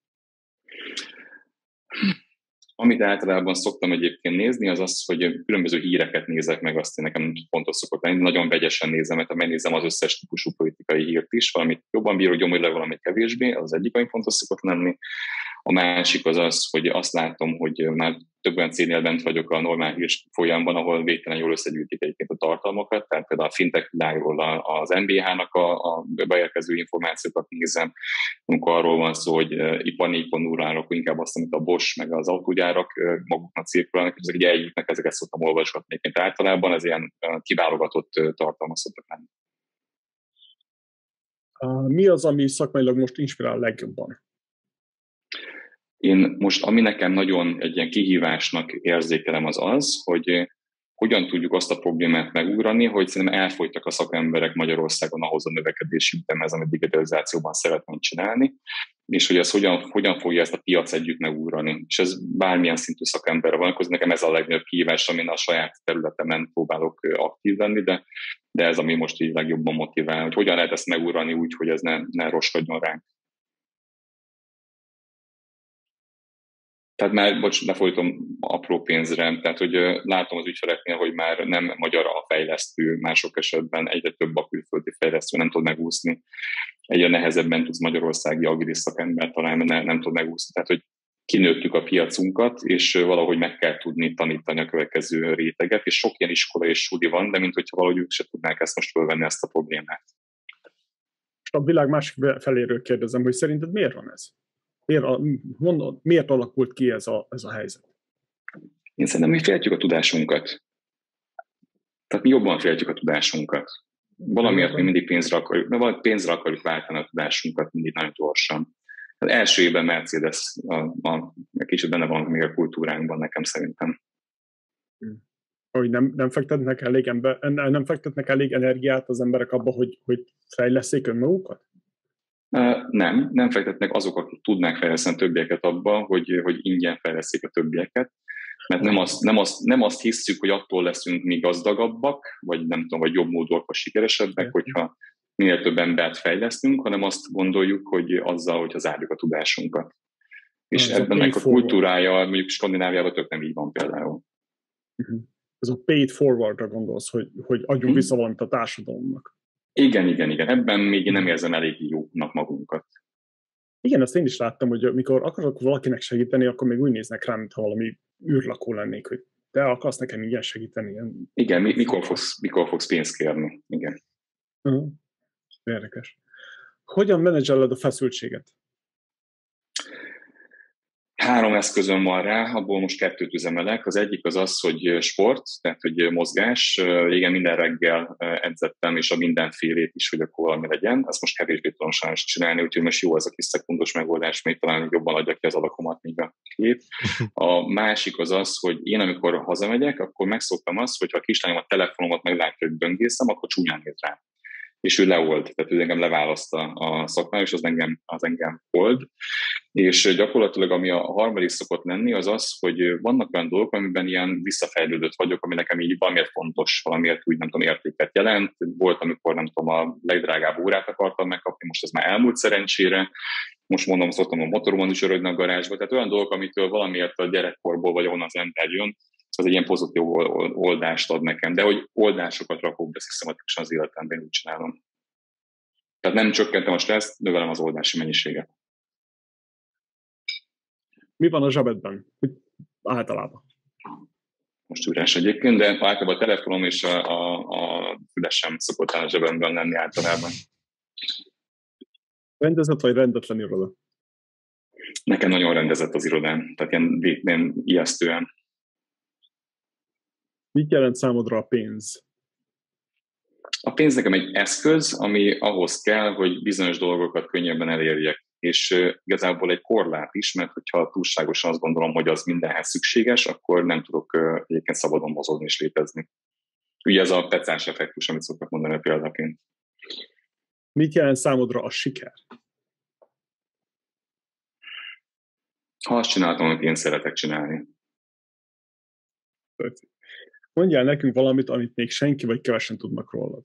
Amit általában szoktam egyébként nézni, az az, hogy különböző híreket nézek meg, azt nekem fontos szokott lenni. Nagyon vegyesen nézem, mert megnézem az összes típusú politikai hírt is, valamit jobban bírok gyomorra, valamit kevésbé, az egyik, ami fontos szokott lenni. A másik az az, hogy azt látom, hogy már több olyan cégnél bent vagyok a normál hír folyamban, ahol végtelen jól összegyűjtik egyébként a tartalmakat, tehát például a fintech világról az en bé há-nak a, a beérkező információkat nézem, amikor arról van szó, hogy ipar négy pont null-ról inkább azt, amit a Bosch meg az autógyárak maguknak cirkulálnak, és ezek így eljutnak, ezeket szoktam olvasgatni egyébként általában, ez ilyen kiválogatott tartalma szoktak lenni. Mi az, ami szakmailag most inspirál legjobban? Én most, ami nekem nagyon egy ilyen kihívásnak érzékelem, az az, hogy hogyan tudjuk azt a problémát megugrani, hogy szerintem elfogytak a szakemberek Magyarországon ahhoz a növekedési ütemhez, amit digitalizációban szeretnénk csinálni, és hogy ez hogyan, hogyan fogja ezt a piac együtt megugrani. És ez bármilyen szintű szakemberre vonatkozik, nekem ez a legnagyobb kihívás, amin a saját területemen próbálok aktív lenni, de, de ez, ami most így legjobban motivál, hogy hogyan lehet ezt megugrani úgy, hogy ez ne, ne roskadjon ránk. Tehát már, bocs, lefolytom apró pénzre, tehát hogy látom az ügyfeleknél, hogy már nem magyar a fejlesztő, mások esetben egyre több a külföldi fejlesztő, nem tud megúszni. Egyre nehezebben tudsz magyarországi agilis szakember találni, nem, nem tud megúszni. Tehát, hogy kinőttük a piacunkat, és valahogy meg kell tudni tanítani a következő réteget, és sok ilyen iskola és suli van, de mint hogyha valahogy ők se tudnák ezt most fölvenni, ezt a problémát. Most a világ másik feléről kérdezem, hogy szerinted miért van ez? Miért, mondod, miért alakult ki ez a, ez a helyzet? Én szerintem mi féltjük a tudásunkat. Tehát mi jobban féltjük a tudásunkat. Valamiért mi mindig pénzre akarjuk, mert valahogy pénzre akarjuk váltani a tudásunkat mindig nagyon gyorsan. Az első évben Mercedes a, a, a kicsit benne van még a kultúránkban nekem szerintem. Hogy nem, nem, fektetnek elég ember, nem fektetnek elég energiát az emberek abba, hogy, hogy fejleszék önmagukat? Nem, nem fektetnek azok, akik tudnák fejleszteni a többieket abban, hogy, hogy ingyen fejleszték a többieket. Mert nem azt, nem, azt, nem azt hisszük, hogy attól leszünk mi gazdagabbak, vagy nem tudom, vagy jobb módúak, vagy sikeresebbek, hogyha minél több embert fejlesztünk, hanem azt gondoljuk, hogy azzal, hogy zárjuk a tudásunkat. És az ebben a kultúrája, mondjuk Skandináviában tök nem így van például. Uh-huh. ez a paid forwardra gondolsz, hogy, hogy adjunk vissza valamit a társadalomnak. Igen, igen, igen. Ebben még nem érzem elég jónak magunkat. Igen, azt én is láttam, hogy mikor akarok valakinek segíteni, akkor még úgy néznek rám, mintha valami űrlakó lennék, hogy te akarsz nekem ilyen segíteni. Ilyen... Igen, mikor fogsz, mikor fogsz pénzt kérni? Igen. Uh-huh. Érdekes. Hogyan menedzseled a feszültséget? Három eszközöm van rá, abból most kettőt üzemelek. Az egyik az az, hogy sport, tehát hogy mozgás. Régen minden reggel edzettem, és a mindenfélét is, hogy akkor valami legyen. Ezt most kevésbé tudom sajnos csinálni, úgyhogy most jó ez a kis szekundos megoldás, még talán jobban adja ki az alakomat, mint a kép. A másik az az, hogy én amikor hazamegyek, akkor megszoktam azt, hogy ha a kislányom a telefonomat meglátja, hogy böngészem, akkor csúnyán néz rá. És ő leold, tehát ő engem leválaszta a szakmája, és az engem, az engem old. És gyakorlatilag ami a harmadik szokott lenni, az az, hogy vannak olyan dolgok, amiben ilyen visszafejlődött vagyok, ami nekem így valamiért fontos, valamiért úgy nem tudom, értéket jelent. Volt, amikor nem tudom, a legdrágább órát akartam megkapni, most ez már elmúlt szerencsére. Most mondom, szoktam a motoromon is örögni a garázsba. Tehát olyan dolgok, amitől valamiért a gyerekkorból, vagy ahonnan az ember jön, az egy ilyen pozitív oldást ad nekem. De hogy oldásokat rakok be szisztematikusan az életemben, úgy csinálom. Tehát nem csökkentem a stresszt, növelem az oldási mennyiséget. Mi van a zsebedben? Általában? Most üres egyébként, de általában a telefonom és a, a, a fülesem szokott a zsebemben lenni általában. Rendezett vagy rendetlen iroda? Nekem nagyon rendezett az irodám, tehát ilyen, ilyen ijesztően. Mit jelent számodra a pénz? A pénz nekem egy eszköz, ami ahhoz kell, hogy bizonyos dolgokat könnyebben elérjek. És uh, igazából egy korlát is, mert hogyha túlságosan azt gondolom, hogy az mindenhez szükséges, akkor nem tudok uh, egyébként szabadon mozogni és létezni. Ugye ez a pecás effektus, amit szoktak mondani példaként. Mit jelent számodra a siker? Ha azt csináltam, amit én szeretek csinálni. Mondjál nekünk valamit, amit még senki vagy kevesen tudnak rólad.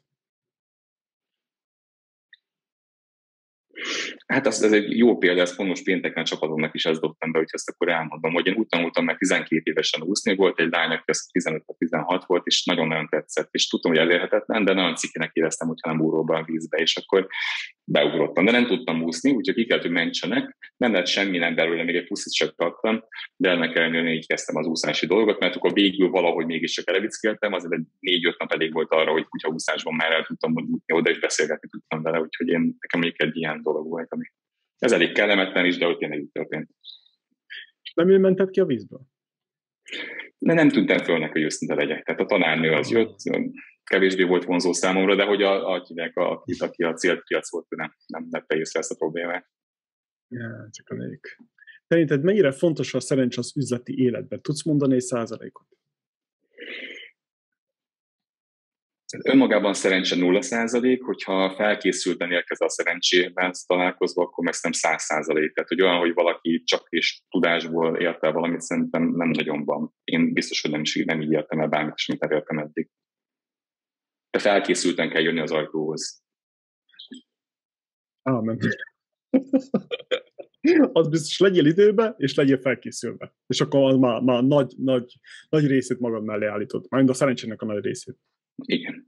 Hát az, ez egy jó példa, ezt pont most pénteken csapatomnak is ezt dobtam be, hogy ezt akkor elmondom, hogy én úgy tanultam meg tizenkét évesen úszni, volt egy lány, aki tizenöt vagy tizenhat volt, és nagyon-nagyon tetszett, és tudtam, hogy elérhetetlen, de nagyon cikinek éreztem, hogyha nem úrról be a vízbe, és akkor beugrottam, de nem tudtam úszni, úgyhogy ki kellett, hogy mentsenek, nem lett semmi, nem belőle, még egy puszit csak tartottam, de ennek ellenére így kezdtem az úszási dolgot, mert akkor végül valahogy mégiscsak elvickéltem, azért egy négy-öt nap elég volt arra, hogy kutyaúszásban már el tudtam jutni oda, és beszélgetni tudtam vele, úgyhogy én, nekem még egy ilyen dolog volt, ami ez elég kellemetlen is, de hogy tényleg így történt. Nem ő mentett ki a vízből? De nem tűntem föl neki, hogy őszinte legyek. Tehát a tanárnő az jött, kevésbé volt vonzó számomra, de hogy a, a, a, aki a célpiac volt, nem, nem vette észre ezt a problémát. Ja, csak a nék. Szerinted mennyire fontos a szerencs az üzleti életben? Tudsz mondani egy százalékot? Önmagában szerencse nulla százalék, hogyha felkészülten érkezel a szerencsével találkozva, akkor meg szerintem száz százalék. Tehát, hogy olyan, hogy valaki csak és tudásból ért el valamit, szerintem nem nagyon van. Én biztos, hogy nem, is, nem így értem el bármit, és mint elértem eddig. De felkészülten kell jönni az ajtóhoz. Ámen. Az biztos, legyél időben, és legyél felkészülve. És akkor már, már nagy, nagy, nagy részét magad mellé állítod. Majd a szerencsének a nagy részét. Igen.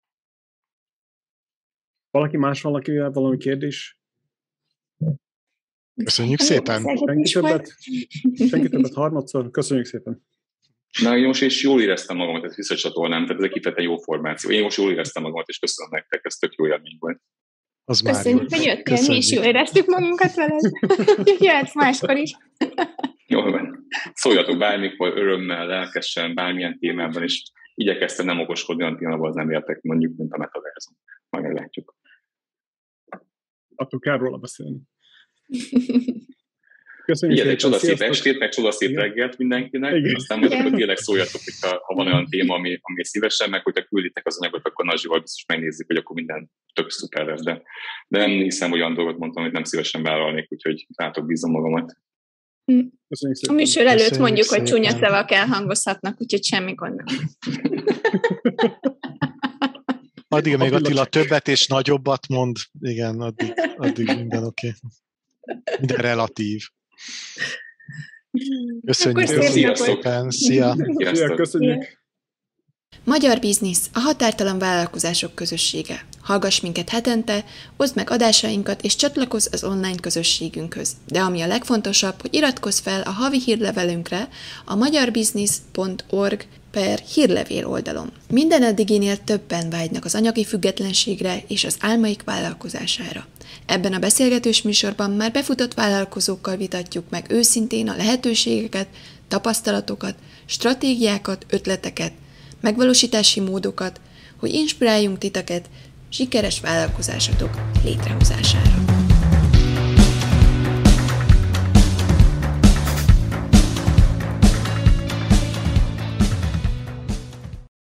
Valaki más valakivel valami kérdés? Köszönjük szépen! Senki többet, senki többet harmadszor? Köszönjük szépen! Na, én most és jól éreztem magamat, ezt visszacsatolnám, tehát ez egy kifejezetten jó formáció. Én most jól éreztem magamat, és köszönöm nektek, ez tök jó élmény volt. Az Köszönjük, hogy jöttél, mi is jól éreztük magunkat veled. Jöhetsz máskor is. Jól van. Szóljatok bármikor, örömmel, lelkesen, bármilyen témában, és igyekeztem nem okoskodni olyan témában, az nem értek, mondjuk, mint a metaverzum. Majd meglátjuk. Attól kell róla beszélni. Köszönjük szépen. Csodaszép Sziasztok. estét, meg csodaszép reggelt mindenkinek. Igen. Aztán majd akkor tényleg szóljatok, hogyha, ha van olyan téma, ami, ami szívesen, meg hogyha külditek az anyagot, akkor Nazsival biztos megnézzük, hogy akkor minden tök szuper lesz. De, de nem hiszem, hogy olyan dolgot mondtam, amit nem szívesen vállalnék, úgyhogy rátok bízom magamat. A műsor előtt Köszönjük mondjuk, szépen. Hogy csúnya szavak elhangozhatnak, úgyhogy semmi gond nem. Addig még Attila többet és nagyobbat mond, igen, addig, addig minden oké. Okay. Minden relatív. Köszönjük szépen. szépen. Szia. Szia, köszönjük. Magyar Biznisz, a határtalan vállalkozások közössége. Hallgass minket hetente, oszd meg adásainkat és csatlakozz az online közösségünkhöz. De ami a legfontosabb, hogy iratkozz fel a havi hírlevelünkre a magyarbiznisz pont org per hírlevél oldalon. Minden eddiginél többen vágynak az anyagi függetlenségre és az álmaik vállalkozására. Ebben a beszélgetős műsorban már befutott vállalkozókkal vitatjuk meg őszintén a lehetőségeket, tapasztalatokat, stratégiákat, ötleteket, megvalósítási módokat, hogy inspiráljunk titeket sikeres vállalkozásatok létrehozására.